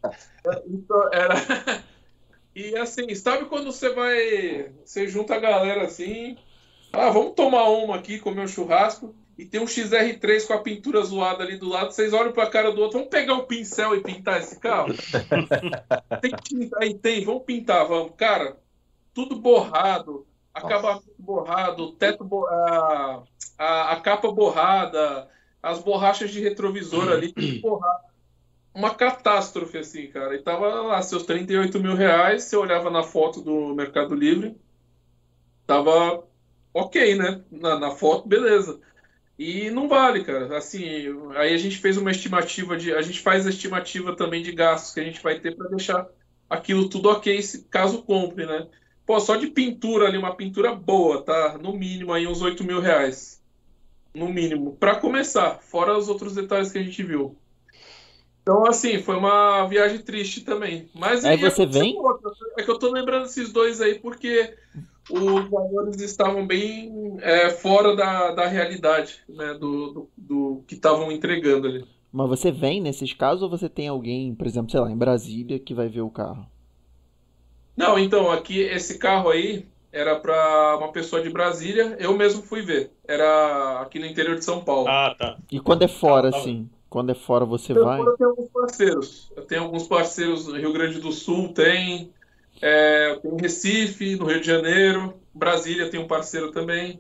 Speaker 2: E assim, sabe quando você junta a galera assim, vamos tomar uma aqui, comer um churrasco, e tem um XR3 com a pintura zoada ali do lado, vocês olham pra cara do outro, vamos pegar um pincel e pintar esse carro? Tem tinta aí, tem, vamos pintar, vamos. Cara, tudo borrado, acabamento borrado, teto a capa borrada, as borrachas de retrovisor ali, tudo borrado. Uma catástrofe, assim, cara. E tava lá, seus 38 mil reais, você olhava na foto do Mercado Livre, tava ok, né? Na foto, beleza. E não vale, cara. Assim, aí a gente fez uma estimativa a gente faz a estimativa também de gastos que a gente vai ter para deixar aquilo tudo ok, caso compre, né? Pô, só de pintura ali, uma pintura boa, tá? No mínimo aí uns 8 mil reais. No mínimo. Para começar, fora os outros detalhes que a gente viu. Então, assim, foi uma viagem triste também. Mas
Speaker 3: Aí você vem?
Speaker 2: É que eu tô lembrando esses dois aí porque os valores estavam bem fora da realidade, né, do que estavam entregando ali.
Speaker 3: Mas você vem nesses casos ou você tem alguém, por exemplo, sei lá, em Brasília, que vai ver o carro?
Speaker 2: Não, então, aqui, esse carro aí era para uma pessoa de Brasília, eu mesmo fui ver. Era aqui no interior de São Paulo.
Speaker 1: Ah, tá.
Speaker 3: E quando é fora, assim? Quando é fora, você vai?
Speaker 2: Eu tenho alguns parceiros. Eu tenho alguns parceiros no Rio Grande do Sul, tem Recife, no Rio de Janeiro, Brasília tem um parceiro também.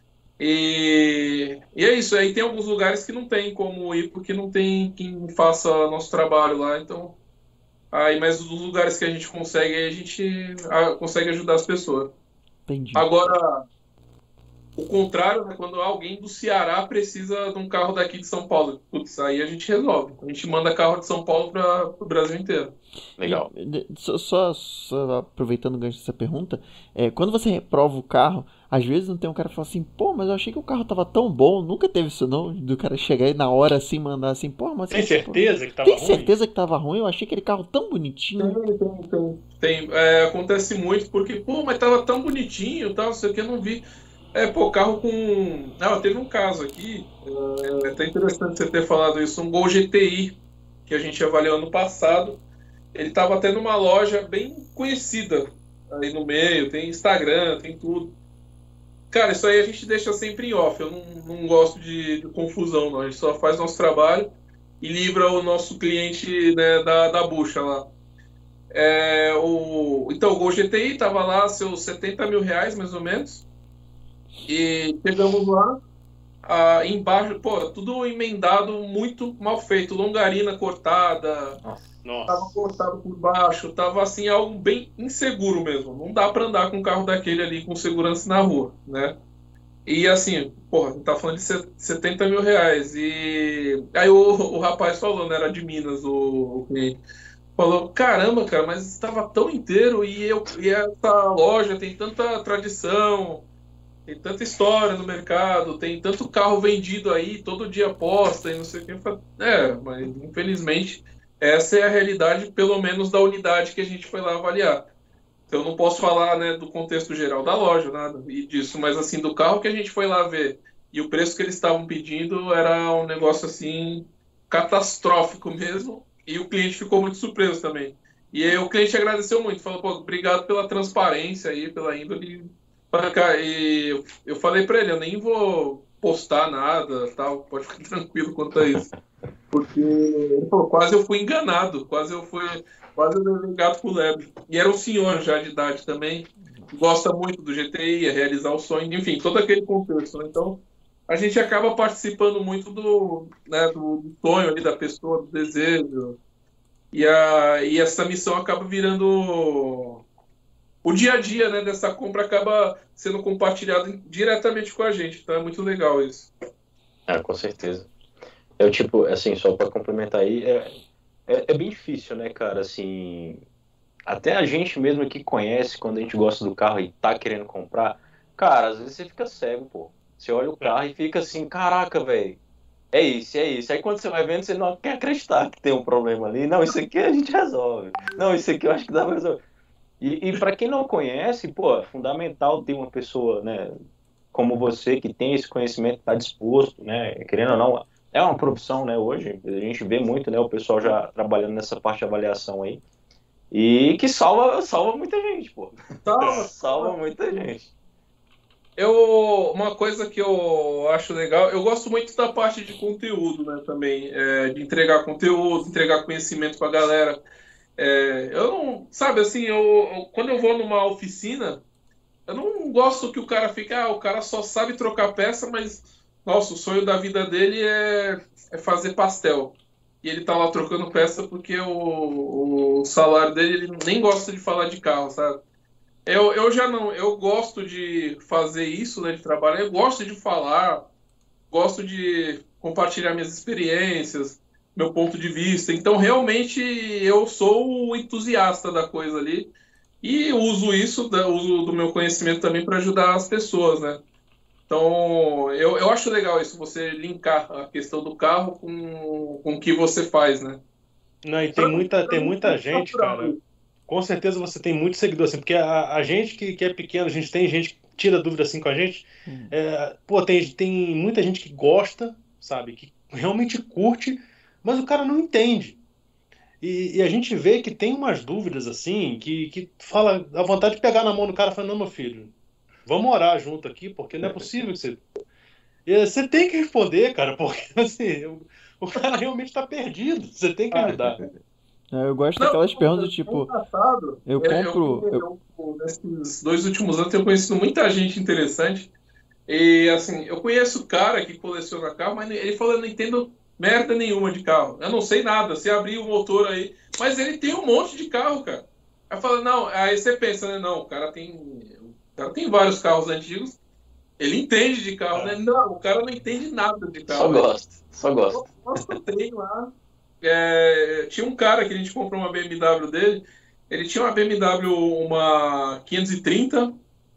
Speaker 2: E é isso. Aí tem alguns lugares que não tem como ir, porque não tem quem faça nosso trabalho lá. Então, mas os lugares que a gente consegue, aí a gente consegue ajudar as pessoas.
Speaker 3: Entendi.
Speaker 2: Agora, o contrário, né, quando alguém do Ceará precisa de um carro daqui de São Paulo, putz, aí a gente resolve. A gente manda carro de São Paulo para o Brasil inteiro.
Speaker 4: Legal.
Speaker 3: Só aproveitando o gancho dessa pergunta, quando você reprova o carro, às vezes não tem um cara que fala assim, pô, mas eu achei que o carro tava tão bom, nunca teve isso não, do cara chegar aí na hora assim, mandar assim, pô, mas...
Speaker 1: Tem certeza que tava
Speaker 3: Tem
Speaker 1: ruim?
Speaker 3: certeza que tava ruim? Eu achei aquele carro tão bonitinho.
Speaker 2: Tem. Acontece muito, porque, pô, mas tava tão bonitinho, tal, não sei o que, eu não vi. Pô, carro com... teve um caso aqui, é até interessante você ter falado isso, um Gol GTI, que a gente avaliou ano passado. Ele estava até numa loja bem conhecida aí no meio, tem Instagram, tem tudo. Cara, isso aí a gente deixa sempre em off, eu não gosto de confusão, não. A gente só faz nosso trabalho e livra o nosso cliente, né, da bucha lá. Então, o Gol GTI estava lá, seus 70 mil reais, mais ou menos. E chegamos lá, embaixo, pô, tudo emendado, muito mal feito, longarina cortada, tava cortado por baixo, tava assim, algo bem inseguro mesmo. Não dá para andar com um carro daquele ali com segurança na rua, né? E assim, porra, a gente tá falando de 70 mil reais. E aí o rapaz falou, né, era de Minas, o cliente. Falou, caramba, cara, mas estava tão inteiro e essa loja tem tanta tradição, tem tanta história no mercado, tem tanto carro vendido aí, todo dia posta e não sei o que. Mas infelizmente essa é a realidade, pelo menos da unidade que a gente foi lá avaliar. Então eu não posso falar, né, do contexto geral da loja, nada e disso, mas assim, do carro que a gente foi lá ver e o preço que eles estavam pedindo era um negócio assim, catastrófico mesmo, e o cliente ficou muito surpreso também. E aí o cliente agradeceu muito, falou, pô, obrigado pela transparência aí, pela índole. E eu falei pra ele, eu nem vou postar nada, tal, pode ficar tranquilo quanto a isso. Porque ele falou, quase eu fui enganado, quase eu levei gato pro lebre. E era um senhor já de idade também, que gosta muito do GTI, realizar o sonho, enfim, todo aquele contexto, né? Então, a gente acaba participando muito do sonho ali da pessoa, do desejo. E essa missão acaba virando o dia a dia, né, dessa compra acaba sendo compartilhado diretamente com a gente. Então é muito legal isso.
Speaker 4: Com certeza. Eu, tipo, assim, só para complementar aí, é bem difícil, né, cara, assim, até a gente mesmo que conhece, quando a gente gosta do carro e tá querendo comprar, cara, às vezes você fica cego, pô. Você olha o carro e fica assim, caraca, velho, é isso, é isso. Aí quando você vai vendo, você não quer acreditar que tem um problema ali. Não, isso aqui a gente resolve. Não, isso aqui eu acho que dá pra resolver. E para quem não conhece, pô, é fundamental ter uma pessoa, né, como você, que tem esse conhecimento, tá disposto, né, querendo ou não, é uma profissão, né, hoje, a gente vê muito, né, o pessoal já trabalhando nessa parte de avaliação aí, e que salva muita gente, pô. Salva muita gente.
Speaker 2: Uma coisa que eu acho legal, eu gosto muito da parte de conteúdo, né, também, de entregar conteúdo, entregar conhecimento pra galera. Eu não, sabe, assim, quando eu vou numa oficina, eu não gosto que o cara fique, o cara só sabe trocar peça, mas, nossa, o sonho da vida dele é fazer pastel. E ele tá lá trocando peça porque o salário dele, ele nem gosta de falar de carro, sabe? Eu já não, eu gosto de fazer isso, né, de trabalhar, eu gosto de falar, gosto de compartilhar minhas experiências, meu ponto de vista. Então, realmente, eu sou o entusiasta da coisa ali e uso uso do meu conhecimento também para ajudar as pessoas, né? Então, eu acho legal isso, você linkar a questão do carro com o que você faz, né?
Speaker 1: Não, e tem muita gente, cara. Com certeza você tem muito seguidor, assim, porque a gente que é pequeno, a gente tem gente que tira dúvida assim com a gente. Pô, tem muita gente que gosta, sabe, que realmente curte, mas o cara não entende. E a gente vê que tem umas dúvidas assim, que fala, dá vontade de pegar na mão do cara e falar, não, meu filho, vamos orar junto aqui, porque não é possível que você... E você tem que responder, cara, porque assim, o cara realmente está perdido, você tem que ajudar.
Speaker 3: Eu gosto daquelas perguntas, tipo, eu compro...
Speaker 2: Nesses 2 últimos anos eu tenho conhecido muita gente interessante. E assim, eu conheço cara que coleciona carro, mas ele falou, eu não entendo merda nenhuma de carro. Eu não sei nada, você abrir o motor aí. Mas ele tem um monte de carro, cara. Aí fala, não, aí você pensa, né? Não, o cara tem vários carros antigos. Ele entende de carro, né? Não, o cara não entende nada de carro.
Speaker 4: Só gosta.
Speaker 2: Nossa, tem lá. Tinha um cara que a gente comprou uma BMW dele. Ele tinha uma BMW, uma 530.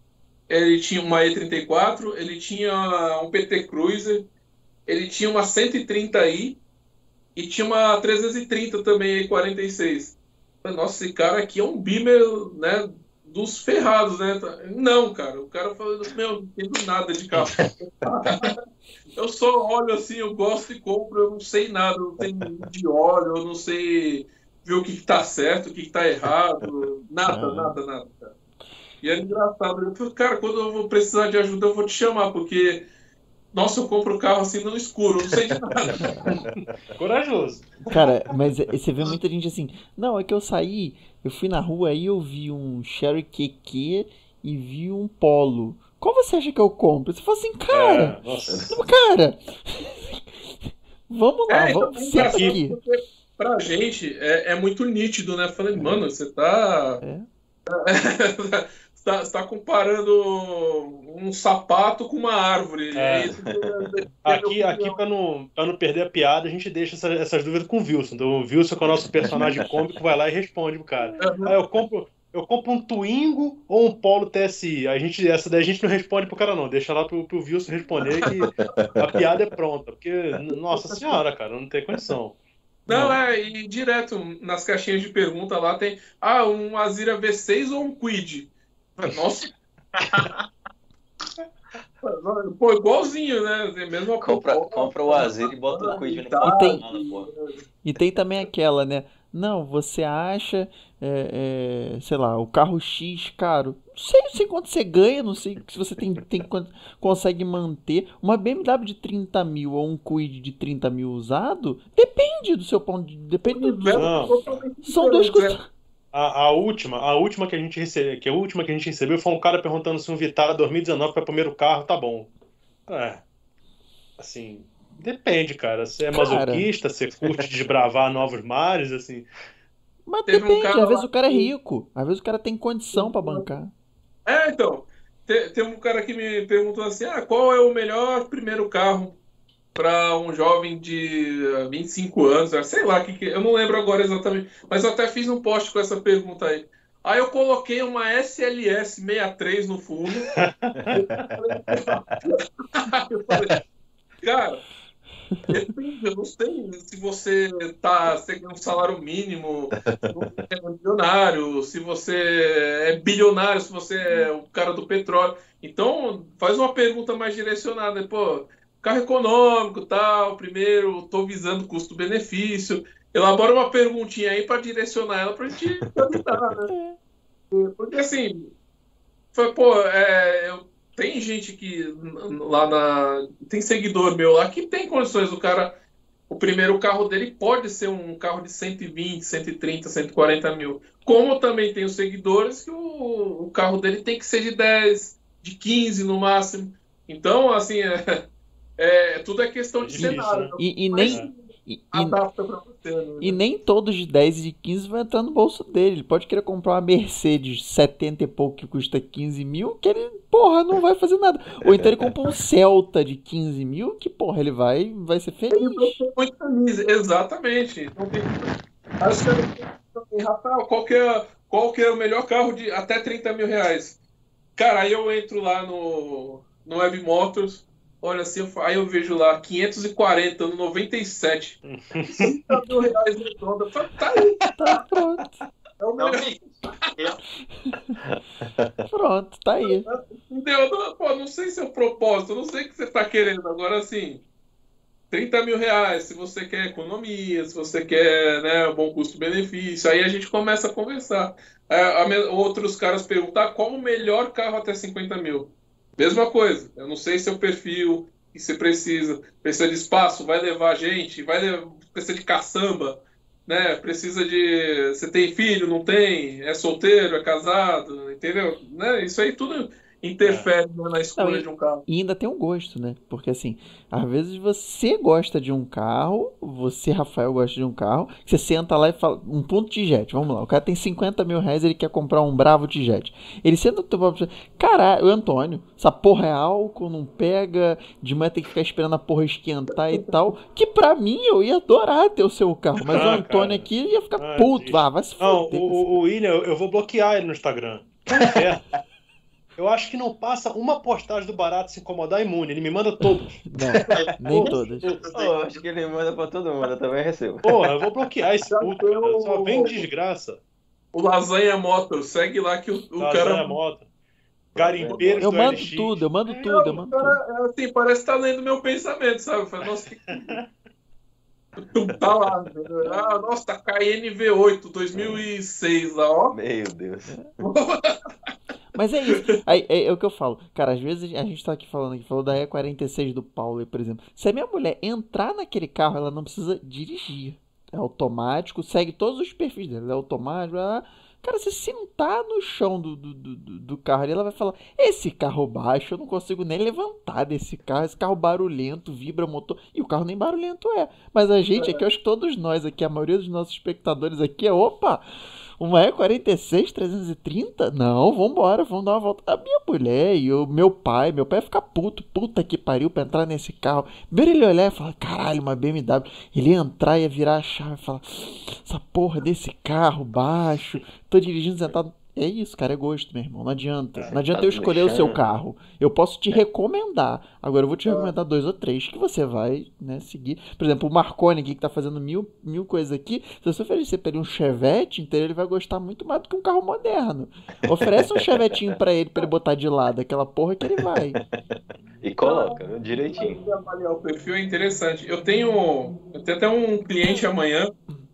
Speaker 2: Ele tinha uma E34. Ele tinha um PT Cruiser. Ele tinha uma 130i. E tinha uma 330 também, E46. Nossa, esse cara aqui é um Beamer, né? Dos ferrados, né? Não, cara. O cara falou, meu, não entendo nada de carro. Eu só olho assim, eu gosto e compro, eu não sei nada, eu não tenho de óleo, eu não sei ver o que tá certo, o que tá errado, nada, cara. E é engraçado, eu falo, cara, quando eu vou precisar de ajuda, eu vou te chamar, porque, nossa, eu compro o carro assim no escuro, eu não sei de nada.
Speaker 1: Corajoso.
Speaker 3: Cara, mas você vê muita gente assim, não, é que eu fui na rua aí, eu vi um Cherokee e vi um Polo. Qual você acha que eu compro? Você fala assim, cara, vamos lá, vamos ser aqui.
Speaker 2: Pra gente é muito nítido, né? Falei, mano, você tá... Você tá comparando um sapato com uma árvore.
Speaker 1: Aqui pra não perder a piada, a gente deixa essas dúvidas com o Wilson. Então, o Wilson, que é o nosso personagem cômico, vai lá e responde pro cara. Eu compro um Twingo ou um Polo TSI? Essa daí a gente não responde pro cara, não. Deixa lá pro Wilson responder que a piada é pronta. Porque, nossa senhora, cara, não tem condição.
Speaker 2: Não, e direto nas caixinhas de pergunta lá tem um Azira V6 ou um Kwid? Nossa! Pô, igualzinho, né?
Speaker 4: Compra o Azira e bota o Kwid no porta-mala, pô.
Speaker 3: E tem também aquela, né? Não, você acha, sei lá, o carro X caro. Não sei quanto você ganha, não sei se você consegue manter. Uma BMW de 30 mil ou um Kwid de 30 mil usado, depende do seu ponto de. Depende do seu.
Speaker 1: Não.
Speaker 3: São duas coisas.
Speaker 1: A última que a gente recebeu foi um cara perguntando se um Vitara 2019 para o primeiro carro, tá bom. Assim, depende, cara. Você é masoquista, você curte desbravar novos mares, assim.
Speaker 3: Mas depende, às vezes o cara é rico, às vezes o cara tem condição pra bancar.
Speaker 2: Então, tem um cara que me perguntou assim, qual é o melhor primeiro carro para um jovem de 25 anos, sei lá, eu não lembro agora exatamente, mas eu até fiz um post com essa pergunta aí. Aí eu coloquei uma SLS 63 no fundo. Eu falei, cara, depende, eu não sei se você tem um salário mínimo, se você é milionário, se você é bilionário, se você é o cara do petróleo. Então, faz uma pergunta mais direcionada. Pô, carro econômico, tal, primeiro, estou visando custo-benefício. Elabora uma perguntinha aí para direcionar ela para a gente ajudar, né? Porque assim, tem gente que tem seguidor meu lá que tem condições. O primeiro carro dele pode ser um carro de 120, 130, 140 mil. Como também tem os seguidores que o carro dele tem que ser de 10, de 15 no máximo. Então, assim, tudo é questão de cenário. Adapta pra você, né?
Speaker 3: E nem todos de 10 e de 15 vai entrar no bolso dele. Ele pode querer comprar uma Mercedes 70 e pouco que custa 15 mil, que ele, não vai fazer nada. Ou então ele compra um Celta de 15 mil, que, ele vai ser feliz.
Speaker 2: Ele vai ser muito feliz, exatamente. Então, Rafael, qual que é o melhor carro de até 30 mil reais? Cara, aí eu entro lá no Web Motors, olha assim, aí eu vejo lá 540 no 97. 30 mil reais de toda. Tá aí.
Speaker 3: Tá pronto.
Speaker 2: É o melhor.
Speaker 3: Pronto, tá aí.
Speaker 2: Não sei seu propósito, não sei o que você tá querendo. Agora, assim, 30 mil reais, se você quer economia, se você quer, né, bom custo-benefício, aí a gente começa a conversar. Outros caras perguntam, qual o melhor carro até 50 mil? Mesma coisa, eu não sei seu perfil, que você precisa de espaço, vai levar gente, precisa de caçamba, né? Você tem filho, não tem? É solteiro, é casado, entendeu? Né? Isso aí tudo interfere, né, na escolha de um carro.
Speaker 3: E ainda tem um gosto, né? Porque assim, às vezes você gosta de um carro, você, Rafael, gosta de um carro, você senta lá e fala, um ponto T-Jet, vamos lá, o cara tem 50 mil reais, ele quer comprar um Bravo T-Jet. Ele senta no teu próprio... Caralho, o Antônio, essa porra é álcool, não pega, de manhã tem que ficar esperando a porra esquentar e tal, que pra mim eu ia adorar ter o seu carro, mas o Antônio aqui ia ficar puto, vai se foder.
Speaker 1: O William, eu vou bloquear ele no Instagram. Eu acho que não passa uma postagem do Barato se incomodar imune. Ele me manda todos.
Speaker 3: Não, nem todas.
Speaker 4: Acho que ele manda pra todo mundo, eu também recebo.
Speaker 1: Porra, eu vou bloquear esse puto, cara. Só vem desgraça.
Speaker 2: O Lasanha Moto, segue lá que o cara...
Speaker 1: Lasanha Moto. Garimpeiros
Speaker 3: eu
Speaker 1: do
Speaker 3: mando
Speaker 1: LX.
Speaker 3: tudo, eu mando tudo.
Speaker 2: Assim, parece que tá lendo meu pensamento, sabe? Eu falo, nossa, tu tá lá. Nossa, tá Cayenne V8, 2006 lá, ó.
Speaker 4: Meu Deus.
Speaker 3: Mas é isso, é o que eu falo. Cara, às vezes a gente tá aqui falou da E46 do Paulo, por exemplo. Se a minha mulher entrar naquele carro, ela não precisa dirigir. É automático, segue todos os perfis dela, é automático. Cara, se sentar no chão do carro ali, ela vai falar, esse carro baixo, eu não consigo nem levantar desse carro, esse carro barulhento, vibra motor, e o carro nem barulhento é. Mas a gente aqui, eu acho que todos nós aqui, a maioria dos nossos espectadores aqui opa, uma E46 330? Não, vambora, vamos dar uma volta. A minha mulher e o meu pai ia ficar puta que pariu pra entrar nesse carro. Primeiro ele olhar e falar, caralho, uma BMW. Ele ia entrar, ia virar a chave e falar, essa porra desse carro baixo, tô dirigindo sentado. É isso, cara, é gosto, meu irmão. Não adianta. Não adianta eu escolher o seu carro. Eu posso te recomendar. Agora eu vou te recomendar 2 ou 3 que você vai, né, seguir. Por exemplo, o Marconi aqui, que tá fazendo mil coisas aqui. Se você oferecer pra ele um Chevette inteiro, ele vai gostar muito mais do que um carro moderno. Oferece um Chevetinho pra ele botar de lado. Aquela porra que ele vai.
Speaker 4: E coloca, direitinho.
Speaker 2: Avaliar o perfil é interessante. Eu tenho até um cliente amanhã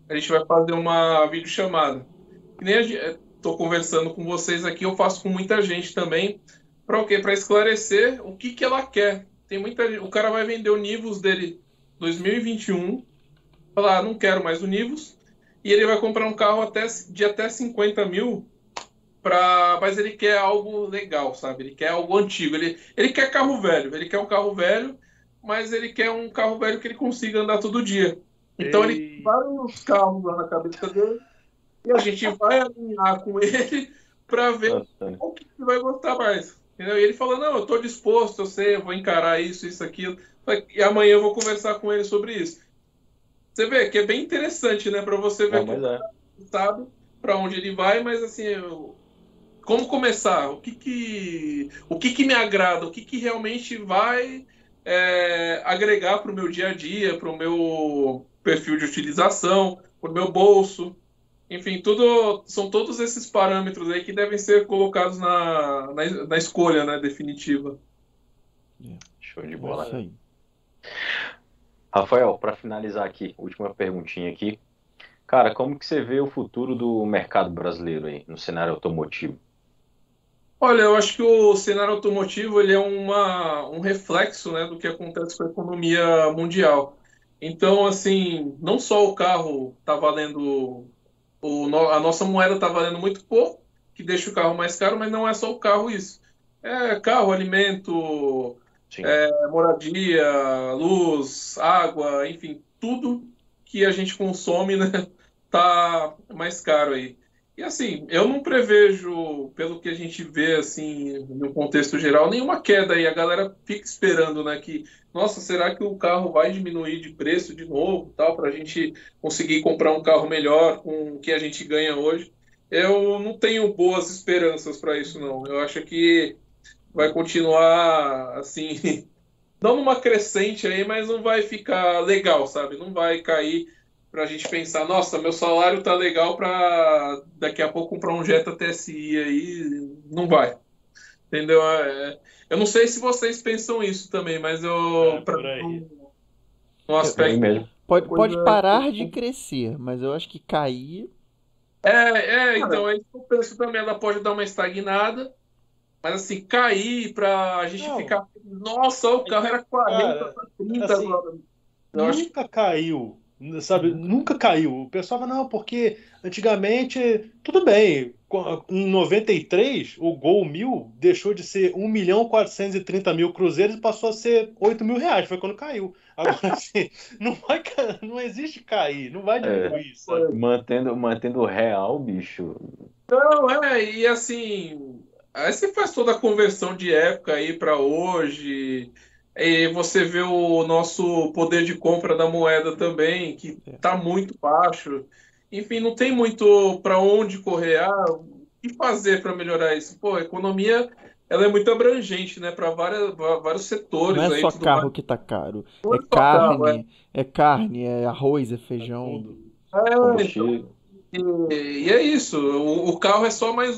Speaker 2: a gente vai fazer uma videochamada. Que nem estou conversando com vocês aqui, eu faço com muita gente também. Para o quê? Para esclarecer o que ela quer. Tem muita, o cara vai vender o Nivus dele 2021, falar, não quero mais o Nivus, e ele vai comprar um carro de até 50 mil, mas ele quer algo legal, sabe? Ele quer algo antigo. Ele quer carro velho, ele quer um carro velho, mas ele quer um carro velho que ele consiga andar todo dia. Então ele tem vários carros lá na cabeça dele, e a gente vai alinhar com ele para ver o que ele vai gostar mais. Entendeu? E ele fala, não, eu estou disposto, eu sei, eu vou encarar isso, aquilo. E amanhã eu vou conversar com ele sobre isso. Você vê que é bem interessante, né? Para você ver que o cara sabe para onde ele vai, mas assim, como começar? O que me agrada? O que realmente vai agregar para o meu dia a dia, para o meu perfil de utilização, para o meu bolso? Enfim, são todos esses parâmetros aí que devem ser colocados na escolha, né, definitiva.
Speaker 4: Show de bola. Né? Rafael, para finalizar aqui, última perguntinha aqui. Cara, como que você vê o futuro do mercado brasileiro aí, no cenário automotivo?
Speaker 2: Olha, eu acho que o cenário automotivo ele é um reflexo, né, do que acontece com a economia mundial. Então, assim, não só o carro está valendo, a nossa moeda está valendo muito pouco, que deixa o carro mais caro, mas não é só o carro isso. É carro, alimento, moradia, luz, água, enfim, tudo que a gente consome, né, tá mais caro aí. E assim, eu não prevejo, pelo que a gente vê assim, no contexto geral, nenhuma queda aí. A galera fica esperando, né, que, nossa, será que o carro vai diminuir de preço de novo, tal, para a gente conseguir comprar um carro melhor com o que a gente ganha hoje? Eu não tenho boas esperanças para isso, não. Eu acho que vai continuar assim, não numa crescente aí, mas não vai ficar legal, sabe? Não vai cair para a gente pensar, nossa, meu salário tá legal para daqui a pouco comprar um Jetta TSI aí, não vai, entendeu? Eu não sei se vocês pensam isso também, mas no aspecto
Speaker 4: mesmo.
Speaker 3: Pode parar de crescer, mas eu acho que cair.
Speaker 2: Então aí eu penso também, ela pode dar uma estagnada, mas assim, cair para a gente ficar, nossa, o carro era 40, tá 30
Speaker 1: assim,
Speaker 2: agora.
Speaker 1: Nunca caiu. Sabe, nunca caiu. O pessoal fala, não, porque antigamente, tudo bem, em 93, o Gol 1000 deixou de ser 1.430.000 cruzeiros e passou a ser 8 mil reais, foi quando caiu. Agora, assim, não existe cair, não vai diminuir, sabe?
Speaker 4: Mantendo o real, bicho.
Speaker 2: Não, e assim, aí você faz toda a conversão de época aí para hoje. E você vê o nosso poder de compra da moeda também, que está muito baixo. Enfim, não tem muito para onde correr. O que fazer para melhorar isso? Pô, a economia ela é muito abrangente, né? Para vários setores.
Speaker 3: Não é
Speaker 2: aí,
Speaker 3: só
Speaker 2: tudo
Speaker 3: carro
Speaker 2: mais.
Speaker 3: que tá caro.
Speaker 2: Não
Speaker 3: É
Speaker 2: é só carro,
Speaker 3: carne, é carne, é arroz, é feijão.
Speaker 4: Combustível.
Speaker 2: E é isso. O carro é só mais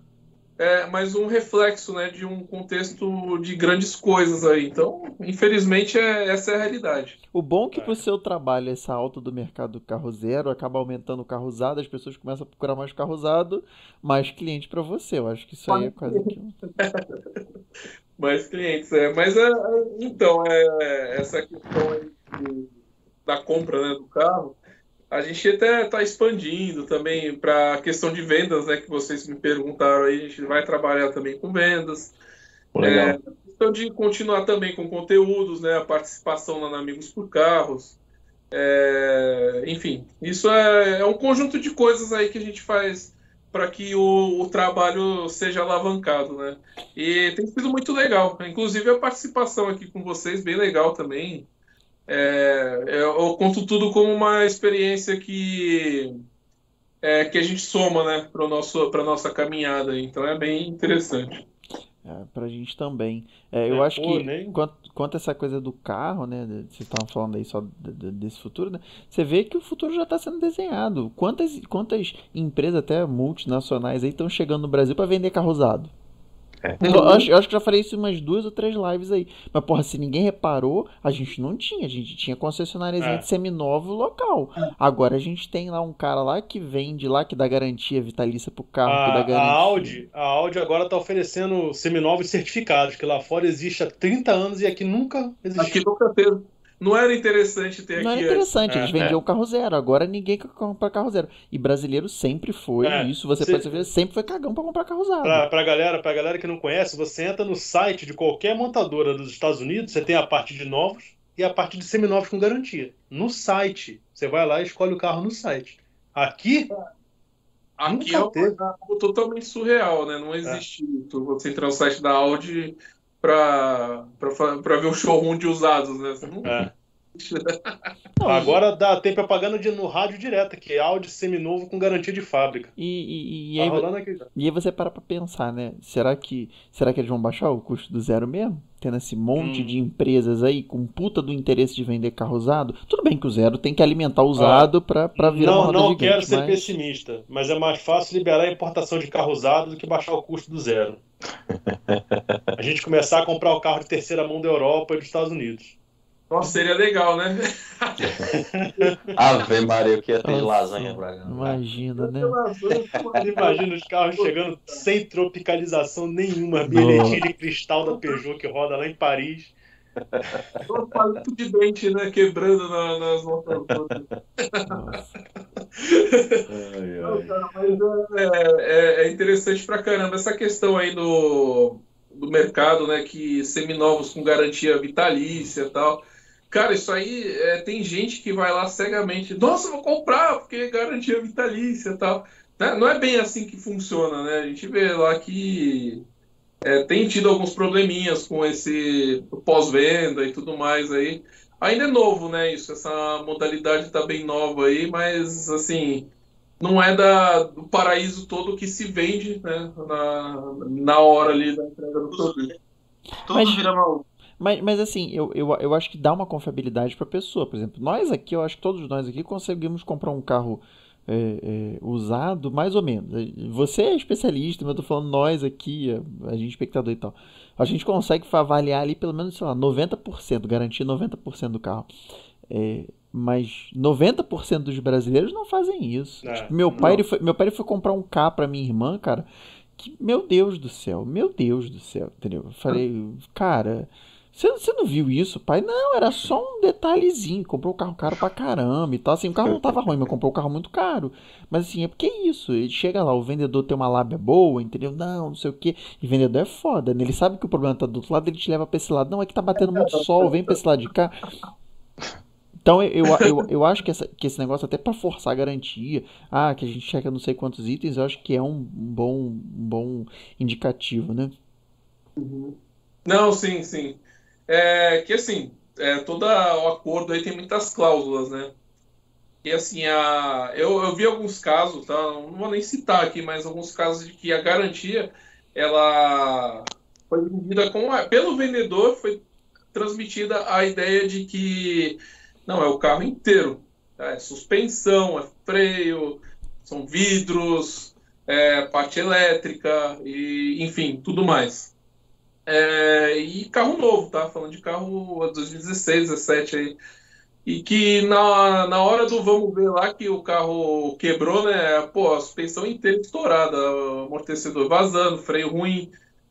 Speaker 2: um reflexo, né, de um contexto de grandes coisas aí. Então, infelizmente, essa é a realidade.
Speaker 3: O bom é que pro seu trabalho, essa alta do mercado do carro zero acaba aumentando o carro usado, as pessoas começam a procurar mais carro usado, mais cliente para você. Eu acho que isso aí é quase que...
Speaker 2: Mais clientes, Mas, então, essa questão aí da compra, né, do carro, a gente até está expandindo também para a questão de vendas, né, que vocês me perguntaram aí, a gente vai trabalhar também com vendas.
Speaker 4: Legal.
Speaker 2: Questão de continuar também com conteúdos, né, a participação lá na Amigos por Carros. Enfim, isso é um conjunto de coisas aí que a gente faz para que o trabalho seja alavancado, né? E tem sido muito legal. Inclusive a participação aqui com vocês, bem legal também. Eu conto tudo como uma experiência que a gente soma, né, para nossa caminhada. Então é bem interessante.
Speaker 3: Pra gente também. Eu acho
Speaker 1: pô,
Speaker 3: que
Speaker 1: nem-
Speaker 3: quanto a essa coisa do carro, né? Vocês estavam falando aí só desse futuro, né? Você vê que o futuro já está sendo desenhado. Quantas empresas, até multinacionais, aí estão chegando no Brasil para vender carro usado? Eu acho que já falei isso em umas 2 ou 3 lives aí. Mas, porra, se ninguém reparou, a gente não tinha. A gente tinha concessionáriazinha de seminovo local. Agora a gente tem lá um cara lá que vende lá, que dá garantia vitalícia pro carro, que dá garantia.
Speaker 1: A Audi agora tá oferecendo seminovos certificados, que lá fora existe há 30 anos e aqui nunca existiu.
Speaker 2: Aqui nunca teve. Não era interessante ter
Speaker 3: Não
Speaker 2: aqui.
Speaker 3: era interessante, eles vendiam o carro zero. Agora ninguém quer comprar carro zero. E brasileiro sempre foi, isso você pode ver, sempre foi cagão pra comprar carro usado.
Speaker 1: Pra galera que não conhece, você entra no site de qualquer montadora dos Estados Unidos, você tem a parte de novos e a parte de seminovos com garantia. No site. Você vai lá e escolhe o carro no site. Aqui
Speaker 2: é algo totalmente surreal, né? Não existe você entrar no site da Audi pra ver o showroom de usados, né? Você não...
Speaker 1: Agora tem propaganda no rádio direto, que é Audi seminovo com garantia de fábrica.
Speaker 3: E
Speaker 1: tá rolando aqui já.
Speaker 3: E aí você para pra pensar, né? Será que eles vão baixar o custo do zero mesmo? Tendo esse monte de empresas aí com puta do interesse de vender carro usado. Tudo bem que o zero tem que alimentar o usado pra virar uma roda gigante.
Speaker 1: Não quero ser pessimista, mas é mais fácil liberar a importação de carro usado do que baixar o custo do zero. A gente começar a comprar o carro de terceira mão da Europa e dos Estados Unidos.
Speaker 2: Nossa, seria legal, né?
Speaker 4: Ave Maria, o que ia ter de lasanha pra cá.
Speaker 3: Imagina, né?
Speaker 1: Imagina os carros chegando sem tropicalização nenhuma. Bilhetinho de cristal da Peugeot que roda lá em Paris.
Speaker 2: Um palito de dente, né? Quebrando nas montanhas. É interessante pra caramba essa questão aí do mercado, né? Que seminovos com garantia vitalícia e tal. Cara, isso aí tem gente que vai lá cegamente. Nossa, vou comprar porque garantia vitalícia e tal. Né? Não é bem assim que funciona, né? A gente vê lá que tem tido alguns probleminhas com esse pós-venda e tudo mais aí. Ainda é novo, né? Essa modalidade tá bem nova aí, mas assim, não é do paraíso todo que se vende, né? Na hora ali da entrega do produto.
Speaker 5: Tudo vira mal.
Speaker 3: Mas assim, eu acho que dá uma confiabilidade pra pessoa. Por exemplo, nós aqui, eu acho que todos nós aqui conseguimos comprar um carro usado, mais ou menos. Você é especialista, mas eu tô falando nós aqui, a gente espectador e tal. A gente consegue avaliar ali pelo menos, sei lá, 90%, garantir 90% do carro. Mas 90% dos brasileiros não fazem isso. Tipo, meu pai ele foi comprar um carro pra minha irmã, cara, que, meu Deus do céu, entendeu? Eu falei, cara, você não viu isso, pai? Não, era só um detalhezinho. Comprou um carro caro pra caramba e tal. Assim, o carro não tava ruim, mas comprou um carro muito caro. Mas assim, é porque é isso. Ele chega lá, o vendedor tem uma lábia boa, entendeu? Não sei o quê. E vendedor é foda, né? Ele sabe que o problema tá do outro lado, ele te leva pra esse lado. Não, é que tá batendo muito sol, vem pra esse lado de cá. Então eu acho que esse negócio, até pra forçar a garantia, que a gente checa não sei quantos itens, eu acho que é um bom indicativo, né?
Speaker 2: Não, sim. Que assim, todo o acordo aí tem muitas cláusulas, né? E assim, eu vi alguns casos, tá? Não vou nem citar aqui, mas alguns casos de que a garantia, ela foi vendida pelo vendedor, foi transmitida a ideia de que não, é o carro inteiro. É suspensão, é freio, são vidros, parte elétrica, e enfim, tudo mais. E carro novo, tá? Falando de carro 2016, 2017 aí. E que na hora do vamos ver lá que o carro quebrou, né? Pô, a suspensão inteira estourada, o amortecedor vazando, freio ruim.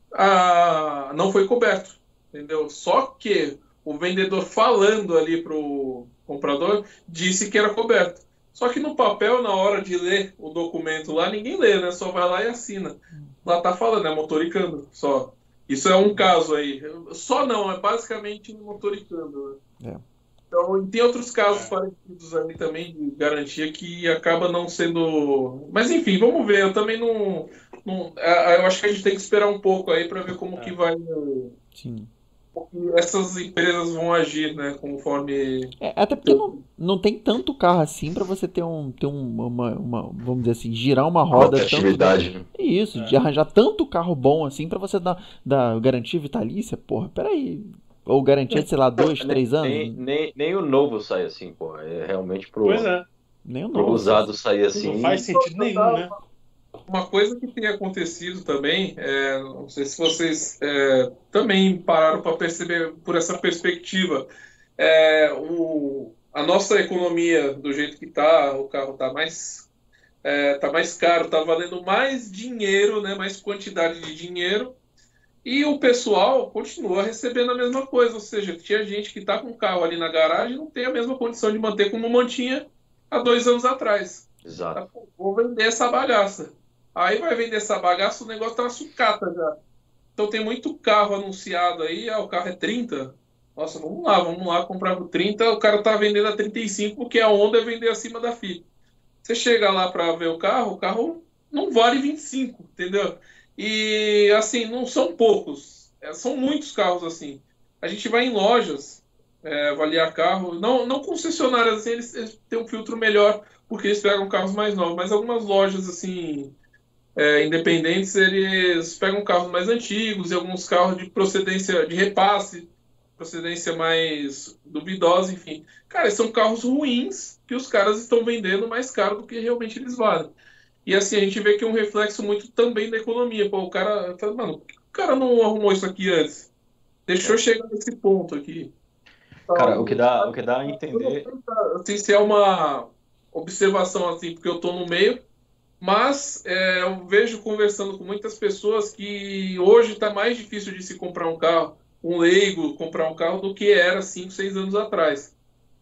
Speaker 2: Não foi coberto, entendeu? Só que o vendedor falando ali pro comprador disse que era coberto. Só que no papel, na hora de ler o documento lá, ninguém lê, né? Só vai lá e assina. Lá tá falando, é motoricando, só. Isso é um caso aí. Só não, é basicamente motoricando. Né? Então, tem outros casos parecidos aí também de garantia que acaba não sendo... Mas enfim, vamos ver. Eu também não... Eu acho que a gente tem que esperar um pouco aí para ver como que vai...
Speaker 3: Sim.
Speaker 2: Essas empresas vão agir, né, conforme...
Speaker 3: Até porque não tem tanto carro assim pra você ter uma vamos dizer assim, girar uma roda
Speaker 4: atividade.
Speaker 3: Isso, de arranjar tanto carro bom assim pra você dar garantia vitalícia, porra, peraí. Ou garantia de, sei lá, 2, 3 anos.
Speaker 4: Nem o novo sai assim, porra. É realmente
Speaker 1: Pois é.
Speaker 3: Nem o
Speaker 4: pro
Speaker 3: novo
Speaker 4: usado sair assim.
Speaker 1: Não faz sentido nenhum, né?
Speaker 2: uma coisa que tem acontecido também, não sei se vocês também pararam para perceber por essa perspectiva, a nossa economia do jeito que está, o carro tá mais caro, tá valendo mais dinheiro, né, mais quantidade de dinheiro, e o pessoal continua recebendo a mesma coisa, ou seja, tinha gente que está com o carro ali na garagem e não tem a mesma condição de manter como mantinha há 2 anos atrás.
Speaker 4: Exato.
Speaker 2: Tá, vou vender essa bagaça. Aí vai vender essa bagaça, o negócio tá uma sucata já. Então tem muito carro anunciado aí, o carro é 30. Nossa, vamos lá comprar por 30, o cara tá vendendo a 35 porque a onda é vender acima da FIP. Você chega lá para ver o carro não vale 25, entendeu? E assim, não são poucos, são muitos carros assim. A gente vai em lojas avaliar carro, não concessionárias assim, eles têm um filtro melhor porque eles pegam carros mais novos, mas algumas lojas assim independentes, eles pegam carros mais antigos e alguns carros de procedência de repasse, procedência mais duvidosa, enfim. Cara, são carros ruins que os caras estão vendendo mais caro do que realmente eles valem. E assim, a gente vê que é um reflexo muito também da economia. Pô, o cara fala, mano, por que o cara não arrumou isso aqui antes? Deixou chegar nesse ponto aqui.
Speaker 4: Cara, o que dá a entender...
Speaker 2: Eu não sei se é uma observação assim, porque eu tô no meio, mas eu vejo conversando com muitas pessoas que hoje está mais difícil de se comprar um carro, um leigo comprar um carro, do que era 5, 6 anos atrás.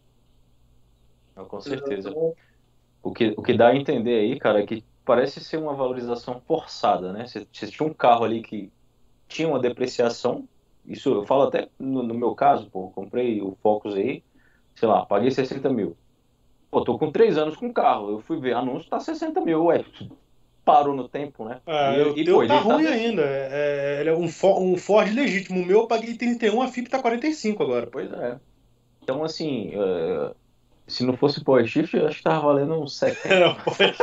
Speaker 4: Com certeza. O que dá a entender aí, cara, é que parece ser uma valorização forçada, né? Você tinha um carro ali que tinha uma depreciação, isso eu falo até no meu caso, pô, comprei o Focus aí, sei lá, paguei 60 mil. Pô, tô com 3 anos com o carro, eu fui ver anúncio, tá 60 mil, ué, parou no tempo, né?
Speaker 1: O teu tá ruim ainda, ele é um Ford legítimo, o meu eu paguei 31, a FIP tá 45 agora.
Speaker 4: Pois é. Então, assim, se não fosse Power Shift, eu acho que tava valendo uns 70.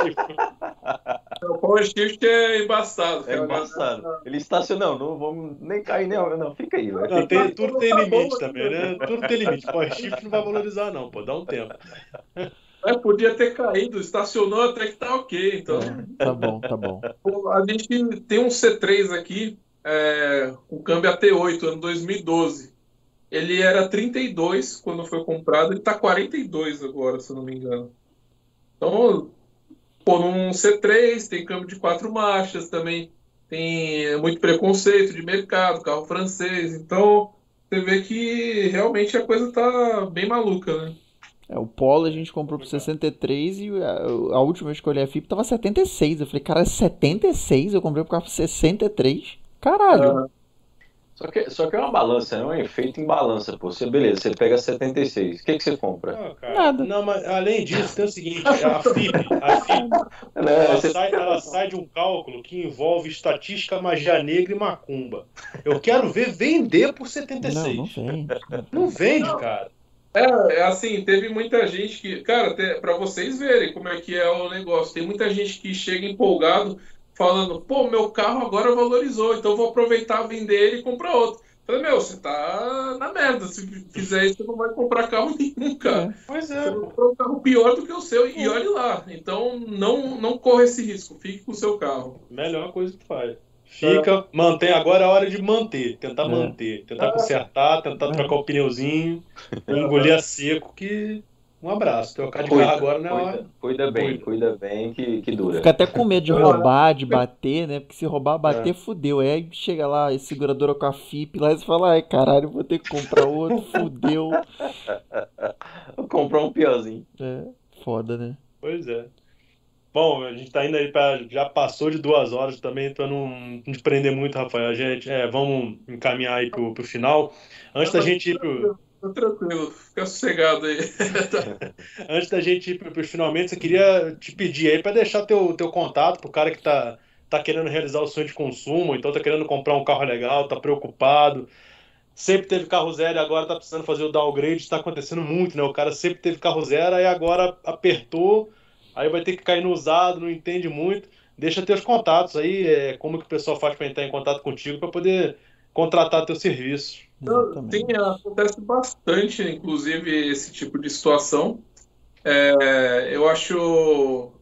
Speaker 2: O Power Shift é embaçado.
Speaker 4: É embaçado. Ele estacionou, não vamos nem cair, não, fica aí.
Speaker 1: Tudo tem limite também, né? Tudo tem limite. Power Shift não vai valorizar, não, pô, dá um tempo.
Speaker 2: Podia ter caído, estacionou até que tá ok, então.
Speaker 3: Tá bom.
Speaker 2: A gente tem um C3 aqui, com câmbio AT8, ano 2012. Ele era 32 quando foi comprado, ele tá 42 agora, se eu não me engano. Então, pô, num C3 tem câmbio de 4 marchas também, tem muito preconceito de mercado, carro francês. Então, você vê que realmente a coisa tá bem maluca, né?
Speaker 3: O Polo a gente comprou por 63 e a última vez que eu olhei a FIP tava 76. Eu falei, cara, 76? Eu comprei por carro por 63? Caralho.
Speaker 4: Só que é uma balança, é um efeito em balança, pô. Beleza, você pega 76. O que você compra?
Speaker 1: Não, cara,
Speaker 3: Nada.
Speaker 1: Não, mas além disso, tem o seguinte, a FIP ela sai de um cálculo que envolve estatística, magia negra e macumba. Eu quero ver vender por 76.
Speaker 3: Não vende.
Speaker 1: Não vende, cara.
Speaker 2: Assim, teve muita gente que... Cara, para vocês verem como é que é o negócio, tem muita gente que chega empolgado falando, pô, meu carro agora valorizou, então eu vou aproveitar, vender ele e comprar outro. Falei, você tá na merda, se fizer isso, você não vai comprar carro nenhum, cara.
Speaker 1: Pois é.
Speaker 2: Você vai comprar um carro pior do que o seu, e olhe lá. Então, não corra esse risco, fique com o seu carro.
Speaker 1: Melhor coisa que faz. Mantém, agora é a hora de manter, tentar consertar, tentar trocar o pneuzinho, engolir a seco, que um abraço, trocar de carro agora não é hora.
Speaker 4: Cuida bem que dura.
Speaker 3: Fica até com medo de roubar, de bater, né? Porque se roubar, bater, fudeu. Aí chega lá, a seguradora com a FIP lá e você fala, ai caralho, vou ter que comprar outro, fudeu.
Speaker 4: Vou comprar um piorzinho.
Speaker 3: Foda, né?
Speaker 1: Pois é. Bom, a gente tá indo aí já passou de 2 horas também, pra não te prender muito, Rafael. Vamos encaminhar aí pro final. Antes da gente ir pro...
Speaker 2: Tranquilo, fica sossegado aí.
Speaker 1: Antes da gente ir pros finalmente, eu queria te pedir aí pra deixar teu contato pro cara que tá querendo realizar o sonho de consumo, então tá querendo comprar um carro legal, tá preocupado. Sempre teve carro zero e agora tá precisando fazer o downgrade, está acontecendo muito, né? O cara sempre teve carro zero, aí agora apertou, aí vai ter que cair no usado, não entende muito. Deixa teus contatos aí, como que o pessoal faz para entrar em contato contigo para poder contratar teu serviço.
Speaker 2: Sim, acontece bastante, inclusive, esse tipo de situação. Eu acho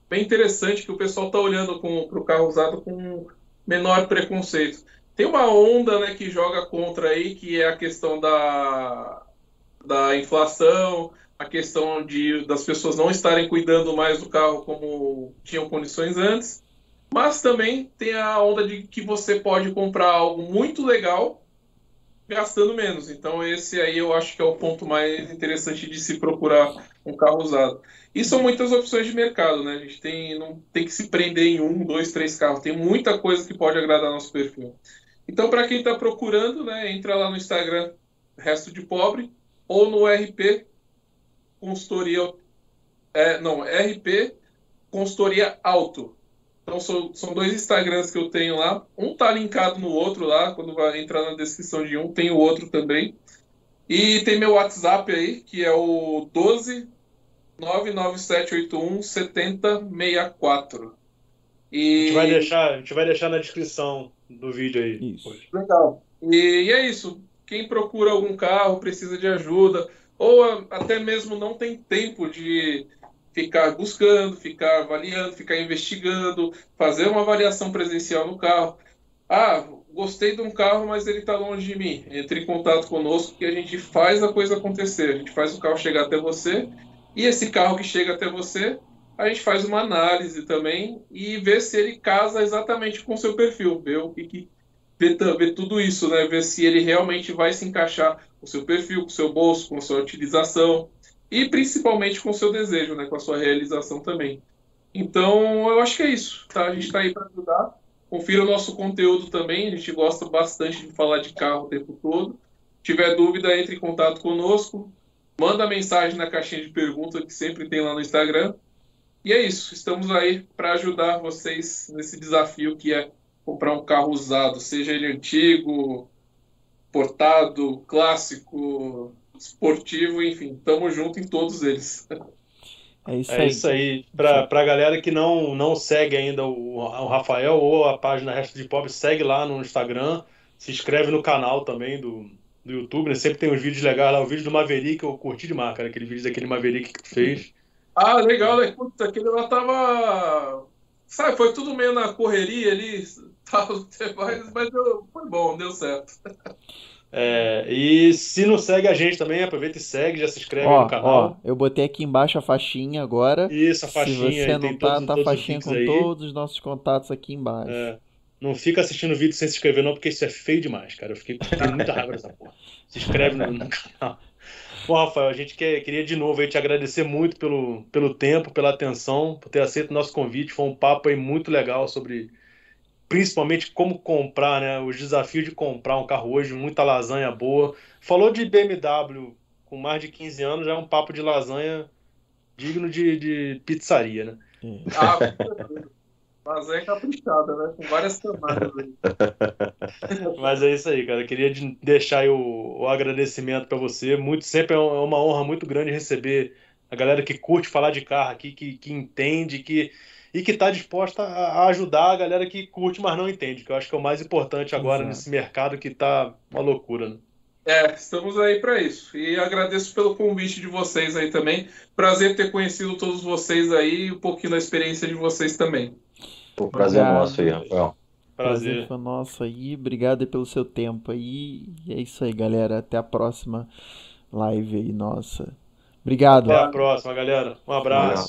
Speaker 2: bem interessante que o pessoal está olhando para o carro usado com menor preconceito. Tem uma onda, né, que joga contra aí, que é a questão da inflação, a questão das pessoas não estarem cuidando mais do carro como tinham condições antes, mas também tem a onda de que você pode comprar algo muito legal gastando menos. Então esse aí eu acho que é o ponto mais interessante de se procurar um carro usado. E são muitas opções de mercado, né? A gente não tem que se prender em um, dois, três carros. Tem muita coisa que pode agradar nosso perfil. Então, para quem está procurando, né, entra lá no Instagram Resto de Pobre ou no RP Consultoria, RP Consultoria Auto. Então são dois Instagrams que eu tenho lá. Um tá linkado no outro lá, quando vai entrar na descrição de um, tem o outro também. E tem meu WhatsApp aí, que é o 12 99781 7064. E
Speaker 1: A gente vai deixar na descrição do vídeo aí.
Speaker 3: Isso.
Speaker 2: legal. E é isso. Quem procura algum carro, precisa de ajuda, ou até mesmo não tem tempo de ficar buscando, ficar avaliando, ficar investigando, fazer uma avaliação presencial no carro. Ah, gostei de um carro, mas ele está longe de mim. Entre em contato conosco que a gente faz a coisa acontecer. A gente faz o carro chegar até você, e esse carro que chega até você, a gente faz uma análise também e vê se ele casa exatamente com o seu perfil, ver tudo isso, né? Ver se ele realmente vai se encaixar com o seu perfil, com o seu bolso, com a sua utilização e principalmente com o seu desejo, né? Com a sua realização também. Então, eu acho que é isso, tá? A gente está aí para ajudar. Confira o nosso conteúdo também, a gente gosta bastante de falar de carro o tempo todo. Se tiver dúvida, entre em contato conosco, manda mensagem na caixinha de perguntas que sempre tem lá no Instagram. E é isso, estamos aí para ajudar vocês nesse desafio que é comprar um carro usado, seja ele antigo, portado, clássico, esportivo, enfim, estamos junto em todos eles.
Speaker 3: É isso
Speaker 1: É
Speaker 3: aí.
Speaker 1: isso aí. Pra galera que não segue ainda o Rafael ou a página Resto de Pobre, segue lá no Instagram, se inscreve no canal também do YouTube, né? Sempre tem uns vídeos legais lá. O vídeo do Maverick eu curti demais, cara. Aquele vídeo daquele Maverick que tu fez.
Speaker 2: Ah, legal, né? Putz, aquele lá tava. Sabe, foi tudo meio na correria ali, tal, mas foi bom, deu certo.
Speaker 1: E se não segue a gente também, aproveita e segue, já se inscreve aí no
Speaker 3: Ó,
Speaker 1: canal.
Speaker 3: eu botei aqui embaixo a faixinha agora.
Speaker 1: Isso, a
Speaker 3: Se
Speaker 1: faixinha
Speaker 3: você
Speaker 1: aí,
Speaker 3: não
Speaker 1: tem
Speaker 3: tá,
Speaker 1: todos,
Speaker 3: tá a
Speaker 1: todos os
Speaker 3: faixinha
Speaker 1: links
Speaker 3: com
Speaker 1: aí.
Speaker 3: todos os nossos contatos aqui embaixo.
Speaker 1: Não fica assistindo o vídeo sem se inscrever, não, porque isso é feio demais, cara. Eu tenho muita raiva dessa porra. Se inscreve no canal. Bom, Rafael, a gente queria de novo aí te agradecer muito pelo tempo, pela atenção, por ter aceito o nosso convite. Foi um papo aí muito legal sobre, principalmente, como comprar, né? Os desafios de comprar um carro hoje, muita lasanha boa. Falou de BMW com mais de 15 anos, já é um papo de lasanha digno de pizzaria, né?
Speaker 2: Ah, mas é caprichada, né? Com várias camadas aí.
Speaker 1: Mas é isso aí, cara. Eu queria deixar aí o agradecimento para você. Sempre é uma honra muito grande receber a galera que curte falar de carro aqui, que entende, e que está disposta a ajudar a galera que curte, mas não entende, que eu acho que é o mais importante agora
Speaker 3: Exato.
Speaker 1: nesse mercado que tá uma loucura, né?
Speaker 2: Estamos aí para isso. E agradeço pelo convite de vocês aí também. Prazer ter conhecido todos vocês aí e um pouquinho da experiência de vocês também.
Speaker 4: O prazer é
Speaker 3: Obrigado.
Speaker 4: nosso aí, Rafael.
Speaker 3: Prazer
Speaker 1: Prazer.
Speaker 3: foi nosso aí. Obrigado aí pelo seu tempo aí. E é isso aí, galera. Até a próxima live aí, nossa. Obrigado.
Speaker 1: Até a próxima, galera. Um abraço.